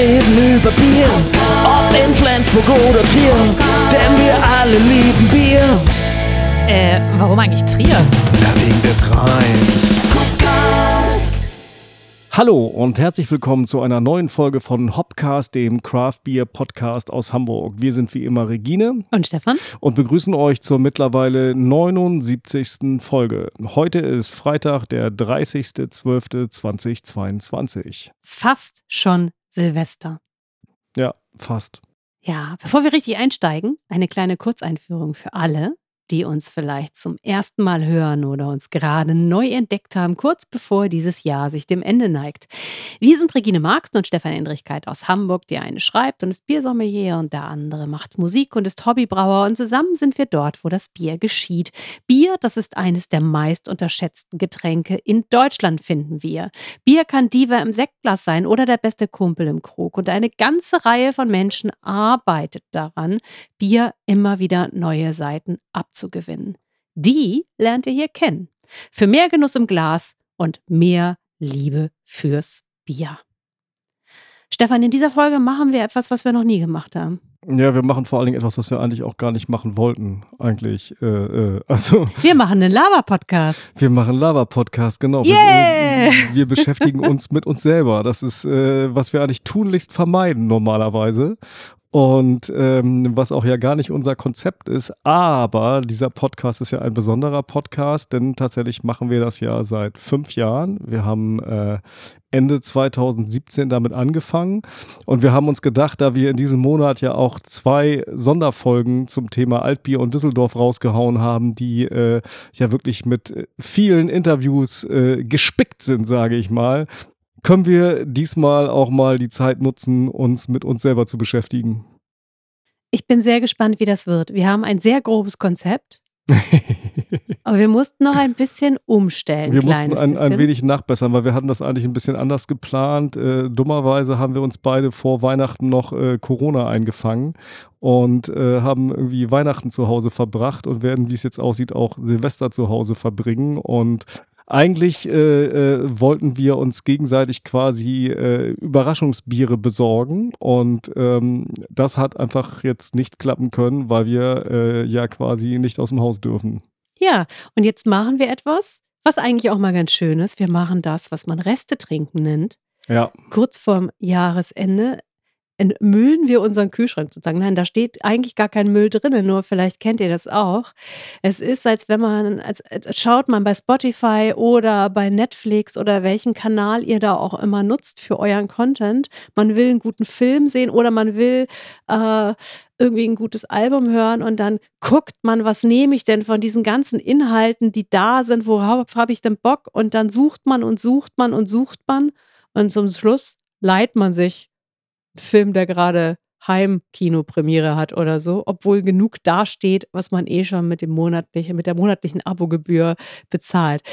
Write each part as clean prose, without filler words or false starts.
reden über Bier, ob in Flensburg oder Trier, denn wir alle lieben Bier. Warum eigentlich Trier? Ja, wegen des Reims. Hallo und herzlich willkommen zu einer neuen Folge von Hopcast, dem Craft Beer Podcast aus Hamburg. Wir sind wie immer Regine und Stefan und begrüßen euch zur mittlerweile 79. Folge. Heute ist Freitag, der 30.12.2022. Fast schon Silvester. Ja, fast. Ja, bevor wir richtig einsteigen, eine kleine Kurzeinführung für alle, die uns vielleicht zum ersten Mal hören oder uns gerade neu entdeckt haben, kurz bevor dieses Jahr sich dem Ende neigt. Wir sind Regine Marxen und Stefan Endrichkeit aus Hamburg. Der eine schreibt und ist Biersommelier und der andere macht Musik und ist Hobbybrauer. Und zusammen sind wir dort, wo das Bier geschieht. Bier, das ist eines der meist unterschätzten Getränke in Deutschland, finden wir. Bier kann Diva im Sektglas sein oder der beste Kumpel im Krug. Und eine ganze Reihe von Menschen arbeitet daran, Bier immer wieder neue Seiten abzugewinnen. Die lernt ihr hier kennen. Für mehr Genuss im Glas und mehr Liebe fürs Bier. Stefan, in dieser Folge machen wir etwas, was wir noch nie gemacht haben. Ja, wir machen vor allen Dingen etwas, was wir eigentlich auch gar nicht machen wollten, eigentlich. Wir machen einen Lava-Podcast. Wir machen einen Lava-Podcast, genau. Yeah! Wir beschäftigen uns mit uns selber. Das ist, was wir eigentlich tunlichst vermeiden normalerweise. Und was auch ja gar nicht unser Konzept ist, aber dieser Podcast ist ja ein besonderer Podcast, denn tatsächlich machen wir das ja seit 5 Jahren. Wir haben Ende 2017 damit angefangen und wir haben uns gedacht, da wir in diesem Monat ja auch 2 Sonderfolgen zum Thema Altbier und Düsseldorf rausgehauen haben, die ja wirklich mit vielen Interviews gespickt sind, sage ich mal, können wir diesmal auch mal die Zeit nutzen, uns mit uns selber zu beschäftigen. Ich bin sehr gespannt, wie das wird. Wir haben ein sehr grobes Konzept, aber wir mussten noch ein bisschen umstellen. Wir mussten ein wenig nachbessern, weil wir hatten das eigentlich ein bisschen anders geplant. Dummerweise haben wir uns beide vor Weihnachten noch Corona eingefangen und haben irgendwie Weihnachten zu Hause verbracht und werden, wie es jetzt aussieht, auch Silvester zu Hause verbringen. Und eigentlich wollten wir uns gegenseitig quasi Überraschungsbiere besorgen und das hat einfach jetzt nicht klappen können, weil wir ja quasi nicht aus dem Haus dürfen. Ja, und jetzt machen wir etwas, was eigentlich auch mal ganz schön ist. Wir machen das, was man Reste trinken nennt. Ja. Kurz vorm Jahresende entmüllen wir unseren Kühlschrank sozusagen. Nein, da steht eigentlich gar kein Müll drin, nur vielleicht kennt ihr das auch. Es ist, als wenn man, als schaut man bei Spotify oder bei Netflix oder welchen Kanal ihr da auch immer nutzt für euren Content. Man will einen guten Film sehen oder man will irgendwie ein gutes Album hören und dann guckt man, was nehme ich denn von diesen ganzen Inhalten, die da sind, worauf habe ich denn Bock? Und dann sucht man und sucht man und sucht man und zum Schluss leiht man sich Film, der gerade Heimkinopremiere hat oder so, obwohl genug dasteht, was man schon mit der monatlichen Abogebühr bezahlt.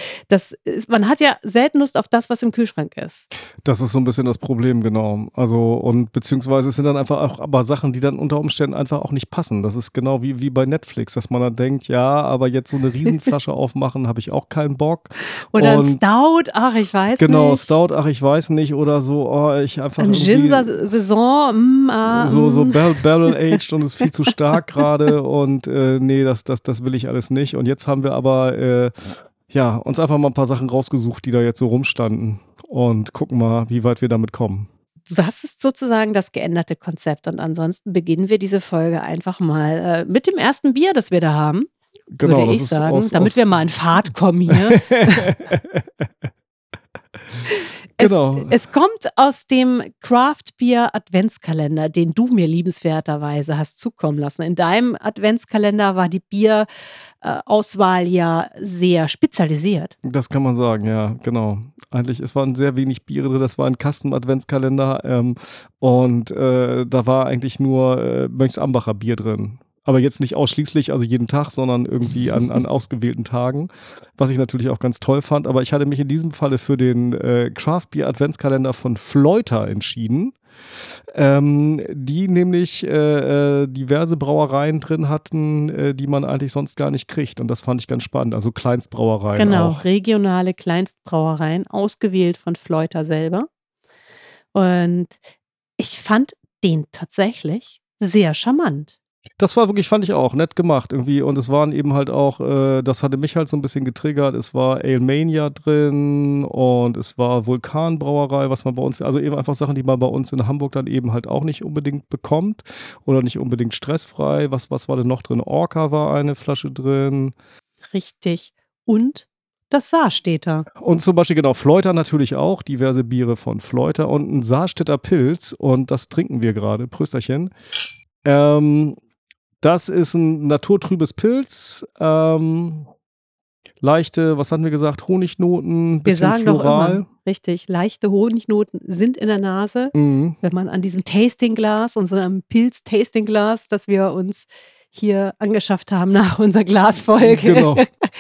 Man hat ja selten Lust auf das, was im Kühlschrank ist. Das ist so ein bisschen das Problem, genau. Also und beziehungsweise es sind dann einfach auch aber Sachen, die dann unter Umständen einfach auch nicht passen. Das ist genau wie bei Netflix, dass man dann denkt, ja, aber jetzt so eine Riesenflasche aufmachen, habe ich auch keinen Bock. Oder ein Stout, ach, ich weiß nicht. Genau, Stout, ach, ich weiß nicht. Oder so, ich einfach ein Ginger-Saison, so Barrel-aged und ist viel zu stark gerade und nee, das will ich alles nicht. Und jetzt haben wir aber uns einfach mal ein paar Sachen rausgesucht, die da jetzt so rumstanden und gucken mal, wie weit wir damit kommen. Das ist sozusagen das geänderte Konzept und ansonsten beginnen wir diese Folge einfach mal mit dem ersten Bier, das wir da haben, genau, würde ich sagen, damit wir mal in Fahrt kommen hier. Genau. Es kommt aus dem Craft Beer Adventskalender, den du mir liebenswerterweise hast zukommen lassen. In deinem Adventskalender war die Bierauswahl ja sehr spezialisiert. Das kann man sagen, ja, genau. Eigentlich, es waren sehr wenig Biere drin, das war ein Custom-Adventskalender und da war eigentlich nur Mönchsambacher Bier drin. Aber jetzt nicht ausschließlich, also jeden Tag, sondern irgendwie an ausgewählten Tagen, was ich natürlich auch ganz toll fand. Aber ich hatte mich in diesem Falle für den Craft Beer Adventskalender von Fleuter entschieden, die nämlich diverse Brauereien drin hatten, die man eigentlich sonst gar nicht kriegt. Und das fand ich ganz spannend, also Kleinstbrauereien Genau, auch. regionale Kleinstbrauereien, ausgewählt von Fleuter selber. Und Ich fand den tatsächlich sehr charmant. Das war wirklich, fand ich auch, nett gemacht irgendwie. Und es waren eben halt auch, das hatte mich halt so ein bisschen getriggert. Es war Ale Mania drin und es war Vulkanbrauerei, was man bei uns, also eben einfach Sachen, die man bei uns in Hamburg dann eben halt auch nicht unbedingt bekommt oder nicht unbedingt stressfrei. Was war denn noch drin? Orca war eine Flasche drin. Richtig. Und das Saarstädter. Und zum Beispiel, genau, Fleuter natürlich auch, diverse Biere von Fleuter und ein Saarstädter Pilz und das trinken wir gerade. Prösterchen. Das ist ein naturtrübes Pilz. Leichte, was hatten wir gesagt? Honignoten, Wir bisschen sagen doch floral. immer, richtig, leichte Honignoten sind in der Nase. Mhm. Wenn man an diesem Tastingglas, unserem Pilz-Tastingglas, das wir uns hier angeschafft haben nach unserer Glasfolge. Genau.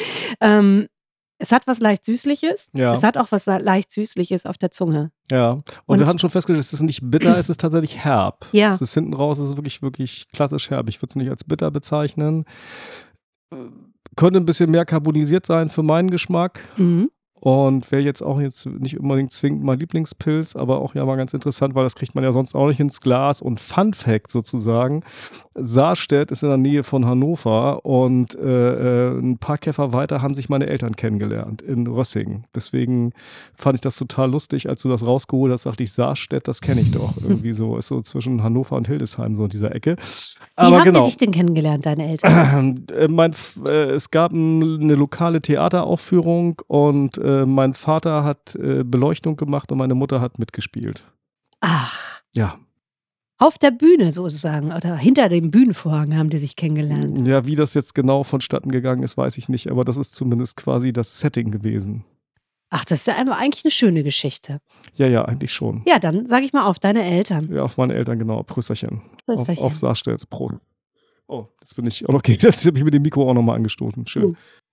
Es hat was leicht Süßliches. Ja. Es hat auch was leicht Süßliches auf der Zunge. Ja. Und wir hatten schon festgestellt, es ist nicht bitter, es ist tatsächlich herb. Ja. Es ist hinten raus, es ist wirklich, wirklich klassisch herb. Ich würde es nicht als bitter bezeichnen. Könnte ein bisschen mehr carbonisiert sein für meinen Geschmack. Mhm. Und wäre jetzt auch nicht unbedingt zwingend mein Lieblingspilz, aber auch ja mal ganz interessant, weil das kriegt man ja sonst auch nicht ins Glas. Und Fun Fact sozusagen, Saarstedt ist in der Nähe von Hannover und ein paar Käfer weiter haben sich meine Eltern kennengelernt in Rössingen. Deswegen fand ich das total lustig, als du das rausgeholt hast, dachte ich, Saarstedt, das kenne ich doch. Irgendwie so, ist so zwischen Hannover und Hildesheim so in dieser Ecke. Wie haben die sich denn kennengelernt, deine Eltern? Es gab eine lokale Theateraufführung und mein Vater hat Beleuchtung gemacht und meine Mutter hat mitgespielt. Ach. Ja. Auf der Bühne sozusagen oder hinter dem Bühnenvorhang haben die sich kennengelernt. Ja, wie das jetzt genau vonstatten gegangen ist, weiß ich nicht, aber das ist zumindest quasi das Setting gewesen. Ach, das ist ja eigentlich eine schöne Geschichte. Ja, eigentlich schon. Ja, dann sage ich mal auf deine Eltern. Ja, auf meine Eltern, genau. Prösterchen. Prösterchen. Auf Saarstedt. Prost. Oh, jetzt bin ich. Okay, jetzt habe ich mit dem Mikro auch nochmal angestoßen. Schön.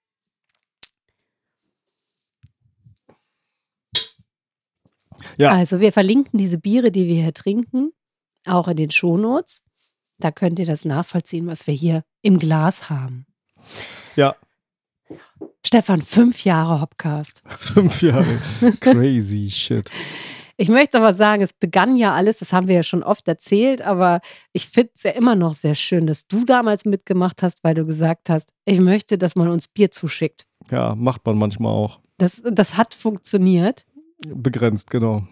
Ja. Also wir verlinken diese Biere, die wir hier trinken, auch in den Shownotes. Da könnt ihr das nachvollziehen, was wir hier im Glas haben. Ja. Stefan, 5 Jahre Hopcast. 5 Jahre. Crazy shit. Ich möchte aber sagen, es begann ja alles, das haben wir ja schon oft erzählt, aber ich finde es ja immer noch sehr schön, dass du damals mitgemacht hast, weil du gesagt hast, ich möchte, dass man uns Bier zuschickt. Ja, macht man manchmal auch. Das hat funktioniert. Begrenzt, genau.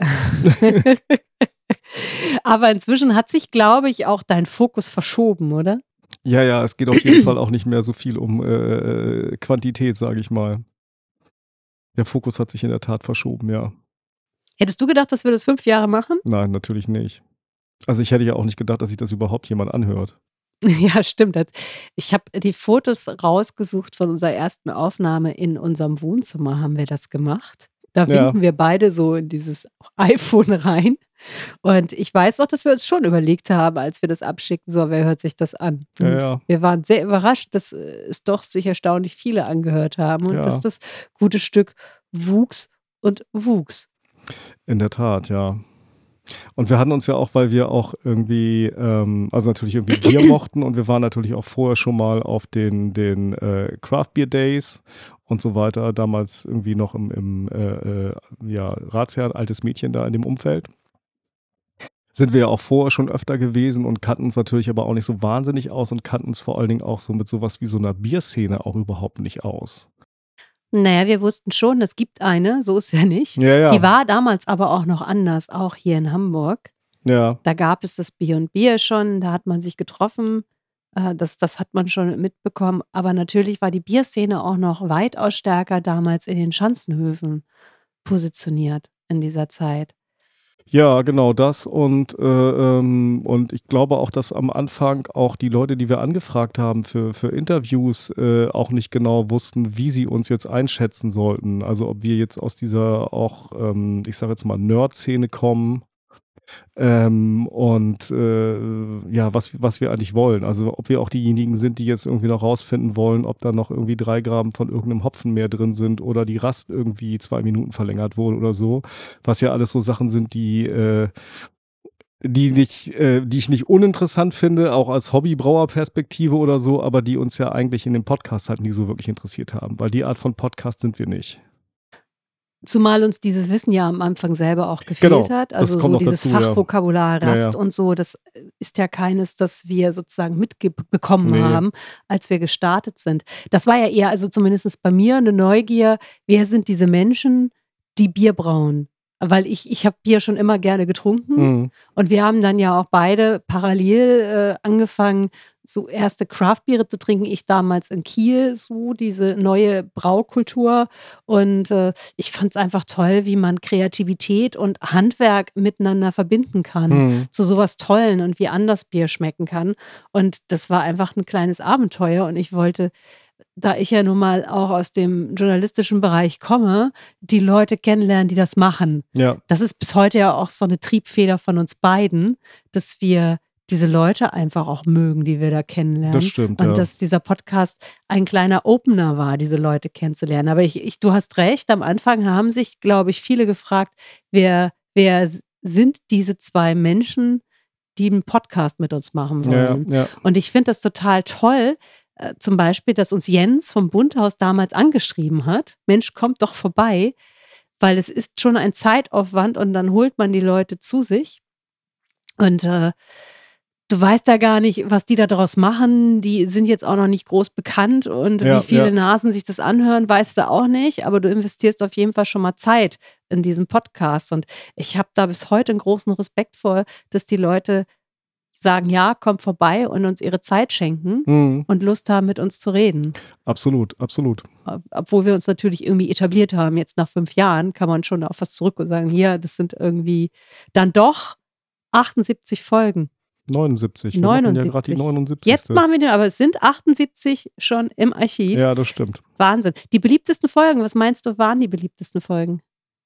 Aber inzwischen hat sich, glaube ich, auch dein Fokus verschoben, oder? Ja, es geht auf jeden Fall auch nicht mehr so viel um Quantität, sage ich mal. Der Fokus hat sich in der Tat verschoben, ja. Hättest du gedacht, dass wir das 5 Jahre machen? Nein, natürlich nicht. Also ich hätte ja auch nicht gedacht, dass sich das überhaupt jemand anhört. Ja, stimmt. Ich habe die Fotos rausgesucht von unserer ersten Aufnahme in unserem Wohnzimmer, haben wir das gemacht. Da winken wir beide so in dieses iPhone rein. Und ich weiß auch, dass wir uns schon überlegt haben, als wir das abschicken, so, wer hört sich das an? Ja. Wir waren sehr überrascht, dass es doch sich erstaunlich viele angehört haben und dass das gute Stück wuchs und wuchs. In der Tat, ja. Und wir hatten uns ja auch, weil wir auch irgendwie, also natürlich irgendwie Bier mochten und wir waren natürlich auch vorher schon mal auf den Craft Beer Days und so weiter, damals irgendwie noch im Ratsherrn, altes Mädchen da in dem Umfeld. Sind wir ja auch vorher schon öfter gewesen und kannten uns natürlich aber auch nicht so wahnsinnig aus und kannten uns vor allen Dingen auch so mit sowas wie so einer Bierszene auch überhaupt nicht aus. Naja, wir wussten schon, es gibt eine, so ist ja nicht. Ja. Die war damals aber auch noch anders, auch hier in Hamburg. Ja. Da gab es das Bier & Bier schon, da hat man sich getroffen, das hat man schon mitbekommen. Aber natürlich war die Bierszene auch noch weitaus stärker damals in den Schanzenhöfen positioniert in dieser Zeit. Ja, genau das und ich glaube auch, dass am Anfang auch die Leute, die wir angefragt haben für Interviews, auch nicht genau wussten, wie sie uns jetzt einschätzen sollten. Also ob wir jetzt aus dieser auch, ich sage jetzt mal Nerd-Szene kommen was wir eigentlich wollen. Also ob wir auch diejenigen sind, die jetzt irgendwie noch rausfinden wollen, ob da noch irgendwie 3 Gramm von irgendeinem Hopfen mehr drin sind oder die Rast irgendwie 2 Minuten verlängert wurde oder so. Was ja alles so Sachen sind, die ich nicht uninteressant finde, auch als Hobbybrauerperspektive oder so, aber die uns ja eigentlich in dem Podcast halt nie so wirklich interessiert haben, weil die Art von Podcast sind wir nicht. Zumal uns dieses Wissen ja am Anfang selber auch gefehlt hat. das Also kommt so noch dieses dazu, ja. Fachvokabular, Ja, Rast ja. und so, das ist ja keines, das wir sozusagen mitbekommen Nee. haben, als wir gestartet sind. Das war ja eher, also zumindest bei mir, eine Neugier, wer sind diese Menschen, die Bier brauen? Weil ich habe Bier schon immer gerne getrunken Mhm. und wir haben dann ja auch beide parallel angefangen, so erste Craftbiere zu trinken. Ich damals in Kiel, so diese neue Braukultur. Und ich fand es einfach toll, wie man Kreativität und Handwerk miteinander verbinden kann. Mhm. Zu sowas Tollen und wie anders Bier schmecken kann. Und das war einfach ein kleines Abenteuer. Und ich wollte, da ich ja nun mal auch aus dem journalistischen Bereich komme, die Leute kennenlernen, die das machen. Ja, Das ist bis heute ja auch so eine Triebfeder von uns beiden, dass wir diese Leute einfach auch mögen, die wir da das kennenlernen. stimmt, Und ja. dass dieser Podcast ein kleiner Opener war, diese Leute kennenzulernen. Aber du hast recht, am Anfang haben sich, glaube ich, viele gefragt, wer sind diese zwei Menschen, die einen Podcast mit uns machen Ja, wollen. ja. Und ich finde das total toll, zum Beispiel, dass uns Jens vom Bundhaus damals angeschrieben hat, Mensch, kommt doch vorbei, weil es ist schon ein Zeitaufwand und dann holt man die Leute zu sich. Und du weißt ja gar nicht, was die da draus machen. Die sind jetzt auch noch nicht groß bekannt und Ja, wie viele ja. Nasen sich das anhören, weißt du auch nicht. Aber du investierst auf jeden Fall schon mal Zeit in diesen Podcast. Und ich habe da bis heute einen großen Respekt vor, dass die Leute sagen, ja, kommt vorbei und uns ihre Zeit schenken Mhm. und Lust haben, mit uns zu reden. Absolut, absolut. Obwohl wir uns natürlich irgendwie etabliert haben. Jetzt nach 5 Jahren kann man schon auf was zurück und sagen, hier, das sind irgendwie dann doch 78 Folgen. 79. Wir machen ja gerade die 79. Jetzt machen wir den, aber es sind 78 schon im Archiv. Ja, das stimmt. Wahnsinn. Die beliebtesten Folgen, was meinst du, waren die beliebtesten Folgen?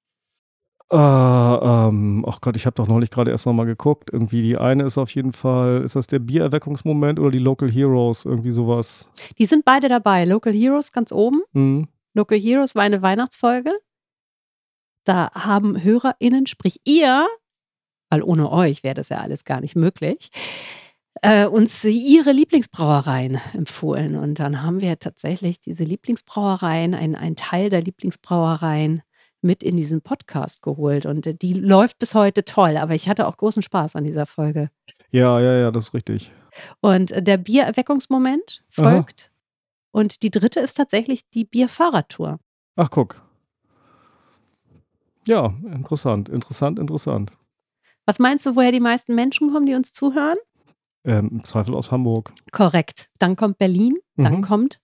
Ach Gott, ich habe doch neulich gerade erst nochmal geguckt. Irgendwie die eine ist auf jeden Fall, ist das der Biererweckungsmoment oder die Local Heroes? Irgendwie sowas. Die sind beide dabei. Local Heroes ganz oben. Mhm. Local Heroes war eine Weihnachtsfolge. Da haben HörerInnen, sprich ihr, weil ohne euch wäre das ja alles gar nicht möglich, uns ihre Lieblingsbrauereien empfohlen. Und dann haben wir tatsächlich diese Lieblingsbrauereien, einen Teil der Lieblingsbrauereien mit in diesen Podcast geholt. Und die läuft bis heute toll. Aber ich hatte auch großen Spaß an dieser Folge. Ja, das ist richtig. Und der Biererweckungsmoment folgt. Und die dritte ist tatsächlich die Bierfahrradtour. Ach, guck. Ja, interessant. Was meinst du, woher die meisten Menschen kommen, die uns zuhören? Im Zweifel aus Hamburg. Korrekt. Dann kommt Berlin, dann Mhm. kommt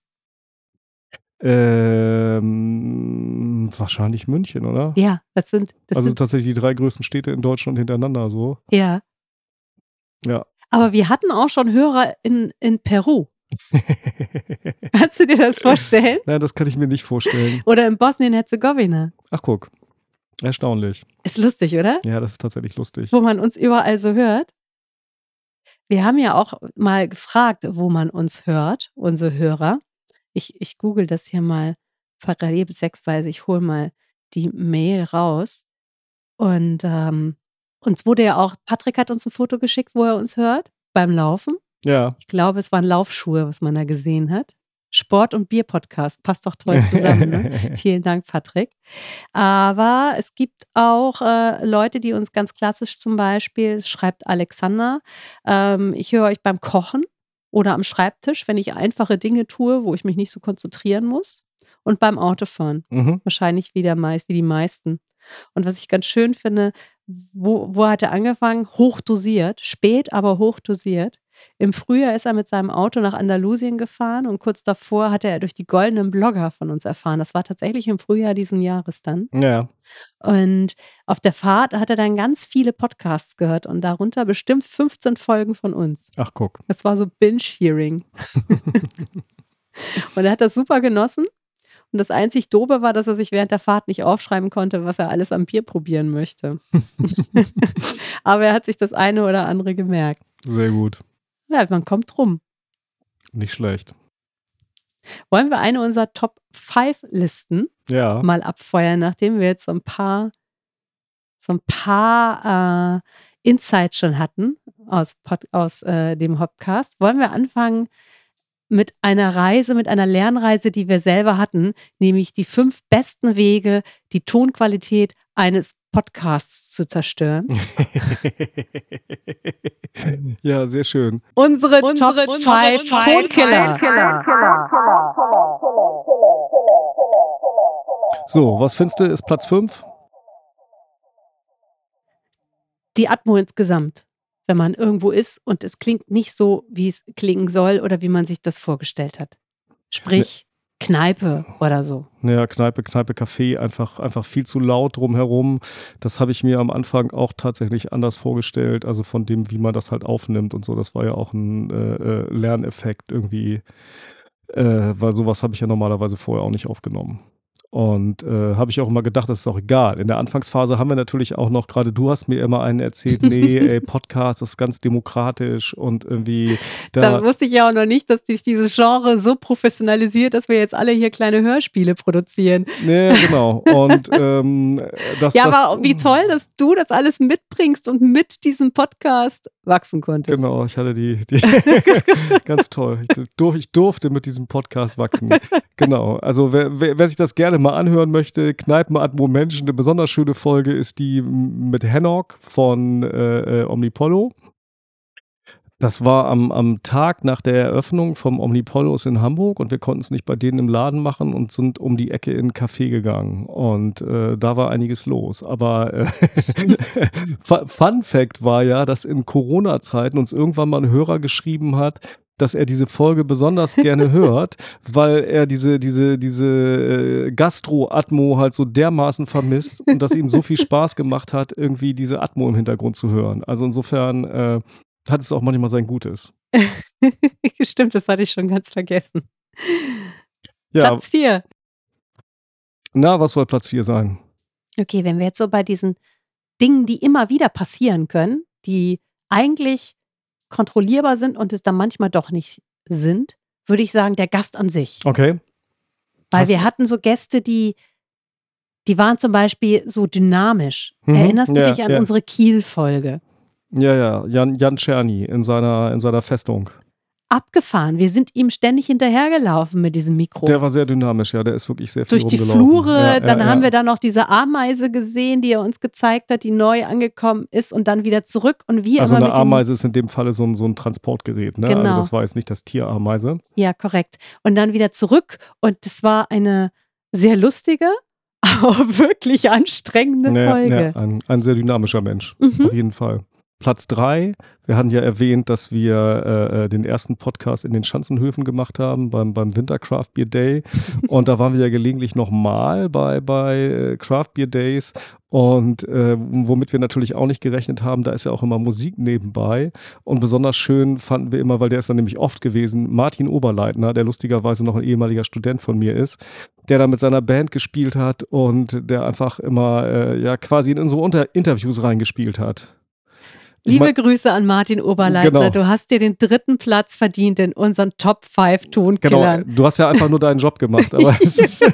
Wahrscheinlich München, oder? ja, das sind Tatsächlich die 3 größten Städte in Deutschland hintereinander so. ja. Ja. Aber wir hatten auch schon Hörer in Peru. Kannst du dir das vorstellen? Nein, das kann ich mir nicht vorstellen. Oder in Bosnien-Herzegowina. Ach, guck. Erstaunlich. Ist lustig, oder? Ja, das ist tatsächlich lustig. Wo man uns überall so hört. Wir haben ja auch mal gefragt, wo man uns hört, unsere Hörer. Ich google das hier mal parallel beziehungsweise ich hole mal die Mail raus. Und uns wurde ja auch, Patrick hat uns ein Foto geschickt, wo er uns hört, beim Laufen. Ja. Ich glaube, es waren Laufschuhe, was man da gesehen hat. Sport- und Bier-Podcast, passt doch toll zusammen. Ne? Vielen Dank, Patrick. Aber es gibt auch Leute, die uns ganz klassisch zum Beispiel, schreibt Alexander, ich höre euch beim Kochen oder am Schreibtisch, wenn ich einfache Dinge tue, wo ich mich nicht so konzentrieren muss. Und beim Autofahren. Mhm. Wahrscheinlich wie die meisten. Und was ich ganz schön finde, wo hat er angefangen? Hochdosiert, spät, aber hochdosiert. Im Frühjahr ist er mit seinem Auto nach Andalusien gefahren und kurz davor hatte er durch die goldenen Blogger von uns erfahren. Das war tatsächlich im Frühjahr diesen Jahres dann. Ja. Und auf der Fahrt hat er dann ganz viele Podcasts gehört und darunter bestimmt 15 Folgen von uns. Ach, guck. Das war so Binge-Hearing. Und er hat das super genossen. Und das einzig Doofe war, dass er sich während der Fahrt nicht aufschreiben konnte, was er alles am Bier probieren möchte. Aber er hat sich das eine oder andere gemerkt. Sehr gut. Ja, man kommt rum. Nicht schlecht. Wollen wir eine unserer Top 5 Listen Ja. mal abfeuern, nachdem wir jetzt so ein paar Insights schon hatten aus dem Podcast? Wollen wir anfangen mit einer Reise, mit einer Lernreise, die wir selber hatten, nämlich die 5 besten Wege, die Tonqualität eines Podcasts zu zerstören. Ja, sehr schön. Unsere Top 5 Tonkiller. So, was findest du, ist Platz 5? Die Atmo insgesamt. Wenn man irgendwo ist und es klingt nicht so, wie es klingen soll oder wie man sich das vorgestellt hat. Sprich, Kneipe oder so. Ja, Kneipe, Café, einfach viel zu laut drumherum. Das habe ich mir am Anfang auch tatsächlich anders vorgestellt, also von dem, wie man das halt aufnimmt und so. Das war ja auch ein Lerneffekt irgendwie, weil sowas habe ich ja normalerweise vorher auch nicht aufgenommen. Und habe ich auch immer gedacht, das ist auch egal. In der Anfangsphase haben wir natürlich auch noch, gerade du hast mir immer einen erzählt, nee, ey, Podcast ist ganz demokratisch und irgendwie Da wusste ich ja auch noch nicht, dass sich dieses Genre so professionalisiert, dass wir jetzt alle hier kleine Hörspiele produzieren. Nee, genau. Und aber wie toll, dass du das alles mitbringst und mit diesem Podcast wachsen konntest. Genau, ich hatte die ganz toll. Ich durfte mit diesem Podcast wachsen. Genau. Also wer sich das gerne mal anhören möchte, Kneipenatmo Menschen, eine besonders schöne Folge ist die mit Henok von Omnipollo. Das war am Tag nach der Eröffnung vom Omnipollos in Hamburg und wir konnten es nicht bei denen im Laden machen und sind um die Ecke in ein Café gegangen und da war einiges los. Aber Fun Fact war ja, dass in Corona-Zeiten uns irgendwann mal ein Hörer geschrieben hat, dass er diese Folge besonders gerne hört, weil er diese Gastro-Atmo halt so dermaßen vermisst und dass ihm so viel Spaß gemacht hat, irgendwie diese Atmo im Hintergrund zu hören. Also insofern hat es auch manchmal sein Gutes. Stimmt, das hatte ich schon ganz vergessen. Ja. Platz 4. Na, was soll Platz 4 sein? Okay, wenn wir jetzt so bei diesen Dingen, die immer wieder passieren können, die eigentlich kontrollierbar sind und es dann manchmal doch nicht sind, würde ich sagen, der Gast an sich. Okay. Weil wir hatten so Gäste, die waren zum Beispiel so dynamisch. Erinnerst du dich an unsere Kiel-Folge? Ja, Jan Czerny in seiner Festung. Abgefahren. Wir sind ihm ständig hinterhergelaufen mit diesem Mikro. Der war sehr dynamisch, ja, der ist wirklich sehr viel rumgelaufen. Durch die Flure, dann haben wir da noch diese Ameise gesehen, die er uns gezeigt hat, die neu angekommen ist und dann wieder zurück und wir also immer eine Ameise ist in dem Falle so ein Transportgerät, ne? Genau. Also das war jetzt nicht das Tier Ameise. Ja, korrekt. Und dann wieder zurück und das war eine sehr lustige, aber wirklich anstrengende Folge. Ja, ein sehr dynamischer Mensch, auf jeden Fall. Platz 3, wir hatten ja erwähnt, dass wir den ersten Podcast in den Schanzenhöfen gemacht haben, beim Winter Craft Beer Day. Und da waren wir ja gelegentlich nochmal bei Craft Beer Days. Und womit wir natürlich auch nicht gerechnet haben, da ist ja auch immer Musik nebenbei. Und besonders schön fanden wir immer, weil der ist dann nämlich oft gewesen, Martin Oberleitner, der lustigerweise noch ein ehemaliger Student von mir ist, der da mit seiner Band gespielt hat und der einfach immer quasi in so Interviews reingespielt hat. Liebe Grüße an Martin Oberleitner. Genau. Du hast dir den 3. Platz verdient in unseren Top 5 Tonkillern. Genau, du hast ja einfach nur deinen Job gemacht. Aber, es ist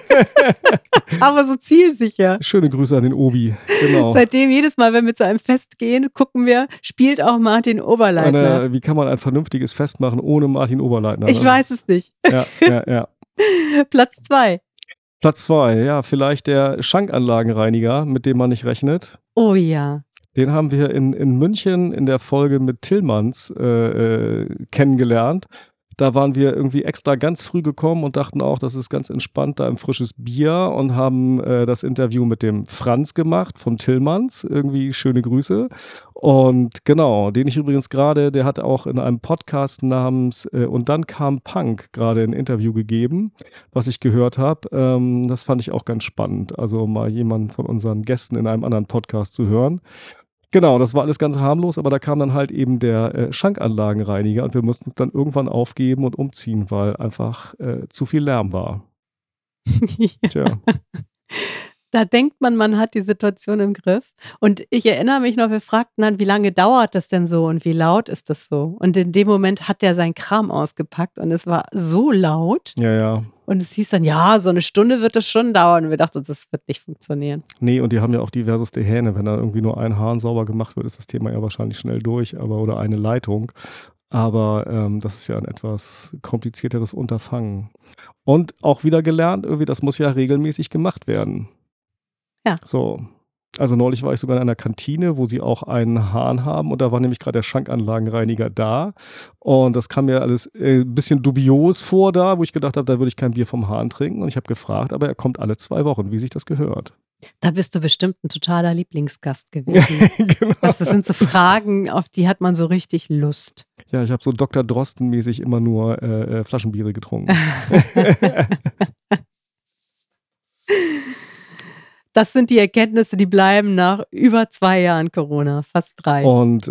aber so zielsicher. Schöne Grüße an den Obi. Genau. Seitdem jedes Mal, wenn wir zu einem Fest gehen, gucken wir, spielt auch Martin Oberleitner. Wie kann man ein vernünftiges Fest machen ohne Martin Oberleitner? Ich weiß es nicht. Ja. Platz 2. Platz 2, ja, vielleicht der Schankanlagenreiniger, mit dem man nicht rechnet. Oh ja. Den haben wir in München in der Folge mit Tillmanns kennengelernt. Da waren wir irgendwie extra ganz früh gekommen und dachten auch, das ist ganz entspannt da im frisches Bier und haben das Interview mit dem Franz gemacht von Tillmanns. Irgendwie schöne Grüße. Und genau, den ich übrigens gerade, der hat auch in einem Podcast namens Und dann kam Punk gerade ein Interview gegeben, was ich gehört habe. Das fand ich auch ganz spannend. Also mal jemanden von unseren Gästen in einem anderen Podcast zu hören. Genau, das war alles ganz harmlos, aber da kam dann halt eben der Schankanlagenreiniger und wir mussten es dann irgendwann aufgeben und umziehen, weil einfach zu viel Lärm war. Tja. Da denkt man hat die Situation im Griff. Und ich erinnere mich noch, wir fragten dann, wie lange dauert das denn so und wie laut ist das so? Und in dem Moment hat der seinen Kram ausgepackt und es war so laut. Ja. Und es hieß dann, ja, so eine Stunde wird das schon dauern. Und wir dachten, das wird nicht funktionieren. Nee, und die haben ja auch diverseste Hähne. Wenn da irgendwie nur ein Hahn sauber gemacht wird, ist das Thema ja wahrscheinlich schnell durch, oder eine Leitung. Aber das ist ja ein etwas komplizierteres Unterfangen. Und auch wieder gelernt, irgendwie, das muss ja regelmäßig gemacht werden. Ja. So. Also neulich war ich sogar in einer Kantine, wo sie auch einen Hahn haben und da war nämlich gerade der Schankanlagenreiniger da und das kam mir alles ein bisschen dubios vor da, wo ich gedacht habe, da würde ich kein Bier vom Hahn trinken und ich habe gefragt, aber er kommt alle 2 Wochen, wie sich das gehört. Da bist du bestimmt ein totaler Lieblingsgast gewesen. Genau. Das sind so Fragen, auf die hat man so richtig Lust. Ja, ich habe so Dr. Drosten-mäßig immer nur Flaschenbiere getrunken. Das sind die Erkenntnisse, die bleiben nach über 2 Jahren Corona, fast 3. Und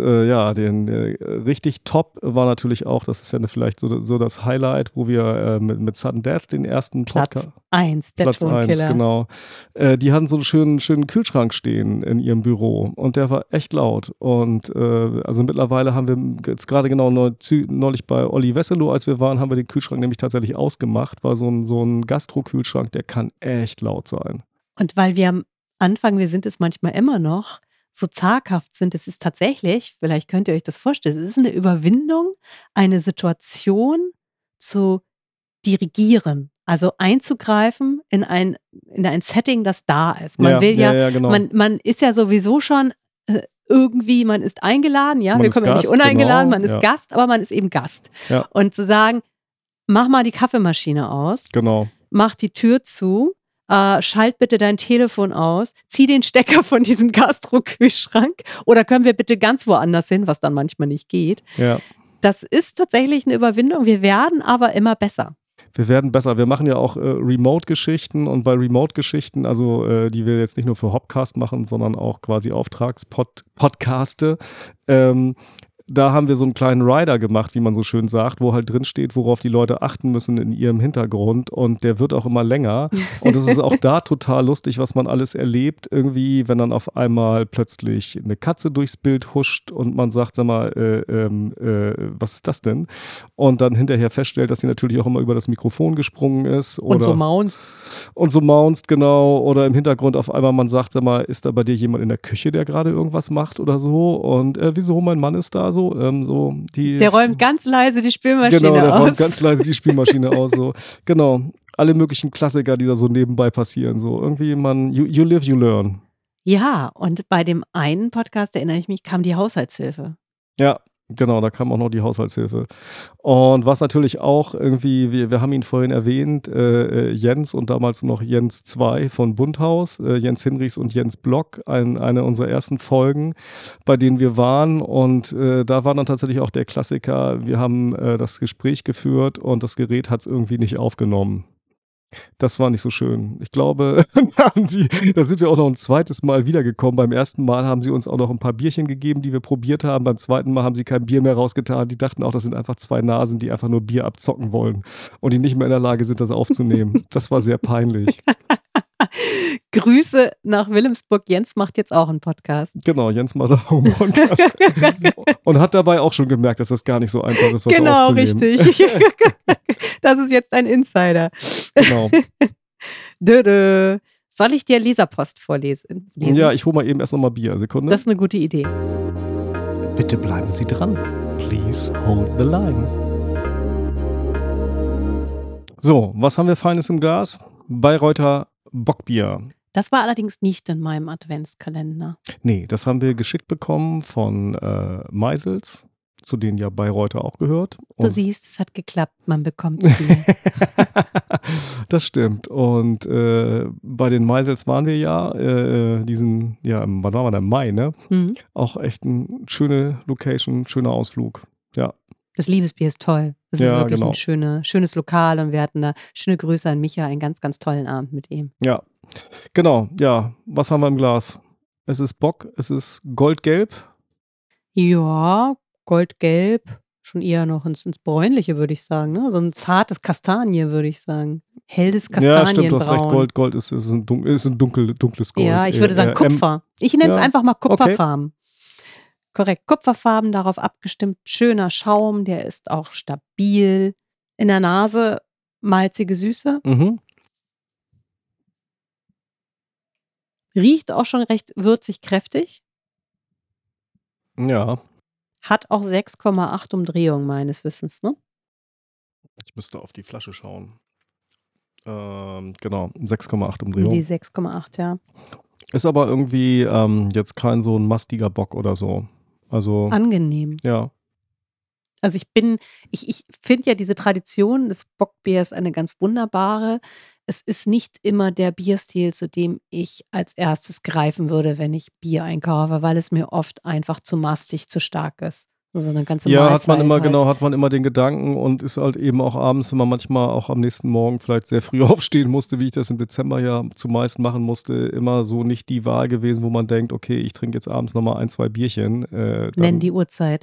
richtig top war natürlich auch, das ist ja vielleicht so das Highlight, wo wir mit Sudden Death den ersten Platz Podcast. 1, der Platz 1, Tonkiller. genau. Die hatten so einen schönen Kühlschrank stehen in ihrem Büro und der war echt laut. Und also mittlerweile haben wir jetzt gerade genau neulich bei Olli Wesselow, als wir waren, haben wir den Kühlschrank nämlich tatsächlich ausgemacht. War so ein Gastro-Kühlschrank, der kann echt laut sein. Und weil wir am Anfang, wir sind es manchmal immer noch, so zaghaft sind, es ist tatsächlich, vielleicht könnt ihr euch das vorstellen, es ist eine Überwindung, eine Situation zu dirigieren, also einzugreifen in ein Setting, das da ist. Man will ja, genau. man ist ja sowieso schon irgendwie, man ist eingeladen, ja, Man wir ist kommen ja nicht Gast, uneingeladen, genau, man ist ja. Gast, aber man ist eben Gast. Ja. Und zu sagen, mach mal die Kaffeemaschine aus, Genau. mach die Tür zu, schalt bitte dein Telefon aus, zieh den Stecker von diesem Gastro-Kühlschrank oder können wir bitte ganz woanders hin, was dann manchmal nicht geht. Ja. Das ist tatsächlich eine Überwindung. Wir werden aber immer besser. Wir werden besser. Wir machen ja auch Remote-Geschichten und bei Remote-Geschichten, also die wir jetzt nicht nur für Hopcast machen, sondern auch quasi Auftragspodcaste, da haben wir so einen kleinen Rider gemacht, wie man so schön sagt, wo halt drin steht, worauf die Leute achten müssen in ihrem Hintergrund und der wird auch immer länger und es ist auch da total lustig, was man alles erlebt, irgendwie, wenn dann auf einmal plötzlich eine Katze durchs Bild huscht und man sagt, sag mal, was ist das denn? Und dann hinterher feststellt, dass sie natürlich auch immer über das Mikrofon gesprungen ist. Und so maunst. Und so maunst, genau. Oder im Hintergrund auf einmal man sagt, sag mal, ist da bei dir jemand in der Küche, der gerade irgendwas macht oder so? Und wieso, mein Mann ist da so? Der räumt ganz leise die Spülmaschine aus. Genau, der räumt ganz leise die Spülmaschine aus. So. Genau, alle möglichen Klassiker, die da so nebenbei passieren. So irgendwie you live, you learn. Ja, und bei dem einen Podcast, erinnere ich mich, kam die Haushaltshilfe. Ja, genau, da kam auch noch die Haushaltshilfe. Und was natürlich auch irgendwie, wir haben ihn vorhin erwähnt, Jens und damals noch Jens 2 von Bundhaus, Jens Hinrichs und Jens Block, eine unserer ersten Folgen, bei denen wir waren. Und da war dann tatsächlich auch der Klassiker, wir haben das Gespräch geführt und das Gerät hat es irgendwie nicht aufgenommen. Das war nicht so schön. Ich glaube, da sind wir auch noch ein zweites Mal wiedergekommen. Beim ersten Mal haben sie uns auch noch ein paar Bierchen gegeben, die wir probiert haben. Beim zweiten Mal haben sie kein Bier mehr rausgetan. Die dachten auch, das sind einfach 2 Nasen, die einfach nur Bier abzocken wollen und die nicht mehr in der Lage sind, das aufzunehmen. Das war sehr peinlich. Grüße nach Wilhelmsburg. Jens macht jetzt auch einen Podcast. Genau, Jens macht auch einen Podcast. Und hat dabei auch schon gemerkt, dass das gar nicht so einfach ist, was aufzunehmen. Genau, richtig. Das ist jetzt ein Insider. Genau. Soll ich dir Leserpost vorlesen? Ja, ich hole mal eben erst nochmal Bier. Sekunde. Das ist eine gute Idee. Bitte bleiben Sie dran. Please hold the line. So, was haben wir Feines im Glas? Bayreuther Bockbier. Das war allerdings nicht in meinem Adventskalender. Nee, das haben wir geschickt bekommen von Meisels, zu denen ja Bayreuther auch gehört. Du siehst, es hat geklappt, man bekommt Bier. Das stimmt. Und bei den Meisels waren wir ja, wann waren wir denn? Im Mai, ne? Mhm. Auch echt eine schöne Location, schöner Ausflug. Ja. Das Liebesbier ist toll. Es ist wirklich ein schönes Lokal und wir hatten da schöne Grüße an Micha, einen ganz, ganz tollen Abend mit ihm. Ja, genau. Ja, was haben wir im Glas? Es ist Bock, es ist goldgelb. Ja, goldgelb, schon eher noch ins Bräunliche, würde ich sagen. Ne? So ein zartes Kastanie, würde ich sagen. Helles Kastanienbraun. Ja, stimmt, du hast recht. Gold ist ein dunkles Gold. Ja, ich würde sagen Kupfer. Ich nenne es einfach mal Kupferfarben. Okay. Korrekt, Kupferfarben, darauf abgestimmt. Schöner Schaum, der ist auch stabil. In der Nase malzige Süße. Mhm. Riecht auch schon recht würzig, kräftig. Ja. Hat auch 6,8 Umdrehungen meines Wissens, ne? Ich müsste auf die Flasche schauen. Genau, 6,8 Die Umdrehungen. 6,8, ja. Ist aber irgendwie jetzt kein so ein mastiger Bock oder so. Also, Angenehm. ja. Also ich finde ja diese Tradition des Bockbiers eine ganz wunderbare. Es ist nicht immer der Bierstil, zu dem ich als erstes greifen würde, wenn ich Bier einkaufe, weil es mir oft einfach zu mastig, zu stark ist. So eine ganze Ja, hat man Mahlzeit immer, halt. genau, hat man immer den Gedanken und ist halt eben auch abends, wenn man manchmal auch am nächsten Morgen vielleicht sehr früh aufstehen musste, wie ich das im Dezember ja zumeist machen musste, immer so nicht die Wahl gewesen, wo man denkt, okay, ich trinke jetzt abends nochmal 1, 2 Bierchen. Nenn die Uhrzeit.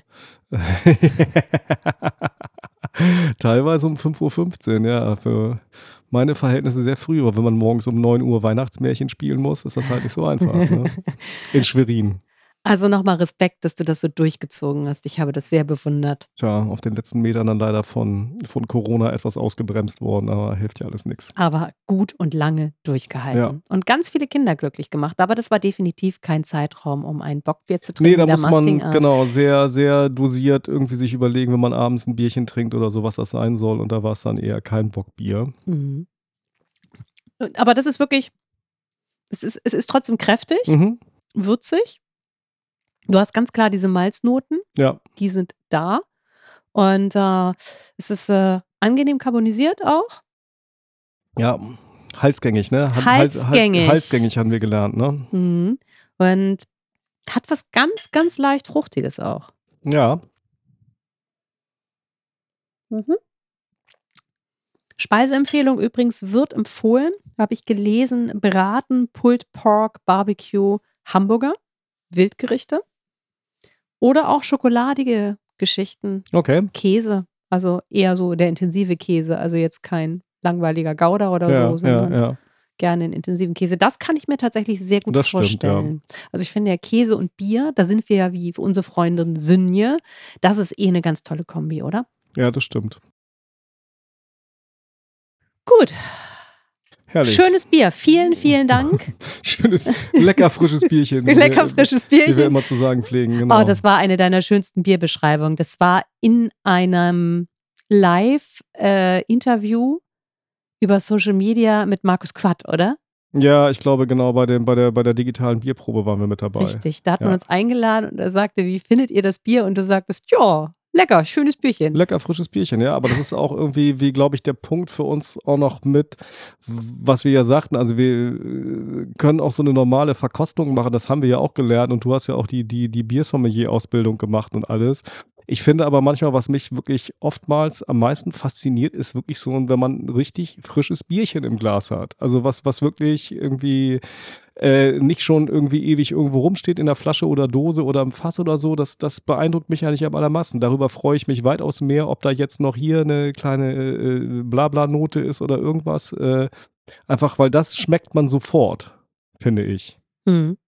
Teilweise um 5:15 Uhr, ja. Für meine Verhältnisse sehr früh, aber wenn man morgens um 9 Uhr Weihnachtsmärchen spielen muss, ist das halt nicht so einfach. Ne? In Schwerin. Also nochmal Respekt, dass du das so durchgezogen hast. Ich habe das sehr bewundert. Tja, auf den letzten Metern dann leider von Corona etwas ausgebremst worden, aber hilft ja alles nichts. Aber gut und lange durchgehalten. Ja. Und ganz viele Kinder glücklich gemacht. Aber das war definitiv kein Zeitraum, um ein Bockbier zu trinken. Nee, da der muss man Masting-Art. genau sehr, sehr dosiert irgendwie sich überlegen, wenn man abends ein Bierchen trinkt oder so, was das sein soll. Und da war es dann eher kein Bockbier. Mhm. Aber das ist wirklich, es ist trotzdem kräftig, Mhm. würzig. Du hast ganz klar diese Malznoten, Ja, die sind da. Und es ist angenehm carbonisiert auch. ja, halsgängig, ne? Halsgängig. Halsgängig haben wir gelernt, ne? Mhm. Und hat was ganz, ganz leicht Fruchtiges auch. Ja, Mhm. Speiseempfehlung übrigens wird empfohlen, habe ich gelesen, Braten, Pulled Pork, Barbecue, Hamburger, Wildgerichte oder auch schokoladige Geschichten, okay. Käse, also eher so der intensive Käse, also jetzt kein langweiliger Gouda oder Ja, so, sondern ja. gerne einen intensiven Käse. Das kann ich mir tatsächlich sehr gut Das stimmt, ja. vorstellen. Also ich finde ja Käse und Bier, da sind wir ja wie unsere Freundin Synje, das ist eine ganz tolle Kombi, oder? Ja, das stimmt. Gut. Herrlich. Schönes Bier. Vielen, vielen Dank. Schönes, lecker frisches Bierchen. Lecker frisches Wie wir Bierchen. immer zu sagen pflegen, genau. Oh, das war eine deiner schönsten Bierbeschreibungen. Das war in einem Live-Interview über Social Media mit Markus Quadt, oder? Ja, ich glaube genau, bei der digitalen Bierprobe waren wir mit dabei. Richtig, da hat man Ja. uns eingeladen und er sagte, wie findet ihr das Bier? Und du sagtest, ja, lecker, schönes Bierchen. Lecker frisches Bierchen, ja, aber das ist auch irgendwie, wie glaube ich, der Punkt für uns auch noch mit, was wir ja sagten, also wir können auch so eine normale Verkostung machen, das haben wir ja auch gelernt und du hast ja auch die Biersommelier-Ausbildung gemacht und alles. Ich finde aber manchmal, was mich wirklich oftmals am meisten fasziniert, ist wirklich so, wenn man ein richtig frisches Bierchen im Glas hat. Also was wirklich irgendwie nicht schon irgendwie ewig irgendwo rumsteht in der Flasche oder Dose oder im Fass oder so, das beeindruckt mich eigentlich am allermeisten. Darüber freue ich mich weitaus mehr, ob da jetzt noch hier eine kleine Blabla-Note ist oder irgendwas. Einfach, weil das schmeckt man sofort, finde ich. Mhm.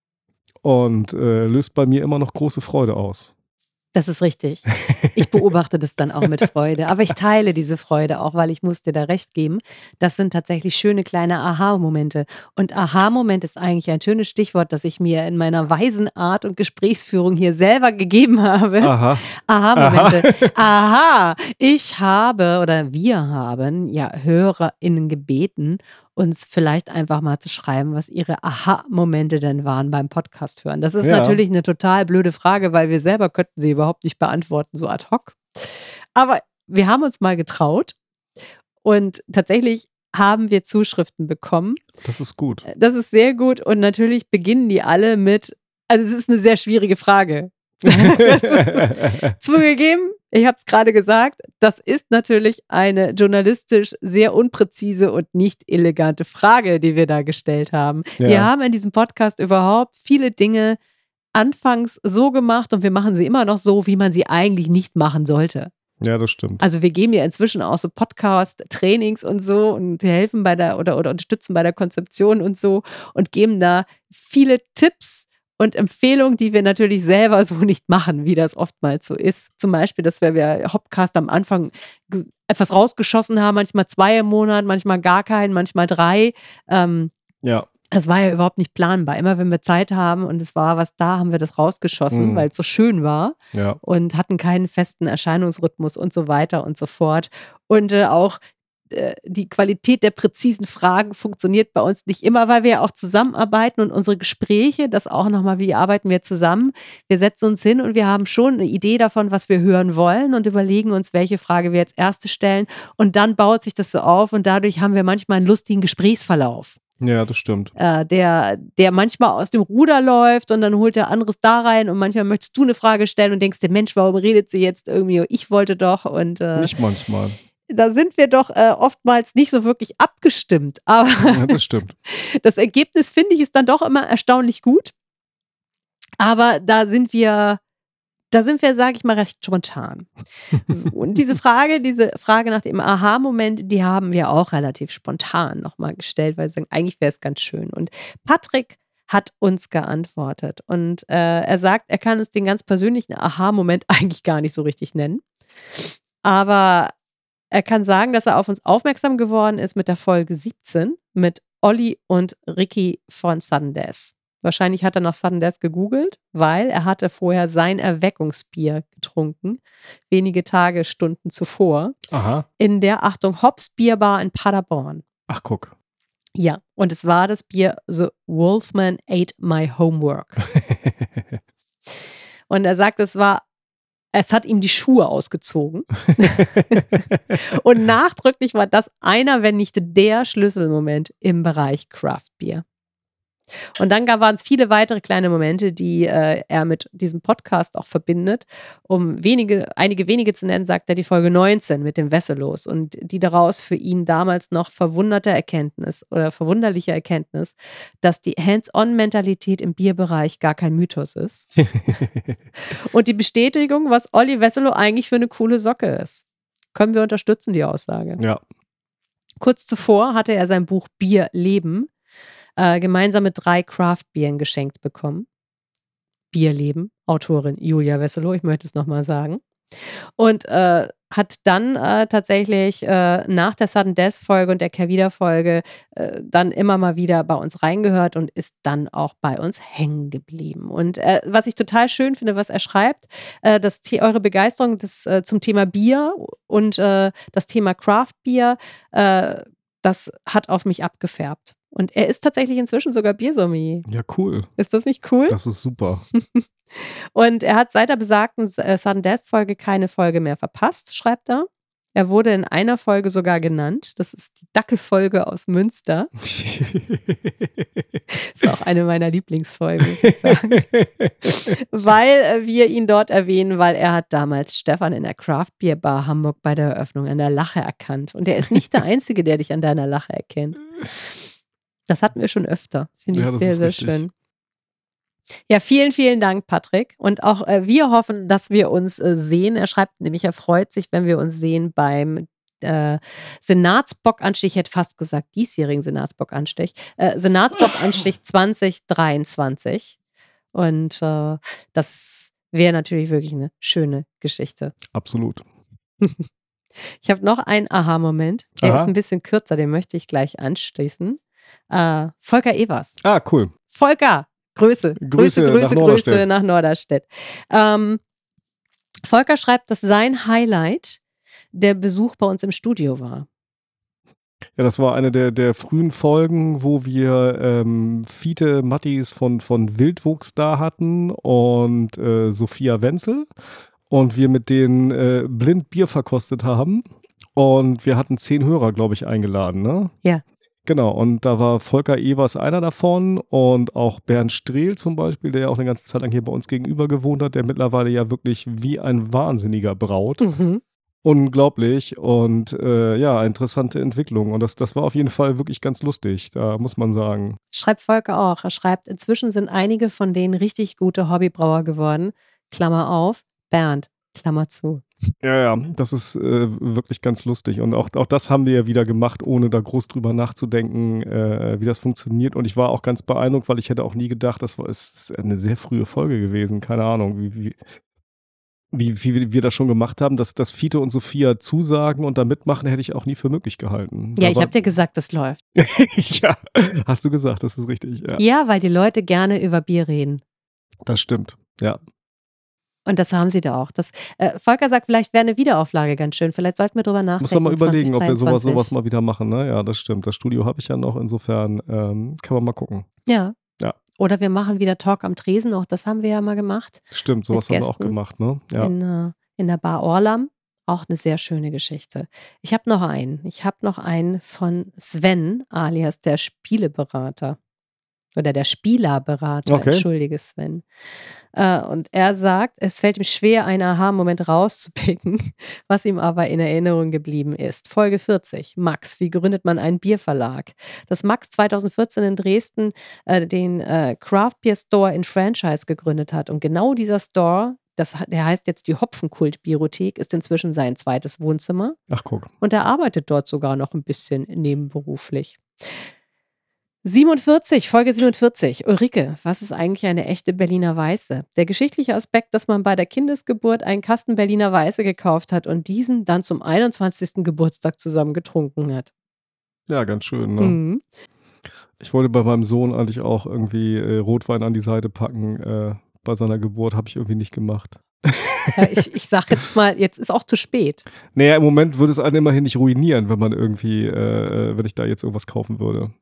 Und löst bei mir immer noch große Freude aus. Das ist richtig. Ich beobachte das dann auch mit Freude. Aber ich teile diese Freude auch, weil ich muss dir da recht geben. Das sind tatsächlich schöne kleine Aha-Momente. Und Aha-Moment ist eigentlich ein schönes Stichwort, das ich mir in meiner weisen Art und Gesprächsführung hier selber gegeben habe. Aha. Aha-Momente. Aha. Ich habe oder wir haben ja HörerInnen gebeten, uns vielleicht einfach mal zu schreiben, was ihre Aha-Momente denn waren beim Podcast hören. Das ist Ja. natürlich eine total blöde Frage, weil wir selber könnten sie überhaupt nicht beantworten, so ad hoc. Aber wir haben uns mal getraut und tatsächlich haben wir Zuschriften bekommen. Das ist gut. Das ist sehr gut und natürlich beginnen die alle mit, also es ist eine sehr schwierige Frage. Das ist zugegeben, ich habe es gerade gesagt, das ist natürlich eine journalistisch sehr unpräzise und nicht elegante Frage, die wir da gestellt haben. Ja. Wir haben in diesem Podcast überhaupt viele Dinge anfangs so gemacht und wir machen sie immer noch so, wie man sie eigentlich nicht machen sollte. Ja, das stimmt. Also wir geben ja inzwischen auch so Podcast-Trainings und so und helfen bei der oder unterstützen bei der Konzeption und so und geben da viele Tipps und Empfehlungen, die wir natürlich selber so nicht machen, wie das oftmals so ist. Zum Beispiel, dass wir Hopcast am Anfang etwas rausgeschossen haben, manchmal 2 im Monat, manchmal gar keinen, manchmal 3. Ja. Das war ja überhaupt nicht planbar. Immer wenn wir Zeit haben und es war was da, haben wir das rausgeschossen, weil es so schön war Ja. und hatten keinen festen Erscheinungsrhythmus und so weiter und so fort. Und auch die Qualität der präzisen Fragen funktioniert bei uns nicht immer, weil wir ja auch zusammenarbeiten und unsere Gespräche, das auch nochmal, wie arbeiten wir zusammen? Wir setzen uns hin und wir haben schon eine Idee davon, was wir hören wollen und überlegen uns, welche Frage wir als erste stellen. Und dann baut sich das so auf und dadurch haben wir manchmal einen lustigen Gesprächsverlauf. Ja, das stimmt. Der manchmal aus dem Ruder läuft und dann holt der anderes da rein und manchmal möchtest du eine Frage stellen und denkst, der Mensch, warum redet sie jetzt irgendwie? Ich wollte doch und Nicht manchmal. da sind wir doch oftmals nicht so wirklich abgestimmt. Aber Ja, das stimmt. das Ergebnis, finde ich, ist dann doch immer erstaunlich gut. Aber da sind wir, sage ich mal, recht spontan. So, und diese Frage nach dem Aha-Moment, die haben wir auch relativ spontan nochmal gestellt, weil wir sagen, eigentlich wäre es ganz schön. Und Patrick hat uns geantwortet. Und er sagt, er kann es den ganz persönlichen Aha-Moment eigentlich gar nicht so richtig nennen. Aber er kann sagen, dass er auf uns aufmerksam geworden ist mit der Folge 17 mit Olli und Ricky von Sudden Death. Wahrscheinlich hat er nach Sudden Death gegoogelt, weil er hatte vorher sein Erweckungsbier getrunken, wenige Tage, Stunden zuvor, Aha. in der, Achtung, Hops Bierbar in Paderborn. Ach, guck. Ja, und es war das Bier The Wolfman Ate My Homework. Und er sagt, es hat ihm die Schuhe ausgezogen. Und nachdrücklich war das einer, wenn nicht der Schlüsselmoment im Bereich Craft Beer. Und dann waren es viele weitere kleine Momente, die er mit diesem Podcast auch verbindet. Um einige wenige zu nennen, sagt er die Folge 19 mit dem Wesselos und die daraus für ihn damals noch verwunderliche Erkenntnis, dass die Hands-on-Mentalität im Bierbereich gar kein Mythos ist. Und die Bestätigung, was Olli Wesselow eigentlich für eine coole Socke ist. Können wir unterstützen, die Aussage. Ja. Kurz zuvor hatte er sein Buch Bier leben gemeinsam mit 3 Craft-Bieren geschenkt bekommen. Bierleben, Autorin Julia Wesselow, ich möchte es nochmal sagen. Und hat dann tatsächlich nach der Sudden Death-Folge und der Kervida-Folge dann immer mal wieder bei uns reingehört und ist dann auch bei uns hängen geblieben. Und was ich total schön finde, was er schreibt, eure Begeisterung zum Thema Bier und das Thema Craft-Bier, das hat auf mich abgefärbt. Und er ist tatsächlich inzwischen sogar Biersommelier. Ja, cool. Ist das nicht cool? Das ist super. Und er hat seit der besagten Sudden Death-Folge keine Folge mehr verpasst, schreibt er. Er wurde in einer Folge sogar genannt. Das ist die Dackelfolge aus Münster. Ist auch eine meiner Lieblingsfolgen, muss ich sagen. Weil wir ihn dort erwähnen, weil er hat damals Stefan in der Craft Beer Bar Hamburg bei der Eröffnung an der Lache erkannt. Und er ist nicht der Einzige, der dich an deiner Lache erkennt. Das hatten wir schon öfter. Finde ich sehr, sehr schön. Ja, vielen, vielen Dank, Patrick. Und auch wir hoffen, dass wir uns sehen. Er schreibt nämlich, er freut sich, wenn wir uns sehen beim Senatsbockanstich, ich hätte fast gesagt, diesjährigen Senatsbockanstich. Senatsbockanstich 2023. Und das wäre natürlich wirklich eine schöne Geschichte. Absolut. Ich habe noch einen Aha-Moment. Der ist ein bisschen kürzer, den möchte ich gleich anschließen. Volker Evers. Ah, cool. Volker, Grüße nach Norderstedt. Volker schreibt, dass sein Highlight der Besuch bei uns im Studio war. Ja, das war eine der frühen Folgen, wo wir Fiete Mattis von Wildwuchs da hatten und Sophia Wenzel und wir mit denen blind Bier verkostet haben und wir hatten 10 Hörer, glaube ich, eingeladen, ne? Ja. Genau, und da war Volker Evers einer davon und auch Bernd Strehl zum Beispiel, der ja auch eine ganze Zeit lang hier bei uns gegenüber gewohnt hat, der mittlerweile ja wirklich wie ein Wahnsinniger braut. Mhm. Unglaublich und ja, interessante Entwicklung und das war auf jeden Fall wirklich ganz lustig, da muss man sagen. Schreibt Volker auch, er schreibt, inzwischen sind einige von denen richtig gute Hobbybrauer geworden, Klammer auf, Bernd, Klammer zu. Ja, das ist wirklich ganz lustig und auch das haben wir ja wieder gemacht, ohne da groß drüber nachzudenken, wie das funktioniert und ich war auch ganz beeindruckt, weil ich hätte auch nie gedacht, ist eine sehr frühe Folge gewesen, keine Ahnung, wie wie wir das schon gemacht haben, dass Fiete und Sophia zusagen und da mitmachen, hätte ich auch nie für möglich gehalten. Ja, ich habe dir gesagt, das läuft. Ja, hast du gesagt, das ist richtig. Ja, Ja, weil die Leute gerne über Bier reden. das stimmt. Ja. Und das haben sie da auch. Volker sagt, vielleicht wäre eine Wiederauflage ganz schön. Vielleicht sollten wir drüber nachdenken. Muss man mal überlegen, ob wir 2023. sowas mal wieder machen. Ne? Ja, das stimmt. Das Studio habe ich ja noch. Insofern kann man mal gucken. Ja. Ja. Oder wir machen wieder Talk am Tresen. Auch das haben wir ja mal gemacht. Stimmt, sowas haben wir auch Gästen. gemacht. Ne? Ja. In der Bar Orlam. Auch eine sehr schöne Geschichte. Ich habe noch einen. Ich habe noch einen von Sven, alias der Spieleberater. Oder der Spielerberater, Okay. Entschuldige Sven. Und er sagt, es fällt ihm schwer, einen Aha-Moment rauszupicken, was ihm aber in Erinnerung geblieben ist. Folge 40, Max, wie gründet man einen Bierverlag? Dass Max 2014 in Dresden den Craft Beer Store in Franchise gegründet hat. Und genau dieser Store, der heißt jetzt die Hopfenkult-Biothek, ist inzwischen sein zweites Wohnzimmer. Ach, guck. Und er arbeitet dort sogar noch ein bisschen nebenberuflich. 47, Folge 47. Ulrike, was ist eigentlich eine echte Berliner Weiße? Der geschichtliche Aspekt, dass man bei der Kindesgeburt einen Kasten Berliner Weiße gekauft hat und diesen dann zum 21. Geburtstag zusammen getrunken hat. Ja, ganz schön. Ne? Mhm. Ich wollte bei meinem Sohn eigentlich auch irgendwie Rotwein an die Seite packen. Bei seiner Geburt habe ich irgendwie nicht gemacht. Ja, ich sag jetzt mal, jetzt ist auch zu spät. Naja, im Moment würde es einen immerhin nicht ruinieren, wenn man irgendwie, wenn ich da jetzt irgendwas kaufen würde.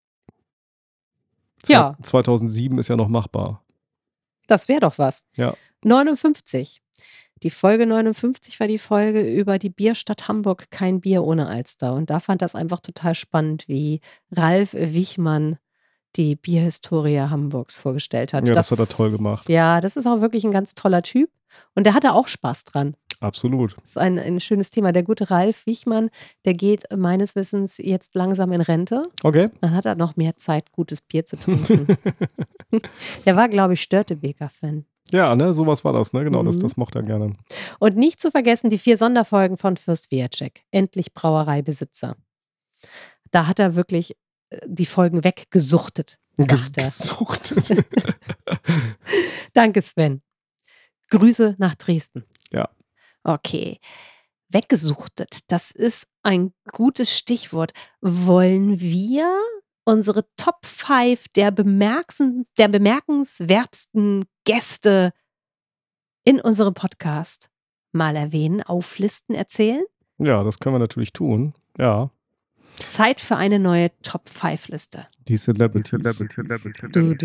Ja. 2007 ist ja noch machbar. Das wäre doch was. Ja. 59. Die Folge 59 war die Folge über die Bierstadt Hamburg, kein Bier ohne Alster. Und da fand das einfach total spannend, wie Ralf Wichmann die Bierhistorie Hamburgs vorgestellt hat. Ja, das hat er toll gemacht. Ja, das ist auch wirklich ein ganz toller Typ. Und der hatte auch Spaß dran. Absolut. Das ist ein schönes Thema. Der gute Ralf Wichmann, der geht meines Wissens jetzt langsam in Rente. Okay. Dann hat er noch mehr Zeit, gutes Bier zu trinken. Der war, glaube ich, Störtebeker-Fan. Ja, ne, sowas war das, ne? Genau, das mochte er gerne. Und nicht zu vergessen die 4 Sonderfolgen von Fürst Wiecek. Endlich Brauereibesitzer. Da hat er wirklich die Folgen weggesuchtet, sagt er. Gesuchtet. Danke, Sven. Grüße nach Dresden. Ja. Okay. Weggesuchtet, das ist ein gutes Stichwort. Wollen wir unsere Top 5 der bemerkenswertesten Gäste in unserem Podcast mal erwähnen, auflisten, erzählen? Ja, das können wir natürlich tun. Ja. Zeit für eine neue Top 5 Liste. Die Celebrities. Du.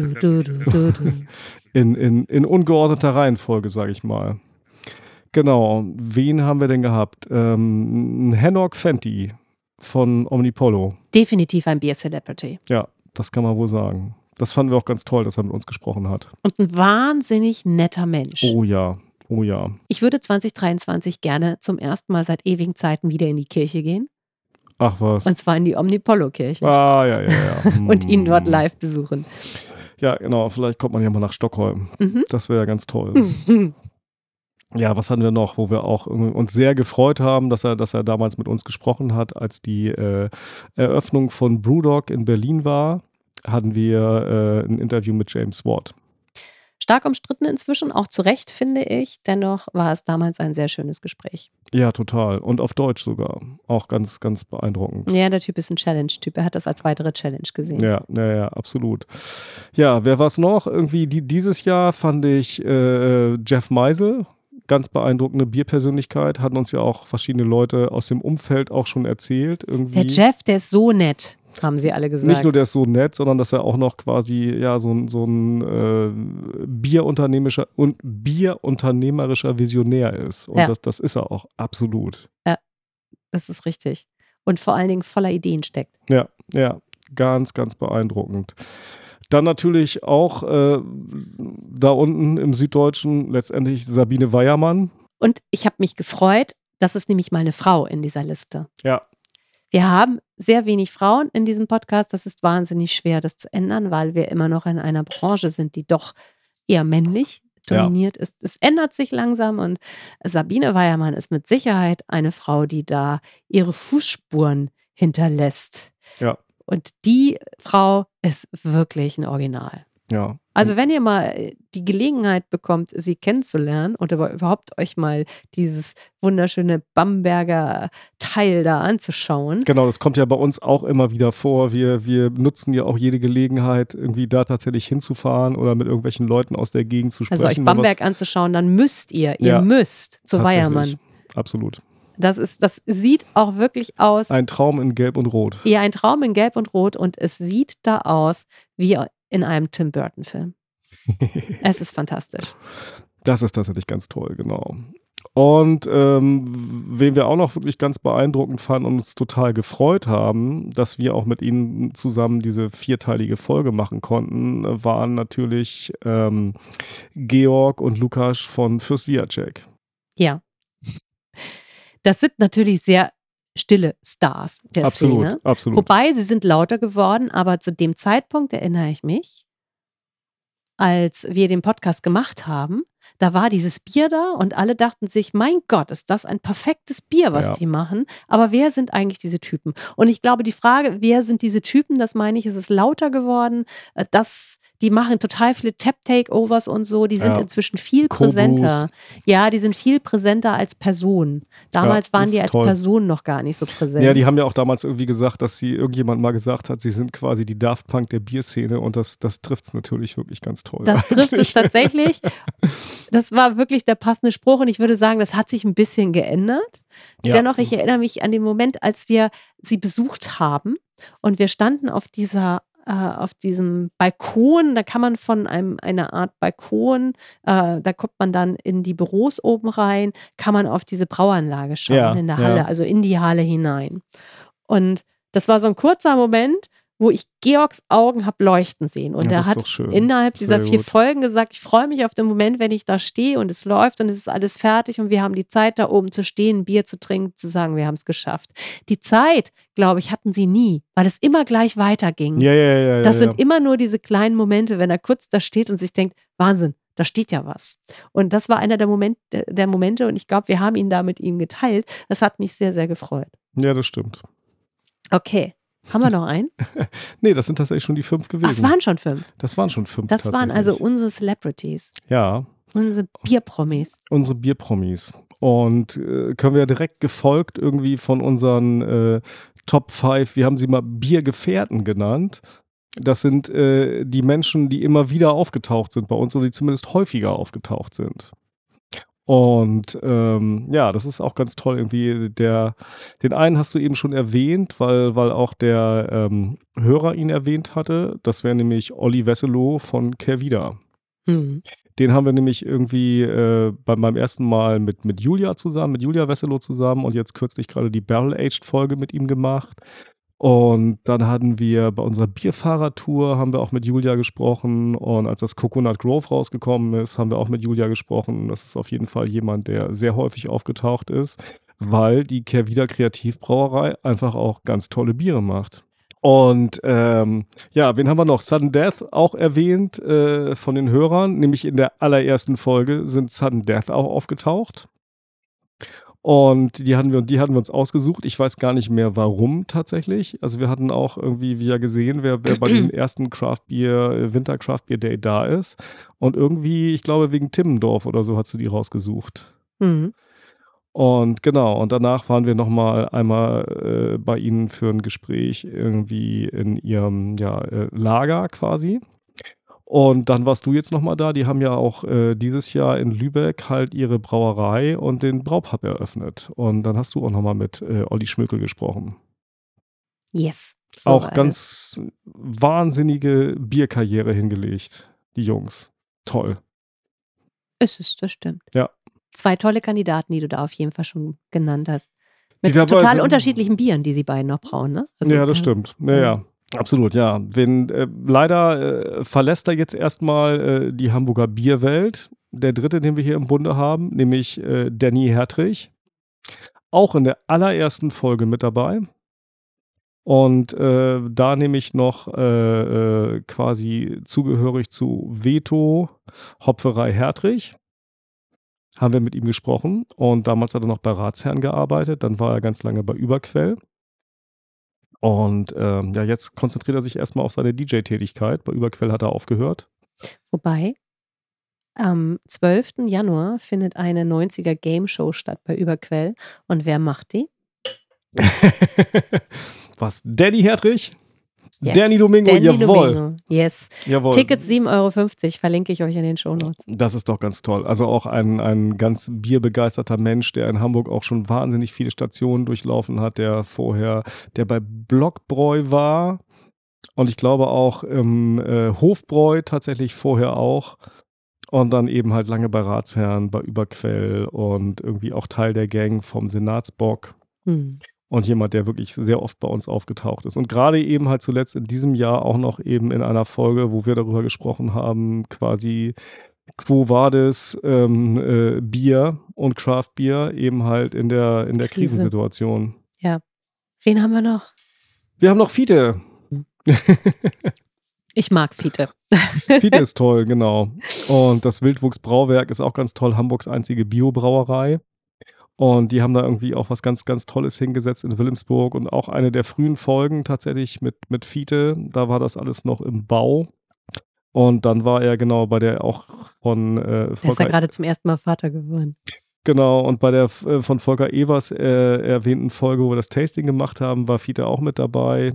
In ungeordneter Reihenfolge, sage ich mal. Genau. Wen haben wir denn gehabt? Henok Fenty von Omnipollo. Definitiv ein Bier-Celebrity. Ja, das kann man wohl sagen. Das fanden wir auch ganz toll, dass er mit uns gesprochen hat. Und ein wahnsinnig netter Mensch. Oh ja, oh ja. Ich würde 2023 gerne zum ersten Mal seit ewigen Zeiten wieder in die Kirche gehen. Ach was. Und zwar in die Omnipollo-Kirche. Ah, ja. Und ihn dort live besuchen. Ja, genau. Vielleicht kommt man ja mal nach Stockholm. Das wäre ja ganz toll. Ja, was hatten wir noch, wo wir auch uns sehr gefreut haben, dass er damals mit uns gesprochen hat, als die Eröffnung von Brewdog in Berlin war, hatten wir ein Interview mit James Watt. Stark umstritten inzwischen, auch zu Recht, finde ich. Dennoch war es damals ein sehr schönes Gespräch. Ja, total. Und auf Deutsch sogar. Auch ganz, ganz beeindruckend. Ja, der Typ ist ein Challenge-Typ. Er hat das als weitere Challenge gesehen. Ja, absolut. Ja, wer war es noch? Irgendwie dieses Jahr fand ich Jeff Meisel. Ganz beeindruckende Bierpersönlichkeit. Hatten uns ja auch verschiedene Leute aus dem Umfeld auch schon erzählt. Irgendwie. Der Jeff, der ist so nett, haben sie alle gesagt. Nicht nur der ist so nett, sondern dass er auch noch quasi ja so ein bierunternehmerischer Visionär ist. Und ja. das ist er auch, absolut. Ja, das ist richtig. Und vor allen Dingen voller Ideen steckt. Ja, ganz, ganz beeindruckend. Dann natürlich auch da unten im Süddeutschen letztendlich Sabine Weiermann. Und ich habe mich gefreut, das ist nämlich mal eine Frau in dieser Liste. Ja. Wir haben sehr wenig Frauen in diesem Podcast. Das ist wahnsinnig schwer, das zu ändern, weil wir immer noch in einer Branche sind, die doch eher männlich dominiert ist. Es ändert sich langsam und Sabine Weiermann ist mit Sicherheit eine Frau, die da ihre Fußspuren hinterlässt. Ja. Und die Frau ist wirklich ein Original. Ja. Also wenn ihr mal die Gelegenheit bekommt, sie kennenzulernen und aber überhaupt euch mal dieses wunderschöne Bamberger Teil da anzuschauen. Genau, das kommt ja bei uns auch immer wieder vor. Wir nutzen ja auch jede Gelegenheit, irgendwie da tatsächlich hinzufahren oder mit irgendwelchen Leuten aus der Gegend zu sprechen. Also euch Bamberg anzuschauen, dann müsst ihr müsst zu Weyermann. Absolut. Das sieht auch wirklich aus. Ein Traum in Gelb und Rot. Ja, ein Traum in Gelb und Rot und es sieht da aus wie in einem Tim Burton-Film. Es ist fantastisch. Das ist tatsächlich ganz toll, genau. Und wen wir auch noch wirklich ganz beeindruckend fanden und uns total gefreut haben, dass wir auch mit ihnen zusammen diese 4-teilige Folge machen konnten, waren natürlich Georg und Lukas von Fürst Viacek. Ja. Das sind natürlich sehr stille Stars der Szene. Absolut. Wobei, sie sind lauter geworden, aber zu dem Zeitpunkt erinnere ich mich, als wir den Podcast gemacht haben, da war dieses Bier da und alle dachten sich, mein Gott, ist das ein perfektes Bier, was die machen. Aber wer sind eigentlich diese Typen? Und ich glaube, die Frage, wer sind diese Typen, das meine ich, ist es lauter geworden. Die machen total viele Tap-Takeovers und so. Die sind inzwischen viel präsenter. Ja, die sind viel präsenter als Person. Damals waren die als Person noch gar nicht so präsent. Ja, die haben ja auch damals irgendwie gesagt, dass irgendjemand mal gesagt hat, sie sind quasi die Daft Punk der Bierszene und das trifft es natürlich wirklich ganz toll. Das trifft es tatsächlich. Das war wirklich der passende Spruch und ich würde sagen, das hat sich ein bisschen geändert. Ja. Dennoch, ich erinnere mich an den Moment, als wir sie besucht haben und wir standen auf diesem Balkon, da kann man von einer Art Balkon, da kommt man dann in die Büros oben rein, kann man auf diese Brauanlage schauen in der Halle, also in die Halle hinein. Und das war so ein kurzer Moment, wo ich Georgs Augen habe leuchten sehen. Und er hat innerhalb dieser 4 Folgen gesagt, ich freue mich auf den Moment, wenn ich da stehe und es läuft und es ist alles fertig und wir haben die Zeit, da oben zu stehen, ein Bier zu trinken, zu sagen, wir haben es geschafft. Die Zeit, glaube ich, hatten sie nie, weil es immer gleich weiterging. Ja. Das sind immer nur diese kleinen Momente, wenn er kurz da steht und sich denkt, Wahnsinn, da steht ja was. Und das war einer der Momente und ich glaube, wir haben ihn da mit ihm geteilt. Das hat mich sehr, sehr gefreut. Ja, das stimmt. Okay. Haben wir noch einen? Nee, das sind tatsächlich schon die 5 gewesen. Ach, es waren schon 5. Das waren schon 5. Das waren also unsere Celebrities. Ja. Unsere Bierpromis. Unsere Bierpromis. Und können wir direkt gefolgt irgendwie von unseren Top 5, wir haben sie mal Biergefährten genannt. Das sind die Menschen, die immer wieder aufgetaucht sind bei uns oder die zumindest häufiger aufgetaucht sind. Und das ist auch ganz toll irgendwie. Den einen hast du eben schon erwähnt, weil auch der Hörer ihn erwähnt hatte. Das wäre nämlich Olli Wesselow von Kehrwieder. Mhm. Den haben wir nämlich irgendwie beim ersten Mal mit Julia Wesselow zusammen und jetzt kürzlich gerade die Barrel-Aged-Folge mit ihm gemacht. Und dann hatten wir bei unserer Bierfahrertour haben wir auch mit Julia gesprochen und als das Coconut Grove rausgekommen ist, haben wir auch mit Julia gesprochen. Das ist auf jeden Fall jemand, der sehr häufig aufgetaucht ist, weil die Kehrwieder Kreativbrauerei einfach auch ganz tolle Biere macht. Und wen haben wir noch? Sudden Death auch erwähnt von den Hörern, nämlich in der allerersten Folge sind Sudden Death auch aufgetaucht. Und die hatten wir uns ausgesucht. Ich weiß gar nicht mehr, warum tatsächlich. Also wir hatten auch irgendwie wieder gesehen, wer bei diesem ersten Winter Craft Beer Day da ist. Und irgendwie, ich glaube, wegen Timmendorf oder so hat sie die rausgesucht. Mhm. Und genau, und danach waren wir nochmal einmal bei ihnen für ein Gespräch irgendwie in ihrem Lager quasi. Und dann warst du jetzt nochmal da. Die haben ja auch dieses Jahr in Lübeck halt ihre Brauerei und den Braupub eröffnet. Und dann hast du auch nochmal mit Olli Schmökel gesprochen. Yes. So auch ganz wahnsinnige Bierkarriere hingelegt, die Jungs. Toll. Ist es, das stimmt. Ja. 2 tolle Kandidaten, die du da auf jeden Fall schon genannt hast. Mit total unterschiedlichen Bieren, die sie beiden noch brauen, ne? Also, ja, das stimmt. Ja. Absolut, ja. Leider verlässt er jetzt erstmal die Hamburger Bierwelt. Der dritte, den wir hier im Bunde haben, nämlich Danny Hertrich. Auch in der allerersten Folge mit dabei. Und da nämlich noch quasi zugehörig zu Veto Hopferei Hertrich. Haben wir mit ihm gesprochen. Und damals hat er noch bei Ratsherrn gearbeitet. Dann war er ganz lange bei Überquell. Und jetzt konzentriert er sich erstmal auf seine DJ-Tätigkeit. Bei Überquell hat er aufgehört. Wobei, am 12. Januar findet eine 90er Game Show statt bei Überquell. Und wer macht die? Was? Danny Hertrich? Yes. Danny Domingo, Danny jawohl. Domingo. Yes. Jawohl. Tickets 7,50 € verlinke ich euch in den Shownotes. Das ist doch ganz toll. Also auch ein ganz bierbegeisterter Mensch, der in Hamburg auch schon wahnsinnig viele Stationen durchlaufen hat, der bei Blockbräu war und ich glaube auch im Hofbräu tatsächlich vorher auch. Und dann eben halt lange bei Ratsherren, bei Überquell und irgendwie auch Teil der Gang vom Senatsbock. Und jemand, der wirklich sehr oft bei uns aufgetaucht ist. Und gerade eben halt zuletzt in diesem Jahr auch noch eben in einer Folge, wo wir darüber gesprochen haben, quasi Quo Vadis Bier und Craft Beer eben halt in der Krisensituation. Ja. Wen haben wir noch? Wir haben noch Fiete. Ich mag Fiete. Fiete ist toll, genau. Und das Wildwuchs Brauwerk ist auch ganz toll, Hamburgs einzige Biobrauerei. Und die haben da irgendwie auch was ganz, ganz Tolles hingesetzt in Wilhelmsburg und auch eine der frühen Folgen tatsächlich mit Fiete. Da war das alles noch im Bau. Und dann war er genau bei der auch von Der ist ja gerade zum ersten Mal Vater geworden. Genau, und bei der von Volker Evers erwähnten Folge, wo wir das Tasting gemacht haben, war Fiete auch mit dabei.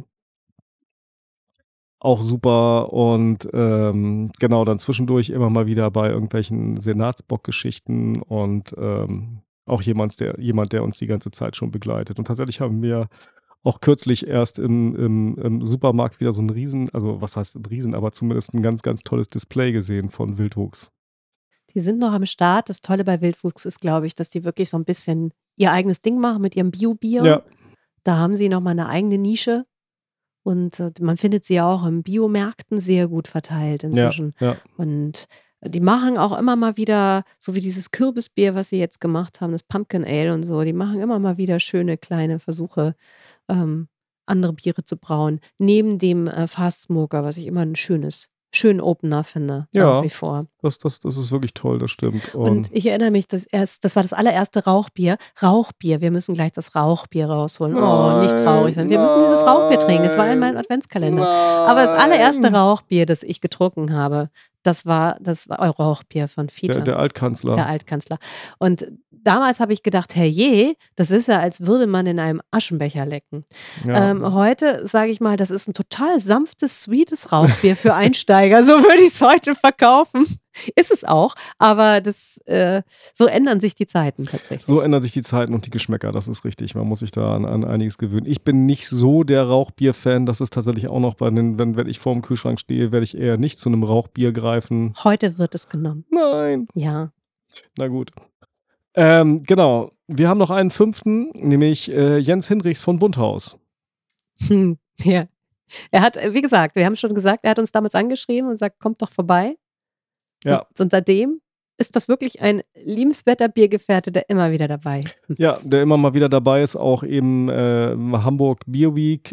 Auch super und genau, dann zwischendurch immer mal wieder bei irgendwelchen Senatsbock-Geschichten und auch jemand, der uns die ganze Zeit schon begleitet. Und tatsächlich haben wir auch kürzlich erst im Supermarkt wieder so ein Riesen, also was heißt ein Riesen, aber zumindest ein ganz, ganz tolles Display gesehen von Wildwuchs. Die sind noch am Start. Das Tolle bei Wildwuchs ist, glaube ich, dass die wirklich so ein bisschen ihr eigenes Ding machen mit ihrem Bio-Bier. Ja. Da haben sie nochmal eine eigene Nische. Und man findet sie ja auch im Biomärkten sehr gut verteilt inzwischen. Ja. Und die machen auch immer mal wieder, so wie dieses Kürbisbier, was sie jetzt gemacht haben, das Pumpkin Ale und so, die machen immer mal wieder schöne kleine Versuche, andere Biere zu brauen. Neben dem Fast Smoker, was ich immer einen schönen Opener finde, nach wie vor. Das ist wirklich toll, das stimmt. Und ich erinnere mich, das war das allererste Rauchbier. Wir müssen gleich das Rauchbier rausholen. Oh, nicht traurig sein. Wir müssen dieses Rauchbier trinken. Es war in meinem Adventskalender. Aber das allererste Rauchbier, das ich getrunken habe, das war Rauchbier von Fiete. Der Altkanzler. Der Altkanzler. Und damals habe ich gedacht, herrje, das ist ja, als würde man in einem Aschenbecher lecken. Ja. Heute sage ich mal, das ist ein total sanftes, sweetes Rauchbier für Einsteiger. So würde ich es heute verkaufen. Ist es auch, aber so ändern sich die Zeiten tatsächlich. So ändern sich die Zeiten und die Geschmäcker, das ist richtig. Man muss sich da an einiges gewöhnen. Ich bin nicht so der Rauchbier-Fan, das ist tatsächlich auch noch wenn ich vor dem Kühlschrank stehe, werde ich eher nicht zu einem Rauchbier greifen. Heute wird es genommen. Nein. Ja. Na gut. Genau, wir haben noch einen 5., nämlich Jens Hinrichs von Bunthaus. Ja. Er hat, wie gesagt, wir haben schon gesagt, er hat uns damals angeschrieben und sagt, kommt doch vorbei. Ja. Und seitdem ist das wirklich ein liebenswerter Biergefährte, der immer wieder dabei ist. Ja, der immer mal wieder dabei ist, auch eben Hamburg Beer Week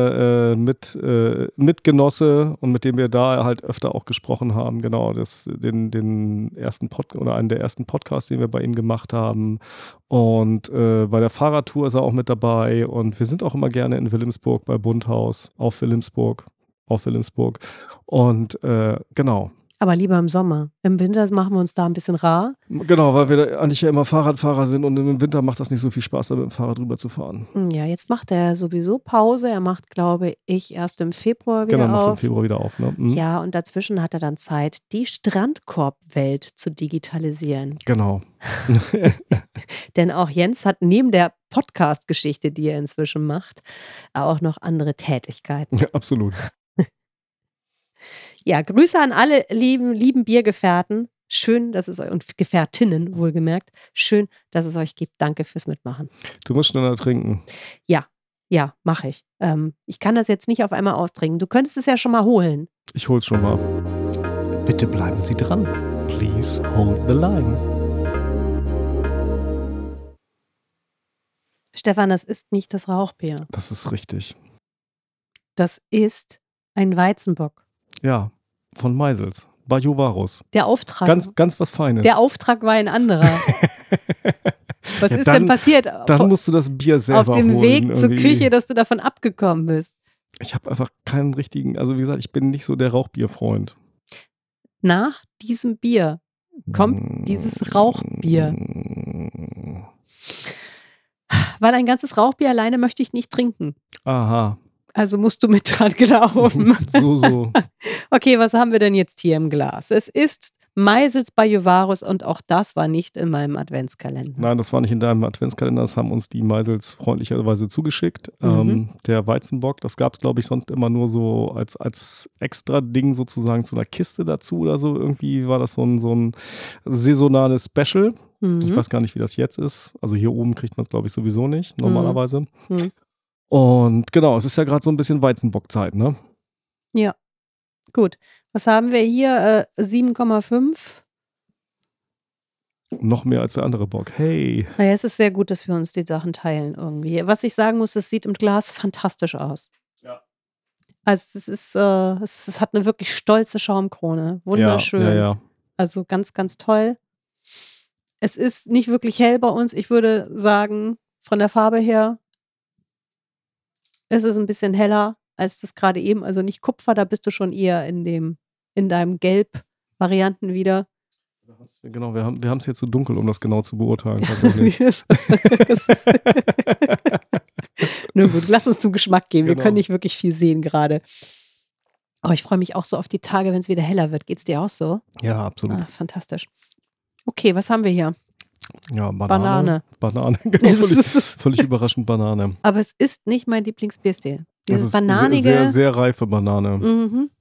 mit Genosse und mit dem wir da halt öfter auch gesprochen haben. Genau, den ersten oder einen der ersten Podcasts, den wir bei ihm gemacht haben. Und bei der Fahrradtour ist er auch mit dabei. Und wir sind auch immer gerne in Wilhelmsburg bei Bunthaus, auf Wilhelmsburg. Und genau. Aber lieber im Sommer. Im Winter machen wir uns da ein bisschen rar. Genau, weil wir eigentlich ja immer Fahrradfahrer sind und im Winter macht das nicht so viel Spaß, da mit dem Fahrrad rüber zu fahren. Ja, jetzt macht er sowieso Pause. Er macht, glaube ich, erst im Februar wieder auf. Genau, macht im Februar wieder auf. Ne? Mhm. Ja, und dazwischen hat er dann Zeit, die Strandkorbwelt zu digitalisieren. Genau. Denn auch Jens hat neben der Podcast-Geschichte, die er inzwischen macht, auch noch andere Tätigkeiten. Ja, absolut. Ja, Grüße an alle lieben Biergefährten. Schön, dass es euch, und Gefährtinnen wohlgemerkt, schön, dass es euch gibt. Danke fürs Mitmachen. Du musst schneller trinken. Ja, mache ich. Ich kann das jetzt nicht auf einmal austrinken. Du könntest es ja schon mal holen. Ich hol's schon mal. Bitte bleiben Sie dran. Please hold the line. Stefan, das ist nicht das Rauchbier. Das ist richtig. Das ist ein Weizenbock. Ja, von Meisels. Bajuvarus. Der Auftrag. Ganz was Feines. Der Auftrag war ein anderer. Was ist denn passiert? Dann musst du das Bier selber auf dem holen, Weg zur irgendwie. Küche, dass du davon abgekommen bist. Ich habe einfach keinen richtigen, also wie gesagt, ich bin nicht so der Rauchbierfreund. Nach diesem Bier kommt dieses Rauchbier. Weil ein ganzes Rauchbier alleine möchte ich nicht trinken. Aha. Also musst du mit dran glauben. So. Okay, was haben wir denn jetzt hier im Glas? Es ist Meisels Bajuvarus und auch das war nicht in meinem Adventskalender. Nein, das war nicht in deinem Adventskalender, das haben uns die Meisels freundlicherweise zugeschickt. Der Weizenbock, das gab es, glaube ich, sonst immer nur so als extra Ding sozusagen zu einer Kiste dazu oder so. Irgendwie war das so ein saisonales Special. Ich weiß gar nicht, wie das jetzt ist. Also hier oben kriegt man es, glaube ich, sowieso nicht, normalerweise. Und genau, es ist ja gerade so ein bisschen Weizenbockzeit, ne? Ja, gut. Was haben wir hier? 7,5. Noch mehr als der andere Bock. Hey. Naja, es ist sehr gut, dass wir uns die Sachen teilen irgendwie. Was ich sagen muss, es sieht im Glas fantastisch aus. Ja. Also es hat eine wirklich stolze Schaumkrone. Wunderschön. Ja. Also ganz, ganz toll. Es ist nicht wirklich hell bei uns. Ich würde sagen, von der Farbe her ist es ein bisschen heller als das gerade eben. Also nicht Kupfer, da bist du schon eher in deinem Gelb-Varianten wieder. Genau, wir haben es jetzt zu dunkel, um das genau zu beurteilen. Tatsächlich. Nur gut, lass uns zum Geschmack gehen. Wir Genau. können nicht wirklich viel sehen gerade. Oh, ich freue mich auch so auf die Tage, wenn es wieder heller wird. Geht's dir auch so? Ja, absolut. Ah, fantastisch. Okay, was haben wir hier? Ja, Banane. Genau, völlig überraschend Banane. Aber es ist nicht mein Lieblingsbierstil. Dieses ist bananige. Sehr, sehr reife Banane. Mhm.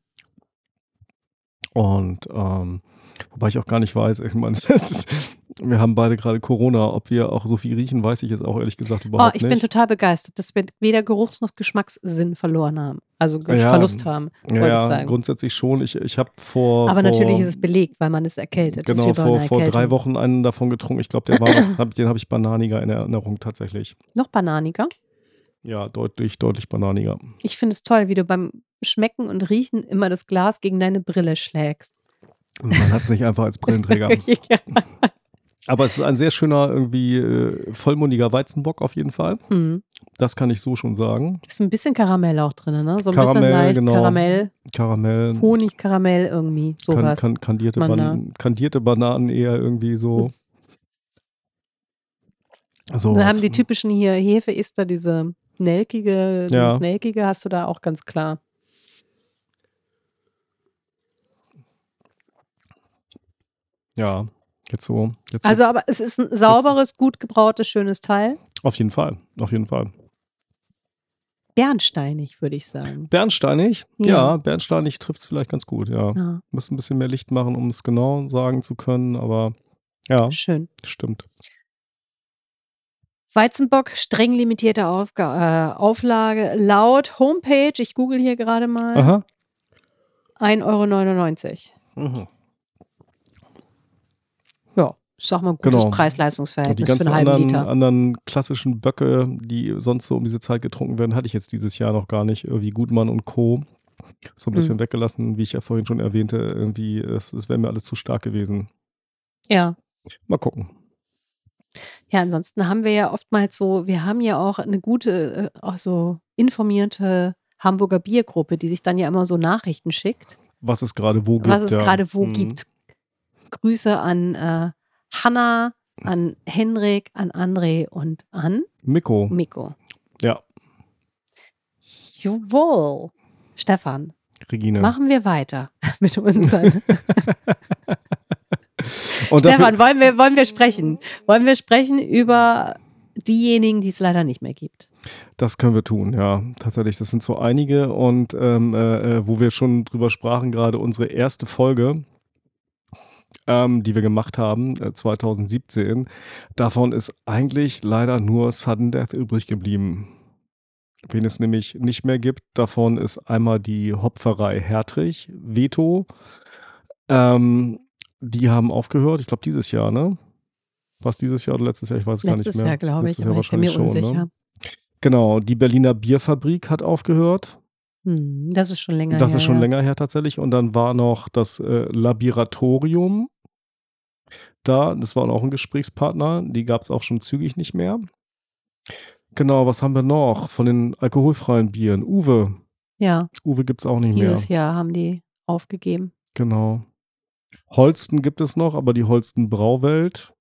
Und wobei ich auch gar nicht weiß, ich meine, wir haben beide gerade Corona, ob wir auch so viel riechen, weiß ich jetzt auch ehrlich gesagt überhaupt nicht. Ich bin total begeistert, dass wir weder Geruchs- noch Geschmackssinn verloren haben. Also Verlust haben, wollte ich sagen. Grundsätzlich schon. Ich habe Aber natürlich ist es belegt, weil man ist erkältet. Genau, vor 3 Wochen einen davon getrunken. Ich glaube, den habe ich bananiger in Erinnerung tatsächlich. Noch bananiger? Ja, deutlich bananiger. Ich finde es toll, wie du beim Schmecken und Riechen immer das Glas gegen deine Brille schlägst. Man hat es nicht einfach als Brillenträger. Ja. Aber es ist ein sehr schöner, irgendwie vollmundiger Weizenbock auf jeden Fall. Mhm. Das kann ich so schon sagen. Ist ein bisschen Karamell auch drin, ne? So ein Karamell, bisschen leicht genau. Karamell. Honig, Karamell irgendwie, sowas. Kandierte Bananen eher irgendwie so. Wir haben die typischen hier, Hefeester, diese nelkige, das Nelkige hast du da auch ganz klar. Ja, jetzt so. Also, aber es ist ein sauberes, gut gebrautes, schönes Teil. Auf jeden Fall. Bernsteinig, würde ich sagen. Bernsteinig? Ja, bernsteinig trifft es vielleicht ganz gut, ja. Müssen ein bisschen mehr Licht machen, um es genau sagen zu können, aber ja. Schön. Stimmt. Weizenbock, streng limitierte Auflage, laut Homepage, ich google hier gerade mal, Aha. 1,99 €. Mhm. Ja, ich sag mal, gutes Preis-Leistungs-Verhältnis für einen halben Liter. Die anderen klassischen Böcke, die sonst so um diese Zeit getrunken werden, hatte ich jetzt dieses Jahr noch gar nicht. Irgendwie Gutmann und Co. So ein bisschen weggelassen, wie ich ja vorhin schon erwähnte. Irgendwie, es wäre mir alles zu stark gewesen. Ja. Mal gucken. Ja, ansonsten haben wir ja oftmals wir haben ja auch eine gute, auch so informierte Hamburger Biergruppe, die sich dann ja immer so Nachrichten schickt. Was es gerade wo gibt. Gibt. Grüße an Hanna, an Henrik, an André und an Mikko. Ja. Jawohl. Stefan. Regine. Machen wir weiter mit unseren. Und Stefan, wollen wir sprechen? Wollen wir sprechen über diejenigen, die es leider nicht mehr gibt? Das können wir tun, ja. Tatsächlich, das sind so einige und wo wir schon drüber sprachen, gerade unsere erste Folge, die wir gemacht haben, 2017, davon ist eigentlich leider nur Sudden Death übrig geblieben. Wen es nämlich nicht mehr gibt, davon ist einmal die Hopferei Hertrich, Veto. Die haben aufgehört, ich glaube dieses Jahr, ne? Was dieses Jahr oder letztes Jahr, ich weiß es gar nicht mehr. Letztes Jahr, glaube ich, aber ich bin mir unsicher. Ne? Genau, die Berliner Bierfabrik hat aufgehört. Das ist schon länger her. Das ist schon länger her tatsächlich. Und dann war noch das Laboratorium da. Das war auch ein Gesprächspartner. Die gab es auch schon zügig nicht mehr. Genau, was haben wir noch von den alkoholfreien Bieren? Uwe. Ja. Uwe gibt es auch nicht mehr. Dieses Jahr haben die aufgegeben. Genau. Holsten gibt es noch, aber die Holsten Brauwelt.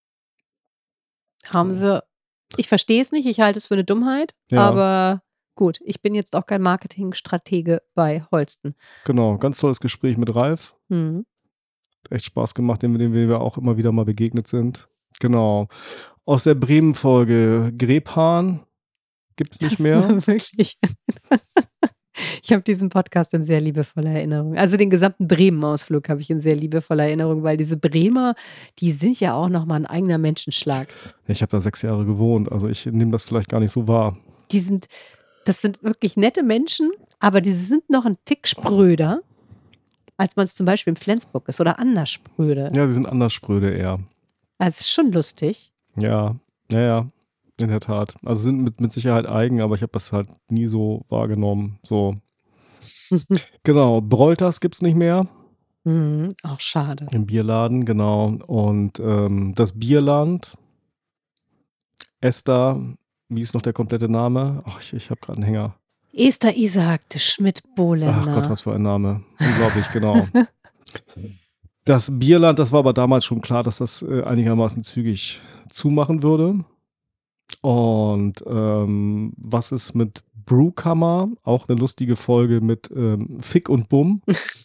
Haben sie, ich verstehe es nicht, ich halte es für eine Dummheit, Ja. aber gut, ich bin jetzt auch kein Marketingstratege bei Holsten. Genau, ganz tolles Gespräch mit Ralf. Mhm. Echt Spaß gemacht, dem wir auch immer wieder mal begegnet sind. Genau. Aus der Bremen-Folge Grebhahn gibt's nicht mehr. Wirklich. Ich habe diesen Podcast in sehr liebevoller Erinnerung. Also den gesamten Bremen-Ausflug habe ich in sehr liebevoller Erinnerung, weil diese Bremer, die sind ja auch nochmal ein eigener Menschenschlag. Ich habe da 6 Jahre gewohnt, also ich nehme das vielleicht gar nicht so wahr. Das sind wirklich nette Menschen, aber die sind noch ein Tick spröder, als man es zum Beispiel in Flensburg ist oder anders spröde. Ja, sie sind anders spröde eher. Also es ist schon lustig. Ja, in der Tat. Also sind mit Sicherheit eigen, aber ich habe das halt nie so wahrgenommen. So. Genau, Brolters gibt's nicht mehr Auch schade. im Bierladen, genau. Und das Bierland, Esther, wie ist noch der komplette Name? Ach, ich habe gerade einen Hänger. Esther Isaac de Schmidt-Bohländer. Ach Gott, was für ein Name. Unglaublich, genau. Das Bierland, das war aber damals schon klar, dass das einigermaßen zügig zumachen würde. Und was ist mit Brewkammer? Auch eine lustige Folge mit Fick und Bumm.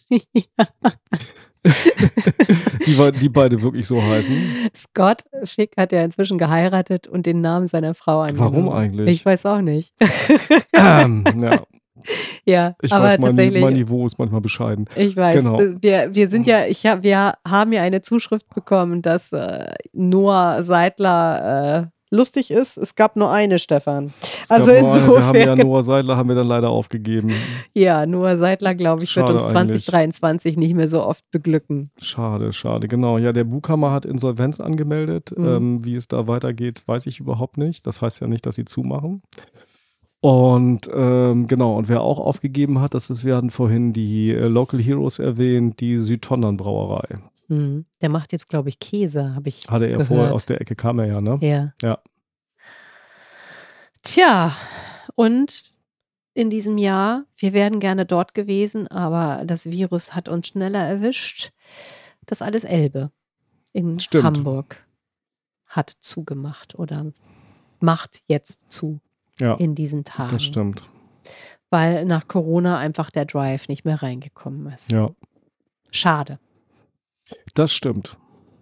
die beide wirklich so heißen. Scott Fick hat ja inzwischen geheiratet und den Namen seiner Frau angenommen. Warum eigentlich? Ich weiß auch nicht. Ja, Ja, ich aber weiß, tatsächlich. mein Niveau ist manchmal bescheiden. Ich weiß, Genau. wir sind ja, wir haben ja eine Zuschrift bekommen, dass Noah Seidler lustig ist. Es gab nur eine, Stefan. Also insofern. Noah Seidler haben wir dann leider aufgegeben. Ja, Noah Seidler, glaube ich, wird Schade uns 2023 nicht mehr so oft beglücken. Schade, genau. Ja, der Buchhammer hat Insolvenz angemeldet. Wie es da weitergeht, weiß ich überhaupt nicht. Das heißt ja nicht, dass sie zumachen. Und genau, und wer auch aufgegeben hat, wir hatten vorhin die Local Heroes erwähnt, die Südtondern Brauerei. Der macht jetzt, glaube ich, Käse, habe ich Hatte er gehört. vorher, aus der Ecke kam er ja, ne? Ja. Tja, und in diesem Jahr, wir wären gerne dort gewesen, aber das Virus hat uns schneller erwischt. Das alles Elbe in Hamburg hat zugemacht oder macht jetzt zu in diesen Tagen. Das stimmt. Weil nach Corona einfach der Drive nicht mehr reingekommen ist. Ja. Schade. Das stimmt.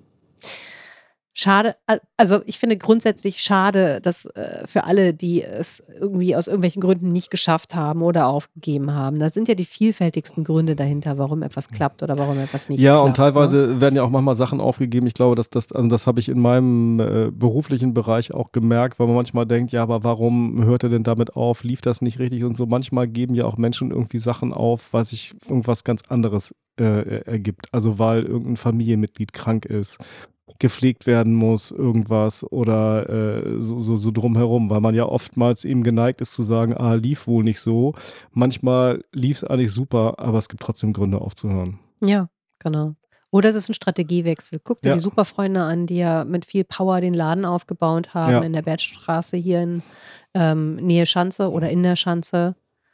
Schade, also ich finde grundsätzlich schade, dass für alle, die es irgendwie aus irgendwelchen Gründen nicht geschafft haben oder aufgegeben haben, da sind ja die vielfältigsten Gründe dahinter, warum etwas klappt oder warum etwas nicht klappt. Ja, und teilweise werden ja auch manchmal Sachen aufgegeben. Ich glaube, das habe ich in meinem beruflichen Bereich auch gemerkt, weil man manchmal denkt, ja, aber warum hört er denn damit auf? Lief das nicht richtig und so? Manchmal geben ja auch Menschen irgendwie Sachen auf, weil sich irgendwas ganz anderes ergibt. Also weil irgendein Familienmitglied krank ist, gepflegt werden muss, irgendwas oder so drumherum, weil man ja oftmals eben geneigt ist zu sagen, lief wohl nicht so. Manchmal lief es eigentlich super, aber es gibt trotzdem Gründe aufzuhören. Ja, genau. Oder es ist ein Strategiewechsel. Guck dir die Superfreunde an, die ja mit viel Power den Laden aufgebaut haben in der Bertstraße hier in Nähe Schanze oder in der Schanze.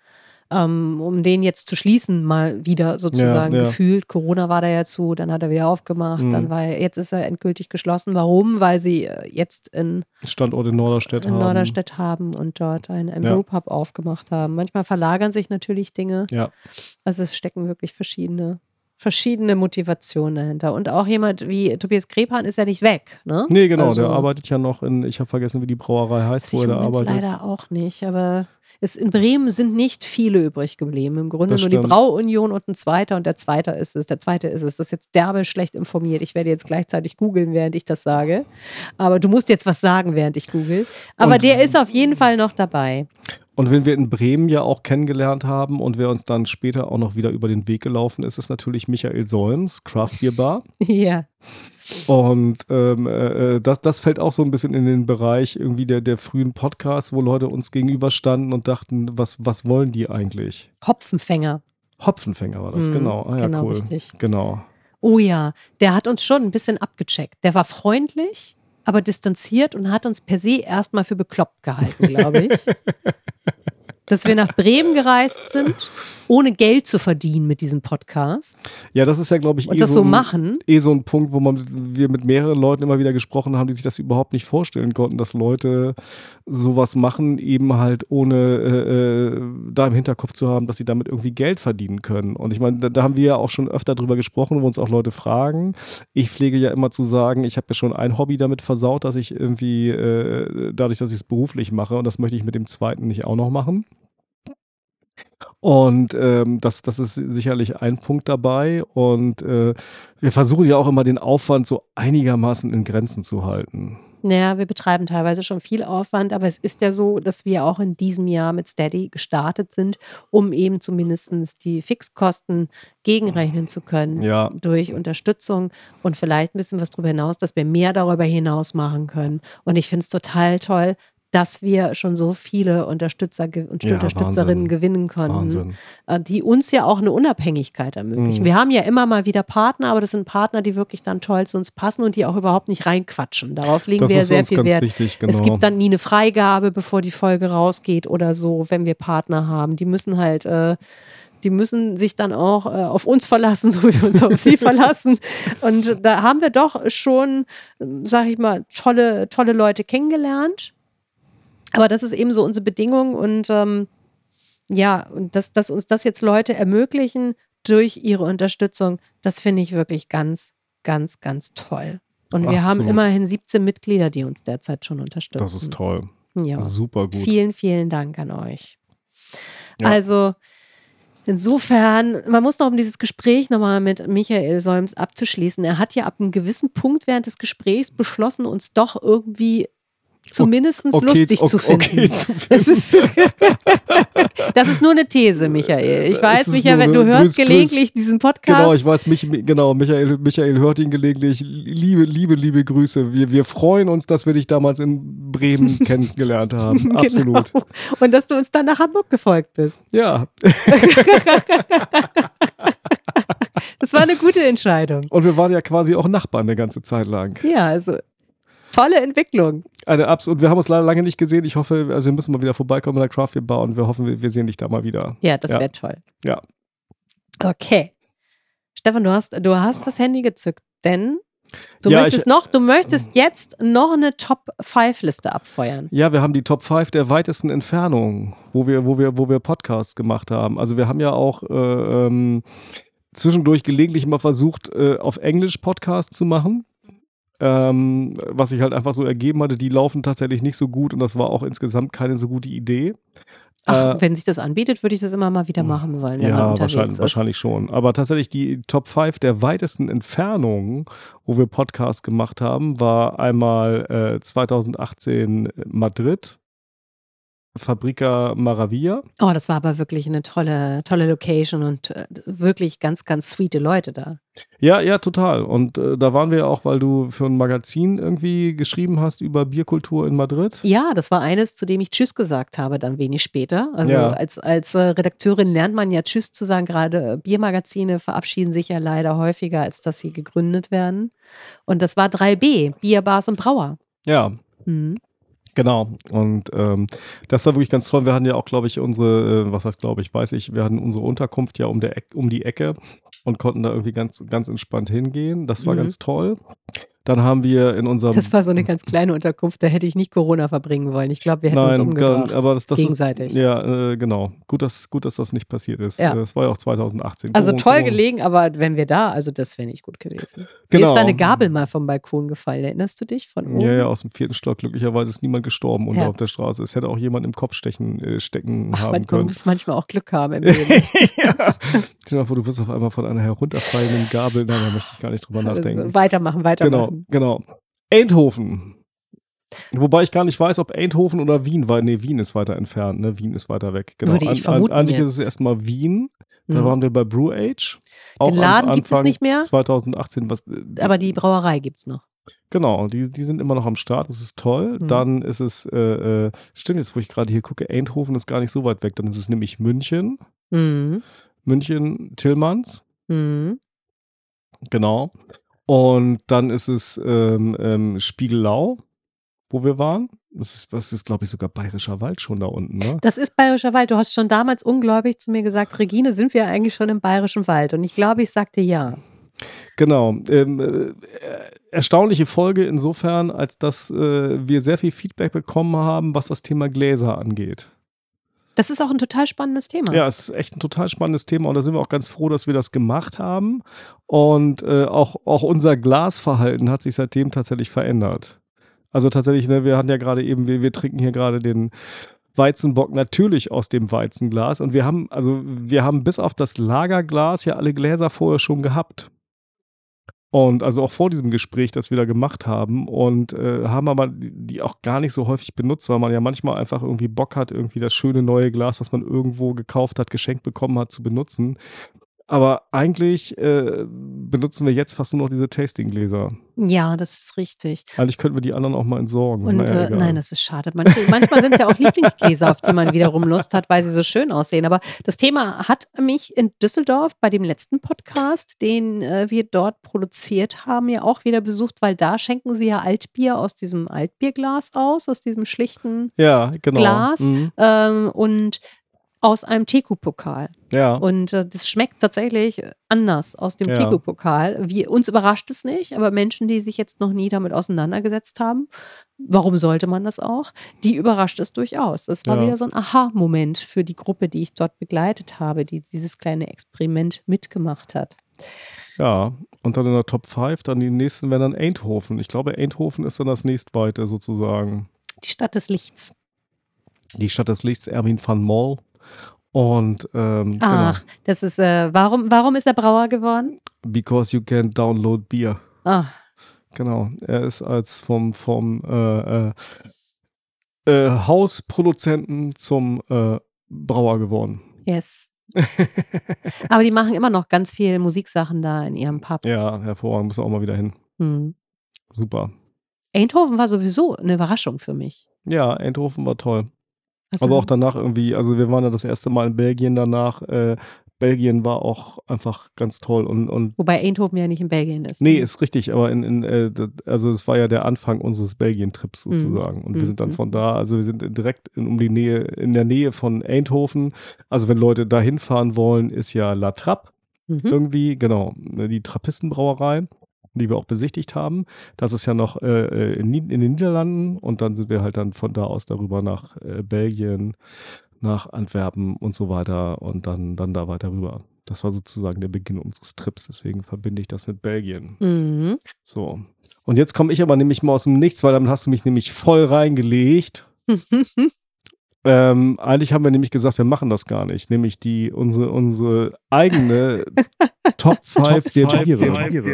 Um den jetzt zu schließen, mal wieder sozusagen gefühlt. Corona war da ja zu, dann hat er wieder aufgemacht, jetzt ist er endgültig geschlossen. Warum? Weil sie jetzt einen Standort in Norderstedt haben und dort einen Brewpub aufgemacht haben. Manchmal verlagern sich natürlich Dinge. Ja. Also es stecken wirklich verschiedene Motivationen dahinter. Und auch jemand wie Tobias Grebhahn ist ja nicht weg, ne? Nee, genau, der arbeitet ja noch ich habe vergessen, wie die Brauerei heißt, wo er da arbeitet. Leider auch nicht, aber in Bremen sind nicht viele übrig geblieben. Im Grunde nur die Brauunion und ein zweiter und der zweite ist es. Das ist jetzt derbe schlecht informiert. Ich werde jetzt gleichzeitig googeln, während ich das sage. Aber du musst jetzt was sagen, während ich google. Aber der ist auf jeden Fall noch dabei. Und wenn wir in Bremen ja auch kennengelernt haben und wer uns dann später auch noch wieder über den Weg gelaufen ist, ist natürlich Michael Solms, Craft Beer Bar. Ja. Und das fällt auch so ein bisschen in den Bereich irgendwie der frühen Podcasts, wo Leute uns gegenüberstanden und dachten, was wollen die eigentlich? Hopfenfänger War das, genau. Genau, cool. Richtig. Genau. Oh ja, der hat uns schon ein bisschen abgecheckt. Der war freundlich, aber distanziert und hat uns per se erstmal für bekloppt gehalten, glaube ich. dass wir nach Bremen gereist sind, ohne Geld zu verdienen mit diesem Podcast. Ja, das ist ja, glaube ich, Und das so machen. so ein Punkt, wo wir mit mehreren Leuten immer wieder gesprochen haben, die sich das überhaupt nicht vorstellen konnten, dass Leute sowas machen, eben halt ohne da im Hinterkopf zu haben, dass sie damit irgendwie Geld verdienen können. Und ich meine, da haben wir ja auch schon öfter drüber gesprochen, wo uns auch Leute fragen. Ich pflege ja immer zu sagen, ich habe ja schon ein Hobby damit versaut, dass ich irgendwie dadurch, dass ich es beruflich mache, und das möchte ich mit dem zweiten nicht auch noch machen. Und das ist sicherlich ein Punkt dabei. Und wir versuchen ja auch immer den Aufwand so einigermaßen in Grenzen zu halten. Naja, wir betreiben teilweise schon viel Aufwand, aber es ist ja so, dass wir auch in diesem Jahr mit Steady gestartet sind, um eben zumindest die Fixkosten gegenrechnen zu können Ja. durch Unterstützung und vielleicht ein bisschen was darüber hinaus, dass wir mehr darüber hinaus machen können. Und ich finde es total toll, dass wir schon so viele Unterstützer und Ja, Unterstützerinnen Wahnsinn. gewinnen konnten, Wahnsinn. die uns ja auch eine Unabhängigkeit ermöglichen. Wir haben ja immer mal wieder Partner, aber das sind Partner, die wirklich dann toll zu uns passen und die auch überhaupt nicht reinquatschen. Darauf legen Das wir ist sehr uns viel ganz Wert. wichtig, Es genau. gibt dann nie eine Freigabe, bevor die Folge rausgeht oder so, wenn wir Partner haben. Die müssen halt die müssen sich dann auch auf uns verlassen, so wie wir uns auf sie verlassen. Und da haben wir doch schon, sag ich mal, tolle Leute kennengelernt. Aber das ist eben so unsere Bedingung und ja, und dass uns das jetzt Leute ermöglichen durch ihre Unterstützung, das finde ich wirklich ganz, ganz, ganz toll. Und wir haben Absolut. immerhin 17 Mitglieder, die uns derzeit schon unterstützen. Das ist toll. Ja. Super gut. Vielen, vielen Dank an euch. Ja. Also insofern, man muss noch, um dieses Gespräch nochmal mit Michael Solms abzuschließen, er hat ja ab einem gewissen Punkt während des Gesprächs beschlossen, uns doch irgendwie zumindest lustig zu finden. Das ist nur eine These, Michael. Ich weiß, Michael, du hörst gelegentlich diesen Podcast. Genau, ich weiß, Michael hört ihn gelegentlich. Liebe Grüße. Wir freuen uns, dass wir dich damals in Bremen kennengelernt haben. Absolut. Genau. Und dass du uns dann nach Hamburg gefolgt bist. Ja. Das war eine gute Entscheidung. Und wir waren ja quasi auch Nachbarn eine ganze Zeit lang. Ja, also tolle Entwicklung. Und wir haben uns leider lange nicht gesehen. Ich hoffe, also wir müssen mal wieder vorbeikommen in der Craft Beer Bar und wir hoffen, wir sehen dich da mal wieder. Ja, das wäre toll. Ja. Okay. Stefan, du hast das Handy gezückt, denn du Ja, möchtest jetzt noch eine Top-5-Liste abfeuern. Ja, wir haben die Top 5 der weitesten Entfernungen, wo wir Podcasts gemacht haben. Also wir haben ja auch zwischendurch gelegentlich mal versucht, auf Englisch Podcasts zu machen. Was sich halt einfach so ergeben hatte, die laufen tatsächlich nicht so gut und das war auch insgesamt keine so gute Idee. Ach, wenn sich das anbietet, würde ich das immer mal wieder machen wollen, wenn man unterwegs ist. Wahrscheinlich schon. Aber tatsächlich die Top 5 der weitesten Entfernungen, wo wir Podcasts gemacht haben, war einmal 2018 Madrid, Fabrica Maravilla. Oh, das war aber wirklich eine tolle Location und wirklich ganz, ganz sweete Leute da. Ja, total. Und da waren wir ja auch, weil du für ein Magazin irgendwie geschrieben hast über Bierkultur in Madrid. Ja, das war eines, zu dem ich Tschüss gesagt habe, dann wenig später. Also Ja. als Redakteurin lernt man ja Tschüss zu sagen. Gerade Biermagazine verabschieden sich ja leider häufiger, als dass sie gegründet werden. Und das war 3B, Bier, Bars und Brauer. Ja. Mhm. Genau, und das war wirklich ganz toll. Wir hatten ja auch, glaube ich, wir hatten unsere Unterkunft ja um die Ecke und konnten da irgendwie ganz, ganz entspannt hingehen. Das war ganz toll. Dann haben wir in unserem... Das war so eine ganz kleine Unterkunft, da hätte ich nicht Corona verbringen wollen. Ich glaube, wir hätten uns umgebracht, aber das gegenseitig. Ist, ja, genau. Gut, dass das nicht passiert ist. Ja. Das war ja auch 2018. Also toll gelegen, aber wenn wir da, also das wäre nicht gut gewesen. Mir Genau. ist deine Gabel mal vom Balkon gefallen, erinnerst du dich von oben? Ja, aus dem 4. Stock. Glücklicherweise ist niemand gestorben unten auf der Straße. Es hätte auch jemand im Kopf stecken haben können. Man muss manchmal auch Glück haben im Leben. Ja. Stell dir mal vor, du wirst auf einmal von einer herunterfallenden Gabel, da möchte ich gar nicht drüber nachdenken. Also weitermachen. Genau. Eindhoven. Wobei ich gar nicht weiß, ob Eindhoven oder Wien, weil Wien ist weiter entfernt, ne? Wien ist weiter weg. Genau. Würde ich vermuten Eigentlich jetzt. ist es erstmal Wien. Da waren wir bei Brew Age. Auch Den Laden gibt es nicht mehr. 2018. Aber die Brauerei gibt es noch. Genau, die sind immer noch am Start, das ist toll. Dann ist es, stimmt jetzt, wo ich gerade hier gucke, Eindhoven ist gar nicht so weit weg. Dann ist es nämlich München. München, Tillmanns. Genau. Und dann ist es Spiegelau, wo wir waren. Das ist, glaube ich, sogar Bayerischer Wald schon da unten, ne? Das ist Bayerischer Wald. Du hast schon damals ungläubig zu mir gesagt, Regine, sind wir eigentlich schon im Bayerischen Wald? Und ich glaube, ich sagte ja. Genau. Erstaunliche Folge insofern, als dass wir sehr viel Feedback bekommen haben, was das Thema Gläser angeht. Das ist auch ein total spannendes Thema. Ja, es ist echt ein total spannendes Thema und da sind wir auch ganz froh, dass wir das gemacht haben. Und auch unser Glasverhalten hat sich seitdem tatsächlich verändert. Also tatsächlich, ne, wir hatten ja gerade eben, wir trinken hier gerade den Weizenbock natürlich aus dem Weizenglas und wir haben bis auf das Lagerglas ja alle Gläser vorher schon gehabt. Und also auch vor diesem Gespräch, das wir da gemacht haben und haben aber die auch gar nicht so häufig benutzt, weil man ja manchmal einfach irgendwie Bock hat, irgendwie das schöne neue Glas, das man irgendwo gekauft hat, geschenkt bekommen hat, zu benutzen. Aber eigentlich benutzen wir jetzt fast nur noch diese Tastinggläser. Ja, das ist richtig. Eigentlich könnten wir die anderen auch mal entsorgen. Und Naja, egal. nein, das ist schade. Manchmal sind es ja auch Lieblingsgläser, auf die man wiederum Lust hat, weil sie so schön aussehen. Aber das Thema hat mich in Düsseldorf bei dem letzten Podcast, den wir dort produziert haben, ja auch wieder besucht, weil da schenken sie ja Altbier aus diesem Altbierglas aus diesem schlichten Ja, genau. Glas Mhm. und aus einem Teku-Pokal. Ja. Und das schmeckt tatsächlich anders aus dem Ja. Teku-Pokal. Uns überrascht es nicht, aber Menschen, die sich jetzt noch nie damit auseinandergesetzt haben, warum sollte man das auch? Die überrascht es durchaus. Das war Ja. wieder so ein Aha-Moment für die Gruppe, die ich dort begleitet habe, die dieses kleine Experiment mitgemacht hat. Ja, und dann in der Top 5, dann die nächsten wären dann Eindhoven. Ich glaube, Eindhoven ist dann das nächstweite sozusagen. Die Stadt des Lichts. Die Stadt des Lichts, Erwin van Mol. Und Ach, das ist, warum ist er Brauer geworden? Because you can download beer. Ah, Genau. Er ist als vom Hausproduzenten zum Brauer geworden. yes. Aber die machen immer noch ganz viel Musiksachen da in ihrem Pub. Ja, hervorragend. Müssen wir auch mal wieder hin. Hm. Super. Eindhoven war sowieso eine Überraschung für mich. Ja, Eindhoven war toll. Hast Aber du- auch danach irgendwie, also wir waren ja das erste Mal in Belgien danach. Belgien war auch einfach ganz toll und Wobei Eindhoven ja nicht in Belgien ist. nee, ist richtig, aber also es war ja der Anfang unseres Belgien-Trips sozusagen. Und wir sind dann Mhm. von da, also wir sind direkt in der Nähe von Eindhoven. Also wenn Leute da hinfahren wollen, ist ja La Trappe Mhm. irgendwie, genau, die Trappistenbrauerei, die wir auch besichtigt haben. Das ist ja noch in den Niederlanden und dann sind wir halt dann von da aus darüber nach Belgien, nach Antwerpen und so weiter und dann da weiter rüber. Das war sozusagen der Beginn unseres Trips, deswegen verbinde ich das mit Belgien. Mhm. So. Und jetzt komme ich aber nämlich mal aus dem Nichts, weil dann hast du mich nämlich voll reingelegt. Eigentlich haben wir nämlich gesagt, wir machen das gar nicht. Nämlich unsere eigene Top 5 der Biere.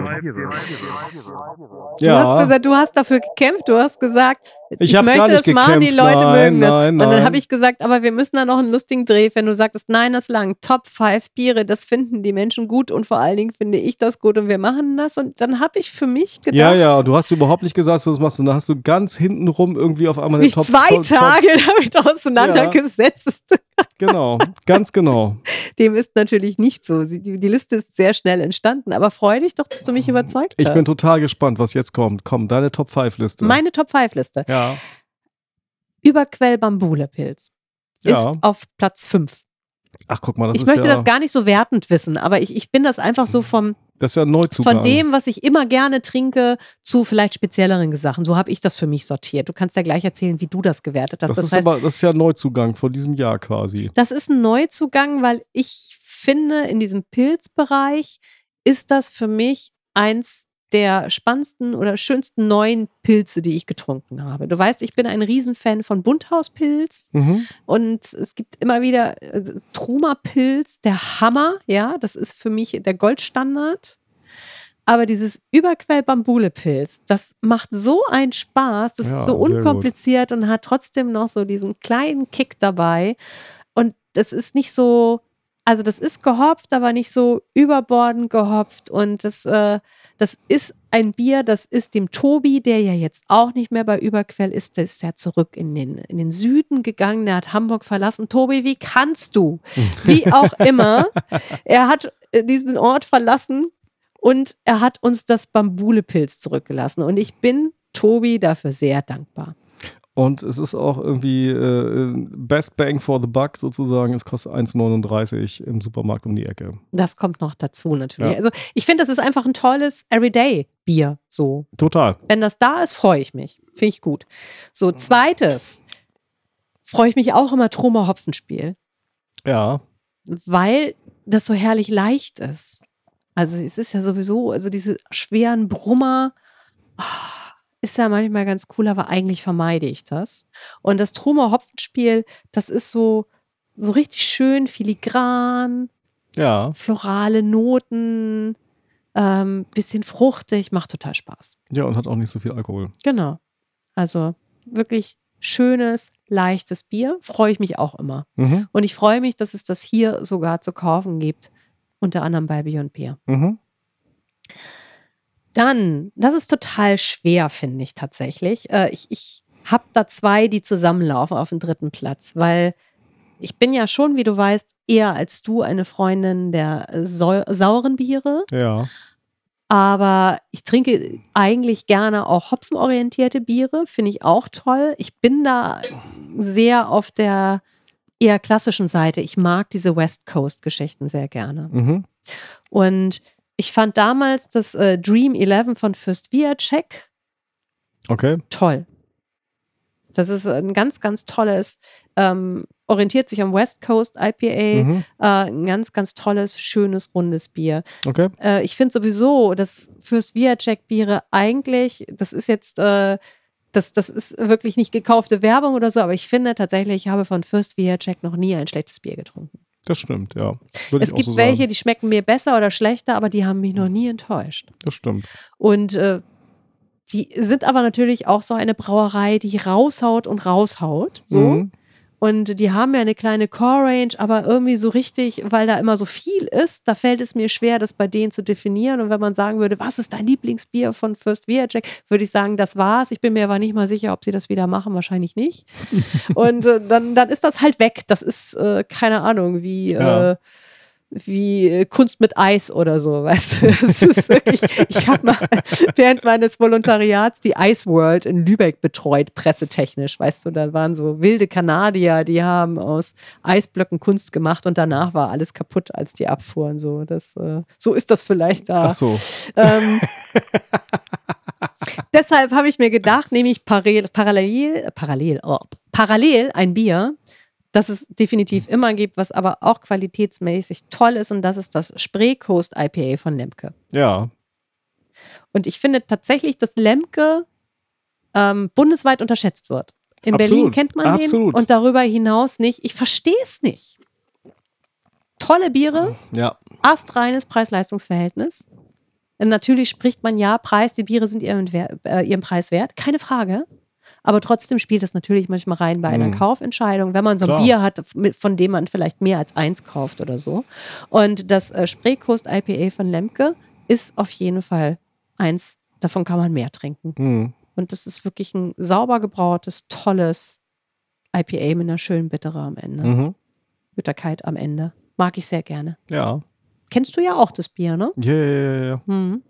Du hast gesagt, du hast dafür gekämpft, du hast gesagt, ich hab gar möchte nicht das machen, die gekämpft. Leute Nein, mögen das. nein, Und dann nein. habe ich gesagt, aber wir müssen da noch einen lustigen Dreh, wenn du sagtest, nein, das lang, Top 5 Biere, das finden die Menschen gut und vor allen Dingen finde ich das gut und wir machen das. Und dann habe ich für mich gedacht, Ja, du hast überhaupt nicht gesagt, dass du das machst. Und dann hast du ganz hintenrum irgendwie auf einmal eine mich 2 Tage damit auseinandergesetzt. Genau, ganz genau. Dem ist natürlich nicht so. Die Liste ist sehr schnell entstanden, aber freu dich doch, dass du mich überzeugt hast. Ich bin total gespannt, was jetzt kommt. Komm, deine Top 5 Liste. Meine Top 5 Liste. Ja. Überquell Bambulepilz Ja. ist auf Platz 5. Ach, guck mal, das Ich ist möchte ja, das gar nicht so wertend wissen, aber ich bin das einfach so das ist ja ein Neuzugang. von dem, was ich immer gerne trinke, zu vielleicht spezielleren Sachen. So habe ich das für mich sortiert. Du kannst ja gleich erzählen, wie du das gewertet hast. Das ist ja ein Neuzugang von diesem Jahr quasi. Das ist ein Neuzugang, weil ich finde, in diesem Pilzbereich ist das für mich eins der spannendsten oder schönsten neuen Pilze, die ich getrunken habe. Du weißt, ich bin ein Riesenfan von Bunthauspilz und es gibt immer wieder Truma-Pilz, der Hammer, ja, das ist für mich der Goldstandard. Aber dieses Überquell-Bambule-Pilz, das macht so einen Spaß, das ist so sehr unkompliziert und hat trotzdem noch so diesen kleinen Kick dabei. Und das ist nicht so, also das ist gehopft, aber nicht so überbordend gehopft. Und das ist ein Bier, das ist dem Tobi, der ja jetzt auch nicht mehr bei Überquell ist, der ist ja zurück in den Süden gegangen, der hat Hamburg verlassen. Tobi, wie kannst du? Wie auch immer, er hat diesen Ort verlassen und er hat uns das Bambulepilz zurückgelassen. Und ich bin Tobi dafür sehr dankbar. Und es ist auch irgendwie Best Bang for the Buck sozusagen. Es kostet 1,39 im Supermarkt um die Ecke. Das kommt noch dazu natürlich. Ja. Also ich finde, das ist einfach ein tolles Everyday-Bier. So. Total. Wenn das da ist, freue ich mich. Finde ich gut. So, zweites freue ich mich auch immer Truma Hopfenspiel, Ja. weil das so herrlich leicht ist. Also es ist ja sowieso, also diese schweren Brummer ist ja manchmal ganz cool, aber eigentlich vermeide ich das. Und das Truma Hopfenspiel, das ist so richtig schön filigran, Ja. florale Noten, bisschen fruchtig, macht total Spaß. Ja, und hat auch nicht so viel Alkohol. Genau. Also wirklich schönes, leichtes Bier. Freue ich mich auch immer. Mhm. Und ich freue mich, dass es das hier sogar zu kaufen gibt. Unter anderem bei Beyond Beer. Mhm. Dann, das ist total schwer, finde ich tatsächlich. Ich habe da zwei, die zusammenlaufen auf dem dritten Platz, weil ich bin ja schon, wie du weißt, eher als du eine Freundin der sauren Biere. Ja. Aber ich trinke eigentlich gerne auch hopfenorientierte Biere, finde ich auch toll. Ich bin da sehr auf der eher klassischen Seite. Ich mag diese West Coast-Geschichten sehr gerne. Mhm. Und ich fand damals das Dream 11 von Fürst Viacek Okay. toll. Das ist ein ganz, ganz tolles, orientiert sich am West Coast IPA, Mhm. ein ganz, ganz tolles, schönes, rundes Bier. Okay. Ich finde sowieso, dass Fürst Viacek Biere eigentlich, das ist jetzt, das ist wirklich nicht gekaufte Werbung oder so, aber ich finde tatsächlich, ich habe von Fürst Viacek noch nie ein schlechtes Bier getrunken. Das stimmt, ja. Würde Es ich auch gibt so welche, sagen. die schmecken mir besser oder schlechter, aber die haben mich noch nie enttäuscht. Das stimmt. Und die sind aber natürlich auch so eine Brauerei, die raushaut und raushaut. So. Mhm. Und die haben ja eine kleine Core-Range, aber irgendwie so richtig, weil da immer so viel ist, da fällt es mir schwer, das bei denen zu definieren. Und wenn man sagen würde, was ist dein Lieblingsbier von Fürst Viacek, würde ich sagen, das war's. Ich bin mir aber nicht mal sicher, ob sie das wieder machen, wahrscheinlich nicht. Und dann ist das halt weg. Das ist, keine Ahnung, wie Kunst mit Eis oder so, weißt du? Es ist wirklich, ich habe mal während meines Volontariats die Ice World in Lübeck betreut, pressetechnisch, weißt du, da waren so wilde Kanadier, die haben aus Eisblöcken Kunst gemacht und danach war alles kaputt, als die abfuhren, so. So ist das vielleicht da. Ach so. Deshalb habe ich mir gedacht, nehme ich parallel ein Bier, das es definitiv immer gibt, was aber auch qualitätsmäßig toll ist, und das ist das Spree Coast IPA von Lemke. Ja. Und ich finde tatsächlich, dass Lemke bundesweit unterschätzt wird. In Absolut. Berlin kennt man Absolut. den und darüber hinaus nicht. Ich verstehe es nicht. Tolle Biere, Ja. astreines Preis-Leistungs-Verhältnis. Natürlich spricht man ja Preis, die Biere sind ihren Preis wert, keine Frage. Aber trotzdem spielt es natürlich manchmal rein bei einer Kaufentscheidung, wenn man so ein Klar. Bier hat, von dem man vielleicht mehr als eins kauft oder so. Und das Spree Coast IPA von Lemke ist auf jeden Fall eins, davon kann man mehr trinken. Mhm. Und das ist wirklich ein sauber gebrautes, tolles IPA mit einer schönen Bittere am Ende. Mhm. Bitterkeit am Ende. Mag ich sehr gerne. Ja. Kennst du ja auch das Bier, ne? Ja.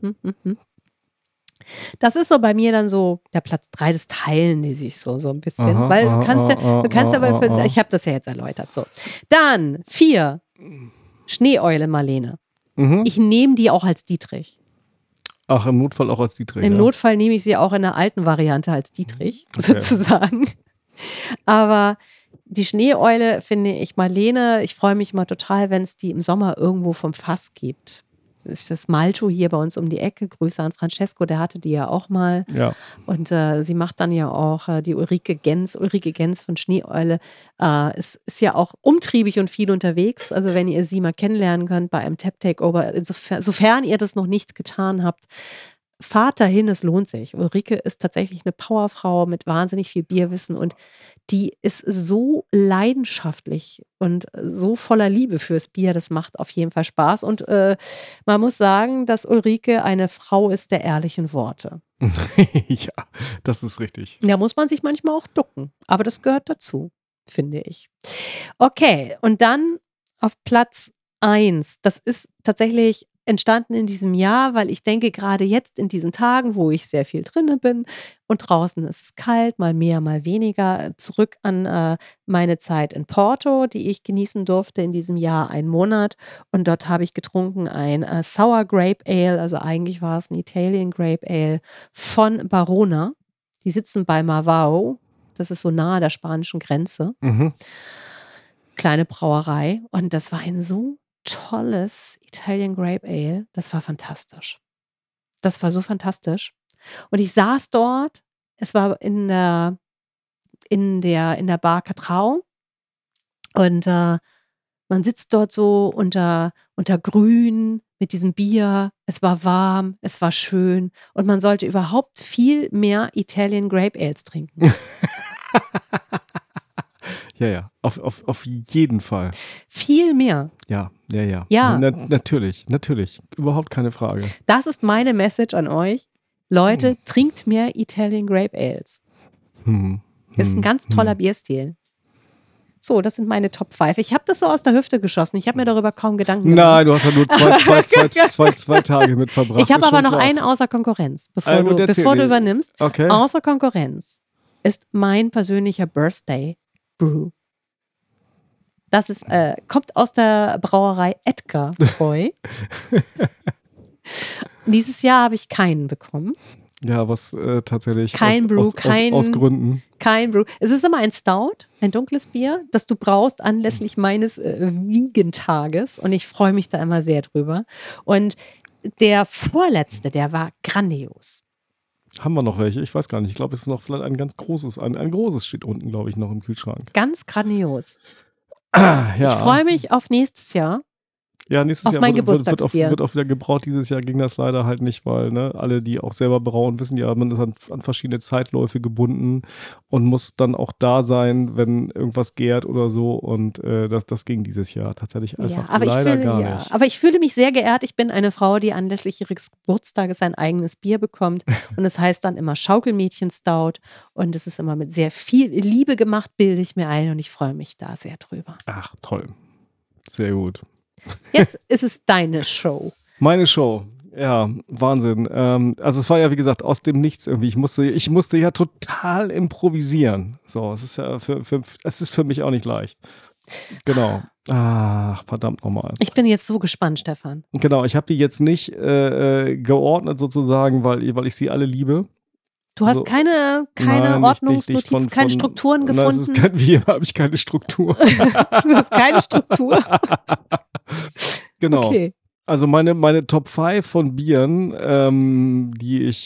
Das ist so bei mir dann so der Platz 3 des Teilen, die sich so ein bisschen, Aha, weil aha, du kannst ja aha, aha. ich habe das ja jetzt erläutert, so. Dann 4, Schneeeule Marlene. Mhm. Ich nehme die auch als Dietrich. Ach, im Notfall auch als Dietrich. Im ja. Notfall nehme ich sie auch in der alten Variante als Dietrich, Okay. sozusagen. Aber die Schneeeule finde ich, Marlene, ich freue mich immer total, wenn es die im Sommer irgendwo vom Fass gibt. Das ist das Malto hier bei uns um die Ecke. Grüße an Francesco, der hatte die ja auch mal. Ja. Und sie macht dann ja auch die Ulrike Gens von Schneeeule. Ist ja auch umtriebig und viel unterwegs. Also wenn ihr sie mal kennenlernen könnt bei einem Tap-Takeover, sofern ihr das noch nicht getan habt, fahrt dahin, es lohnt sich. Ulrike ist tatsächlich eine Powerfrau mit wahnsinnig viel Bierwissen und die ist so leidenschaftlich und so voller Liebe fürs Bier, das macht auf jeden Fall Spaß. Und man muss sagen, dass Ulrike eine Frau ist der ehrlichen Worte. Ja, das ist richtig. Da muss man sich manchmal auch ducken, aber das gehört dazu, finde ich. Okay, und dann auf Platz 1, das ist tatsächlich entstanden in diesem Jahr, weil ich denke, gerade jetzt in diesen Tagen, wo ich sehr viel drinne bin und draußen ist es kalt, mal mehr, mal weniger, zurück an meine Zeit in Porto, die ich genießen durfte in diesem Jahr, einen Monat. Und dort habe ich getrunken ein Sour Grape Ale, also eigentlich war es ein Italian Grape Ale von Barona. Die sitzen bei Mavao, das ist so nahe der spanischen Grenze. Mhm. Kleine Brauerei. Und das war ein so tolles Italian Grape Ale. Das war fantastisch. Das war so fantastisch. Und ich saß dort. Es war in der Bar Catrao. Und man sitzt dort so unter Grün mit diesem Bier. Es war warm, es war schön. Und man sollte überhaupt viel mehr Italian Grape Ales trinken. Ja. Auf jeden Fall. Viel mehr. Ja. Ja. Natürlich. Überhaupt keine Frage. Das ist meine Message an euch. Leute, trinkt mehr Italian Grape Ales. Ist ein ganz toller Bierstil. So, das sind meine Top 5. Ich habe das so aus der Hüfte geschossen. Ich habe mir darüber kaum Gedanken gemacht. Nein, du hast ja nur zwei Tage mit verbracht. Ich habe aber noch einen außer Konkurrenz, bevor du übernimmst. Okay. Außer Konkurrenz ist mein persönlicher Birthday Brew. Das ist, kommt aus der Brauerei Edgar Bräu. Dieses Jahr habe ich keinen bekommen. Ja, was tatsächlich aus Gründen. Kein Brew. Es ist immer ein Stout, ein dunkles Bier, das du brauchst anlässlich meines Wiegentages. Und ich freue mich da immer sehr drüber. Und der vorletzte, der war grandios. Haben wir noch welche? Ich weiß gar nicht. Ich glaube, es ist noch vielleicht ein ganz großes. Ein großes steht unten, glaube ich, noch im Kühlschrank. Ganz grandios. Ja. Ich freue mich auf nächstes Jahr. Ja, nächstes auf Jahr mein wird Geburtstagsbier. auch wieder gebraut. Dieses Jahr ging das leider halt nicht, weil alle, die auch selber brauen, wissen ja, man ist an verschiedene Zeitläufe gebunden und muss dann auch da sein, wenn irgendwas gärt oder so. Und das ging dieses Jahr tatsächlich einfach leider gar nicht. Aber ich fühle mich sehr geehrt. Ich bin eine Frau, die anlässlich ihres Geburtstages ein eigenes Bier bekommt. Und es heißt dann immer Schaukelmädchen-Stout. Und es ist immer mit sehr viel Liebe gemacht, bilde ich mir ein. Und ich freue mich da sehr drüber. Ach, toll. Sehr gut. Jetzt ist es deine Show. Meine Show. Ja, Wahnsinn. Also es war ja, wie gesagt, aus dem Nichts irgendwie. Ich musste ja total improvisieren. So, es ist ja es ist für mich auch nicht leicht. Genau. Ach, verdammt nochmal. Ich bin jetzt so gespannt, Stefan. Genau, ich habe die jetzt nicht geordnet sozusagen, weil ich sie alle liebe. Du hast keine Ordnungsnotizen, keine Strukturen gefunden? Nein, wie immer habe ich keine Struktur. Du hast keine Struktur? Genau. Okay. Also meine Top 5 von Bieren, die ich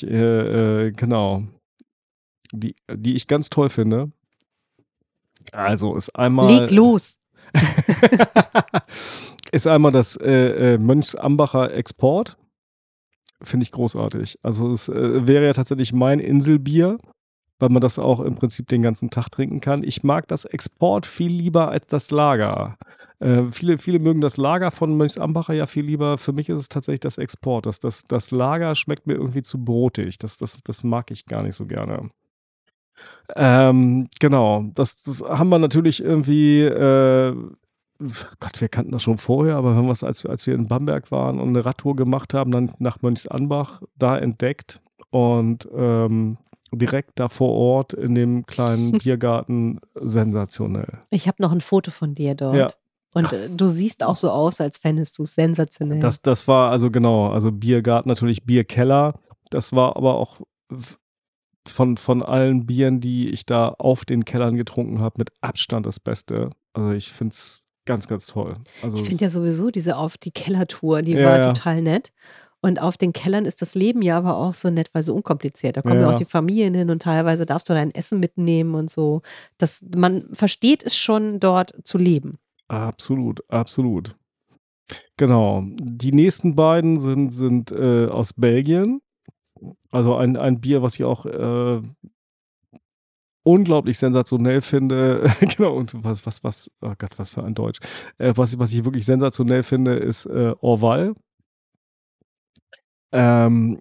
die ich ganz toll finde. Also ist einmal Leg los. ist einmal das Mönchsambacher Export. Finde ich großartig. Also es wäre ja tatsächlich mein Inselbier, weil man das auch im Prinzip den ganzen Tag trinken kann. Ich mag das Export viel lieber als das Lager. Viele mögen das Lager von Mönchsambacher ja viel lieber. Für mich ist es tatsächlich das Export. Das Lager schmeckt mir irgendwie zu brotig. Das mag ich gar nicht so gerne. Genau. Das haben wir natürlich irgendwie Gott, wir kannten das schon vorher, aber haben wir es, als wir in Bamberg waren und eine Radtour gemacht haben, dann nach Mönchsanbach da entdeckt und direkt da vor Ort in dem kleinen Biergarten sensationell. Ich habe noch ein Foto von dir dort. Ja. Und du siehst auch so aus, als fändest du es sensationell. Das war also genau, also Biergarten, natürlich Bierkeller. Das war aber auch von allen Bieren, die ich da auf den Kellern getrunken habe, mit Abstand das Beste. Also ich finde es ganz, ganz toll. Also ich finde ja sowieso diese auf die Kellertour, die war total nett. Und auf den Kellern ist das Leben ja aber auch so nett, weil so unkompliziert. Da kommen ja auch die Familien hin und teilweise darfst du dein Essen mitnehmen und so. Man versteht es schon, dort zu leben. Absolut. Genau. Die nächsten beiden sind aus Belgien. Also ein Bier, was ich auch unglaublich sensationell finde. Genau, und was, oh Gott, was für ein Deutsch. Was ich wirklich sensationell finde, ist Orval.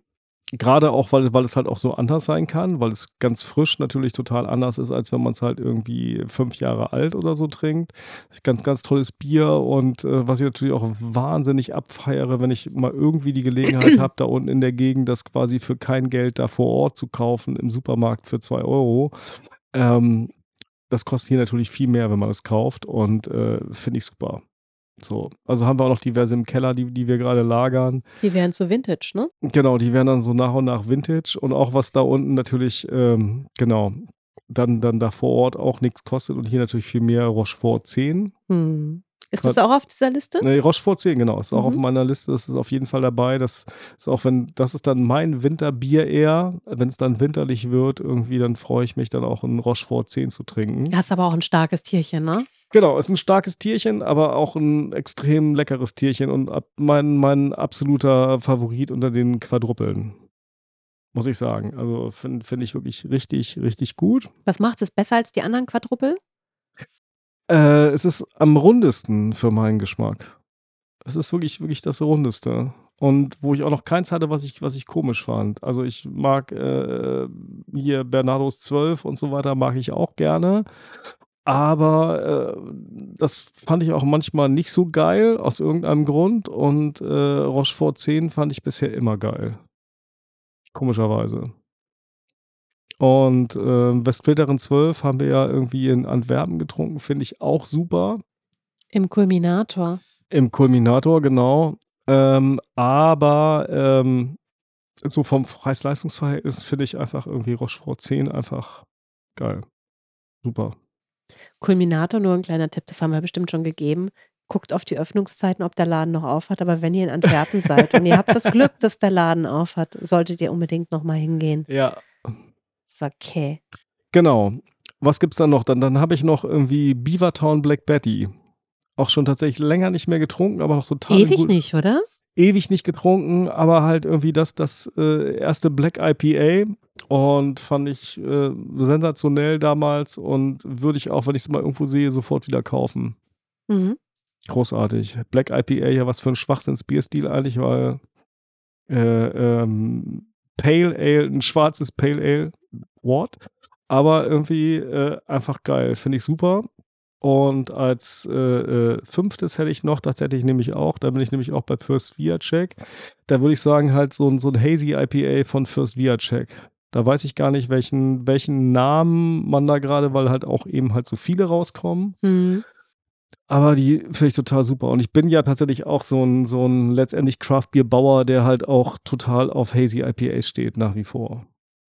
Gerade auch, weil es halt auch so anders sein kann, weil es ganz frisch natürlich total anders ist, als wenn man es halt irgendwie 5 Jahre alt oder so trinkt. Ganz, ganz tolles Bier und, was ich natürlich auch wahnsinnig abfeiere, wenn ich mal irgendwie die Gelegenheit habe, da unten in der Gegend das quasi für kein Geld da vor Ort zu kaufen im Supermarkt für 2 €. Ähm, Das kostet hier natürlich viel mehr, wenn man es kauft und, finde ich super. So, also haben wir auch noch diverse im Keller, die wir gerade lagern. Die wären zu Vintage, ne? Genau, die werden dann so nach und nach Vintage und auch was da unten natürlich, genau, dann da vor Ort auch nichts kostet und hier natürlich viel mehr Rochefort 10. Mhm. Ist das Grad auch auf dieser Liste? ne, Rochefort 10, genau, ist auch auf Mhm. meiner Liste, das ist auf jeden Fall dabei. Das ist dann mein Winterbier eher. Wenn's dann winterlich wird irgendwie, dann freue ich mich dann auch 'n Rochefort 10 zu trinken. Das ist aber auch 'n starkes Tierchen, ne? Genau, ist 'n starkes Tierchen, aber auch 'n extrem leckeres Tierchen und mein absoluter Favorit unter den Quadrupeln. Muss ich sagen. Also, finde ich wirklich richtig, richtig gut. Was macht es besser als die anderen Quadrupel? Es ist am rundesten für meinen Geschmack. Es ist wirklich das Rundeste. Und wo ich auch noch keins hatte, was ich komisch fand. Also, ich mag, hier Bernardos 12 und so weiter mag ich auch gerne. Aber, das fand ich auch manchmal nicht so geil aus irgendeinem Grund und, Rochefort 10 fand ich bisher immer geil, komischerweise. Und, Westfilderen 12 haben wir ja irgendwie in Antwerpen getrunken, finde ich auch super. Im Kulminator. Im Kulminator, genau. Aber, so vom Preis-Leistungs-Verhältnis finde ich einfach irgendwie Rochefort 10 einfach geil. Super. Kulminator, nur 'n kleiner Tipp, das haben wir bestimmt schon gegeben. Guckt auf die Öffnungszeiten, ob der Laden noch auf hat, aber wenn ihr in Antwerpen seid und ihr habt das Glück, dass der Laden auf hat, solltet ihr unbedingt noch mal hingehen. Ja, Ist okay. genau. Was gibt's dann noch? Dann habe ich noch irgendwie Beavertown Black Betty. Auch schon tatsächlich länger nicht mehr getrunken, aber noch total Ewig gut. nicht, oder? Ewig nicht getrunken, aber halt irgendwie das erste Black IPA und fand ich, sensationell damals und würde ich auch, wenn ich's mal irgendwo sehe, sofort wieder kaufen. Mhm. Großartig. Black IPA, ja, was für 'n Schwachsinns-Bierstil eigentlich, weil, Pale Ale 'n schwarzes Pale Ale, what? Aber irgendwie, einfach geil, finde ich super. Und als, 5. hätte ich noch tatsächlich nämlich auch da bin ich nämlich auch bei Fürst Viacek. Da würde ich sagen, halt so 'n Hazy IPA von Fürst Viacek. Da weiß ich gar nicht, welchen Namen man da grade weil halt auch eben halt so viele rauskommen. Mhm. Aber die finde ich total super. Und ich bin ja tatsächlich auch so 'n letztendlich Craft-Bier-Bauer, der halt auch total auf Hazy IPAs steht nach wie vor.